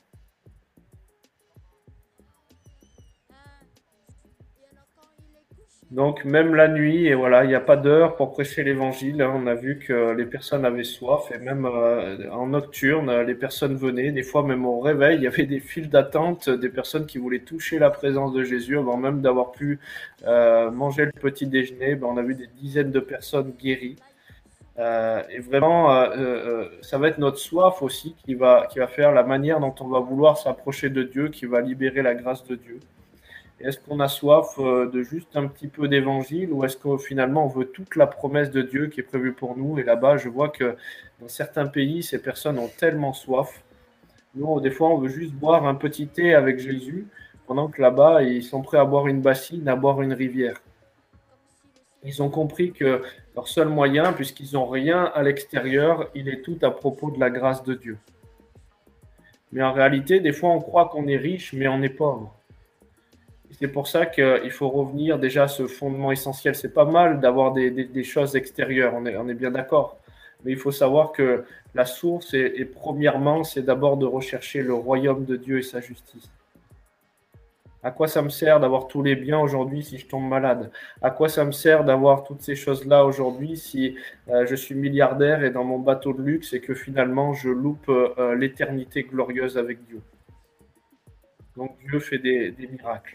Donc même la nuit, et voilà, il n'y a pas d'heure pour prêcher l'évangile. On a vu que les personnes avaient soif, et même en nocturne, les personnes venaient. Des fois, même au réveil, il y avait des files d'attente, des personnes qui voulaient toucher la présence de Jésus avant même d'avoir pu manger le petit déjeuner. On a vu des dizaines de personnes guéries. Et vraiment, ça va être notre soif aussi qui va faire la manière dont on va vouloir s'approcher de Dieu, qui va libérer la grâce de Dieu. Est-ce qu'on a soif de juste un petit peu d'évangile, ou est-ce que finalement on veut toute la promesse de Dieu qui est prévue pour nous? Et là-bas, je vois que dans certains pays, ces personnes ont tellement soif. Nous, des fois, on veut juste boire un petit thé avec Jésus, pendant que là-bas, ils sont prêts à boire une bassine, à boire une rivière. Ils ont compris que leur seul moyen, puisqu'ils n'ont rien à l'extérieur, il est tout à propos de la grâce de Dieu. Mais en réalité, des fois, on croit qu'on est riche, mais on est pauvre. C'est pour ça qu'il faut revenir déjà à ce fondement essentiel. C'est pas mal d'avoir des choses extérieures, on est bien d'accord. Mais il faut savoir que la source, et premièrement, c'est d'abord de rechercher le royaume de Dieu et sa justice. À quoi ça me sert d'avoir tous les biens aujourd'hui si je tombe malade? À quoi ça me sert d'avoir toutes ces choses-là aujourd'hui si je suis milliardaire et dans mon bateau de luxe, et que finalement je loupe l'éternité glorieuse avec Dieu? Donc Dieu fait des miracles.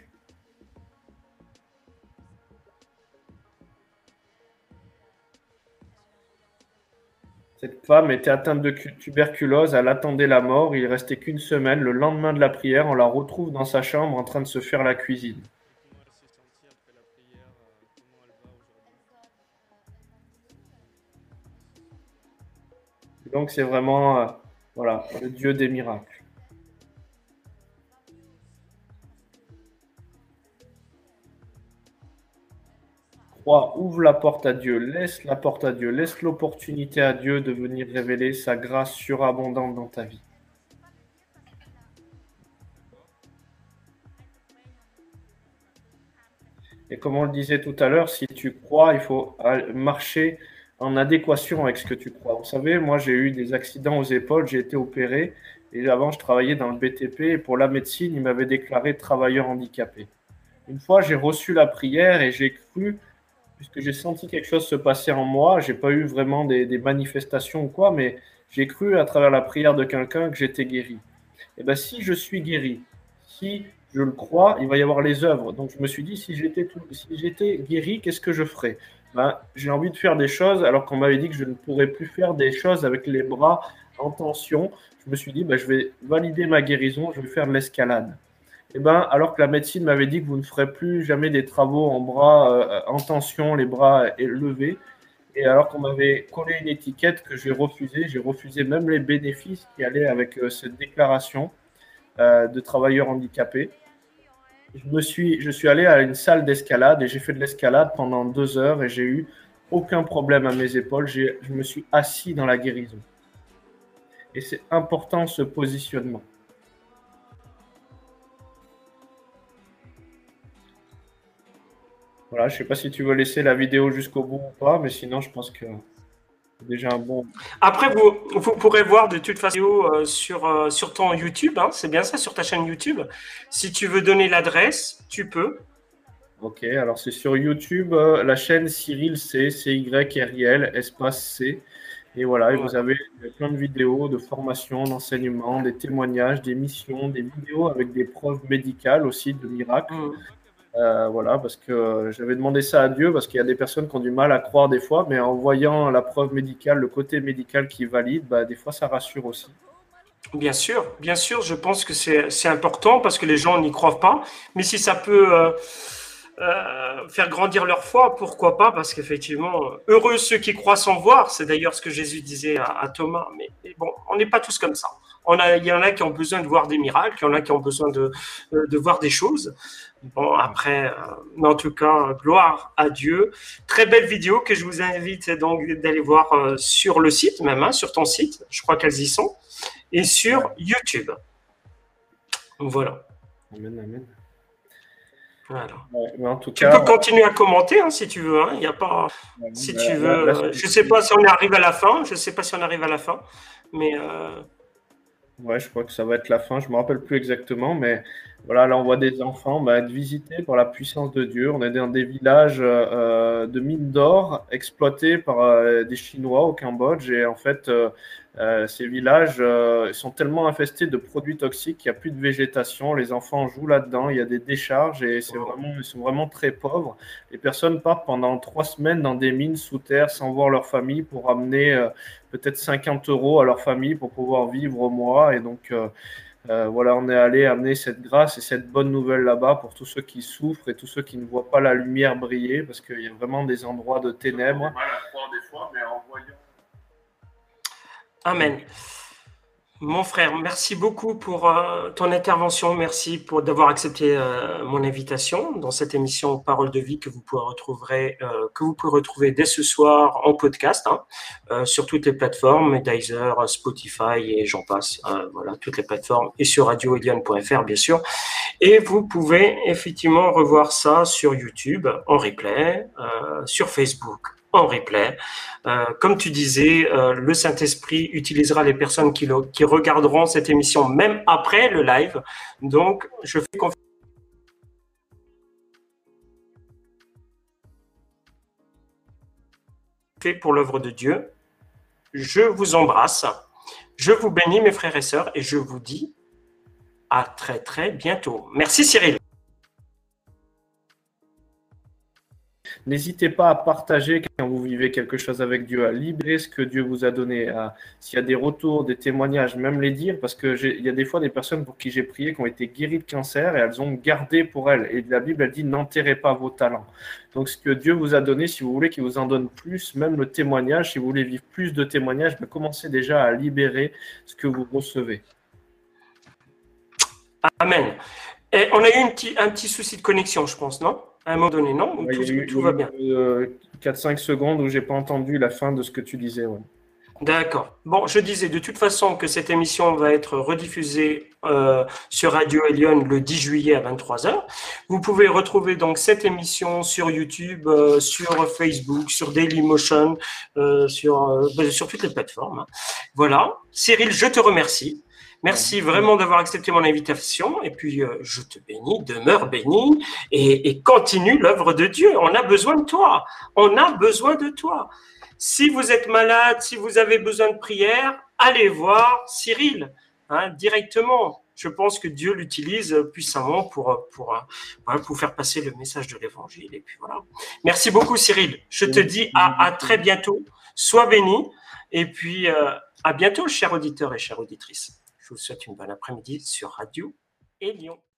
Cette femme était atteinte de tuberculose, elle attendait la mort, il restait qu'une semaine. Le lendemain de la prière, on la retrouve dans sa chambre en train de se faire la cuisine. Donc, c'est vraiment voilà, le Dieu des miracles. Crois, ouvre la porte à Dieu, laisse la porte à Dieu, laisse l'opportunité à Dieu de venir révéler sa grâce surabondante dans ta vie. Et comme on le disait tout à l'heure, si tu crois, il faut marcher en adéquation avec ce que tu crois. Vous savez, moi, j'ai eu des accidents aux épaules, j'ai été opéré. Et avant, je travaillais dans le BTP. Et pour la médecine, ils m'avaient déclaré travailleur handicapé. Une fois, j'ai reçu la prière et j'ai cru, puisque j'ai senti quelque chose se passer en moi, j'ai pas eu vraiment des manifestations ou quoi, mais j'ai cru à travers la prière de quelqu'un que j'étais guéri. Et bien, si je suis guéri, si je le crois, il va y avoir les œuvres. Donc, je me suis dit, si j'étais guéri, qu'est-ce que je ferais? Ben, j'ai envie de faire des choses, alors qu'on m'avait dit que je ne pourrais plus faire des choses avec les bras en tension. Je me suis dit, ben, je vais valider ma guérison, je vais faire de l'escalade. Et ben, alors que la médecine m'avait dit que vous ne ferez plus jamais des travaux en bras en tension, les bras levés, et alors qu'on m'avait collé une étiquette que j'ai refusé même les bénéfices qui allaient avec cette déclaration de travailleur handicapé. Je suis allé à une salle d'escalade et j'ai fait de l'escalade pendant 2 heures et j'ai eu aucun problème à mes épaules. Je me suis assis dans la guérison. Et c'est important ce positionnement. Voilà, je ne sais pas si tu veux laisser la vidéo jusqu'au bout ou pas, mais sinon je pense que c'est déjà un bon... Après, vous pourrez voir de toute façon sur ton YouTube, hein, c'est bien ça, sur ta chaîne YouTube. Si tu veux donner l'adresse, tu peux. Ok, alors c'est sur YouTube, la chaîne Cyril C, C-Y-R-I-L, espace C. Et voilà, et vous avez plein de vidéos de formation, d'enseignement, des témoignages, des missions, des vidéos avec des preuves médicales aussi de miracles. Voilà, parce que j'avais demandé ça à Dieu, parce qu'il y a des personnes qui ont du mal à croire des fois, mais en voyant la preuve médicale, le côté médical qui valide, bah, des fois ça rassure aussi. Bien sûr, je pense que c'est important parce que les gens n'y croient pas, mais si ça peut faire grandir leur foi, pourquoi pas, parce qu'effectivement, heureux ceux qui croient sans voir, c'est d'ailleurs ce que Jésus disait à Thomas, mais bon, on n'est pas tous comme ça. Il y en a qui ont besoin de voir des miracles, il y en a qui ont besoin de voir des choses. Bon, après, mais en tout cas, gloire à Dieu. Très belle vidéo que je vous invite donc d'aller voir sur le site même, hein, sur ton site, je crois qu'elles y sont, et sur YouTube. Voilà. Amen, amen. Voilà. Ouais, en tout tu cas, peux continuer à commenter hein, si tu veux. Hein. Y a pas, si tu veux. Je ne sais pas si on arrive à la fin. Mais ouais, je crois que ça va être la fin. Je ne me rappelle plus exactement, mais voilà, là on voit des enfants être visités par la puissance de Dieu. On est dans des villages de mines d'or exploités par des Chinois au Cambodge, et en fait, ces villages sont tellement infestés de produits toxiques qu'il n'y a plus de végétation. Les enfants jouent là-dedans, il y a des décharges et ils sont vraiment très pauvres. Les personnes partent pendant 3 semaines dans des mines sous terre sans voir leur famille pour amener peut-être 50 € à leur famille pour pouvoir vivre au mois. Et donc, voilà, on est allé amener cette grâce et cette bonne nouvelle là-bas pour tous ceux qui souffrent et tous ceux qui ne voient pas la lumière briller, parce qu'il y a vraiment des endroits de ténèbres. Mal à croire des fois, mais en voyant. Amen. Mon frère, merci beaucoup pour ton intervention. Merci d'avoir accepté mon invitation dans cette émission Parole de vie que vous pouvez retrouver dès ce soir en podcast sur toutes les plateformes, Deezer, Spotify et j'en passe. Voilà, toutes les plateformes et sur radioeliane.fr bien sûr. Et vous pouvez effectivement revoir ça sur YouTube en replay, sur Facebook en replay. Comme tu disais, le Saint-Esprit utilisera les personnes qui regarderont cette émission même après le live. Donc, je fais confiance pour l'œuvre de Dieu. Je vous embrasse. Je vous bénis, mes frères et sœurs, et je vous dis à très, très bientôt. Merci, Cyril. N'hésitez pas à partager quand vous vivez quelque chose avec Dieu, à libérer ce que Dieu vous a donné. S'il y a des retours, des témoignages, même les dire, parce qu'il y a des fois des personnes pour qui j'ai prié qui ont été guéries de cancer et elles ont gardé pour elles. Et la Bible, elle dit, n'enterrez pas vos talents. Donc, ce que Dieu vous a donné, si vous voulez qu'il vous en donne plus, même le témoignage, si vous voulez vivre plus de témoignages, commencez déjà à libérer ce que vous recevez. Amen. Et on a eu un petit souci de connexion, je pense, non? À un moment donné, non? Ouais, Tout va bien. 4-5 secondes où je n'ai pas entendu la fin de ce que tu disais. Ouais. D'accord. Bon, je disais de toute façon que cette émission va être rediffusée sur Radio Elion le 10 juillet à 23h. Vous pouvez retrouver donc cette émission sur YouTube, sur Facebook, sur Dailymotion, sur toutes les plateformes. Hein. Voilà. Cyril, je te remercie. Merci vraiment d'avoir accepté mon invitation. Et puis, je te bénis, demeure béni et continue l'œuvre de Dieu. On a besoin de toi. On a besoin de toi. Si vous êtes malade, si vous avez besoin de prière, allez voir Cyril directement. Je pense que Dieu l'utilise puissamment pour faire passer le message de l'Évangile. Et puis voilà. Merci beaucoup Cyril. Je te dis à très bientôt. Sois béni. Et puis à bientôt, chers auditeurs et chères auditrices. Je vous souhaite une bonne après-midi sur Radio Elion.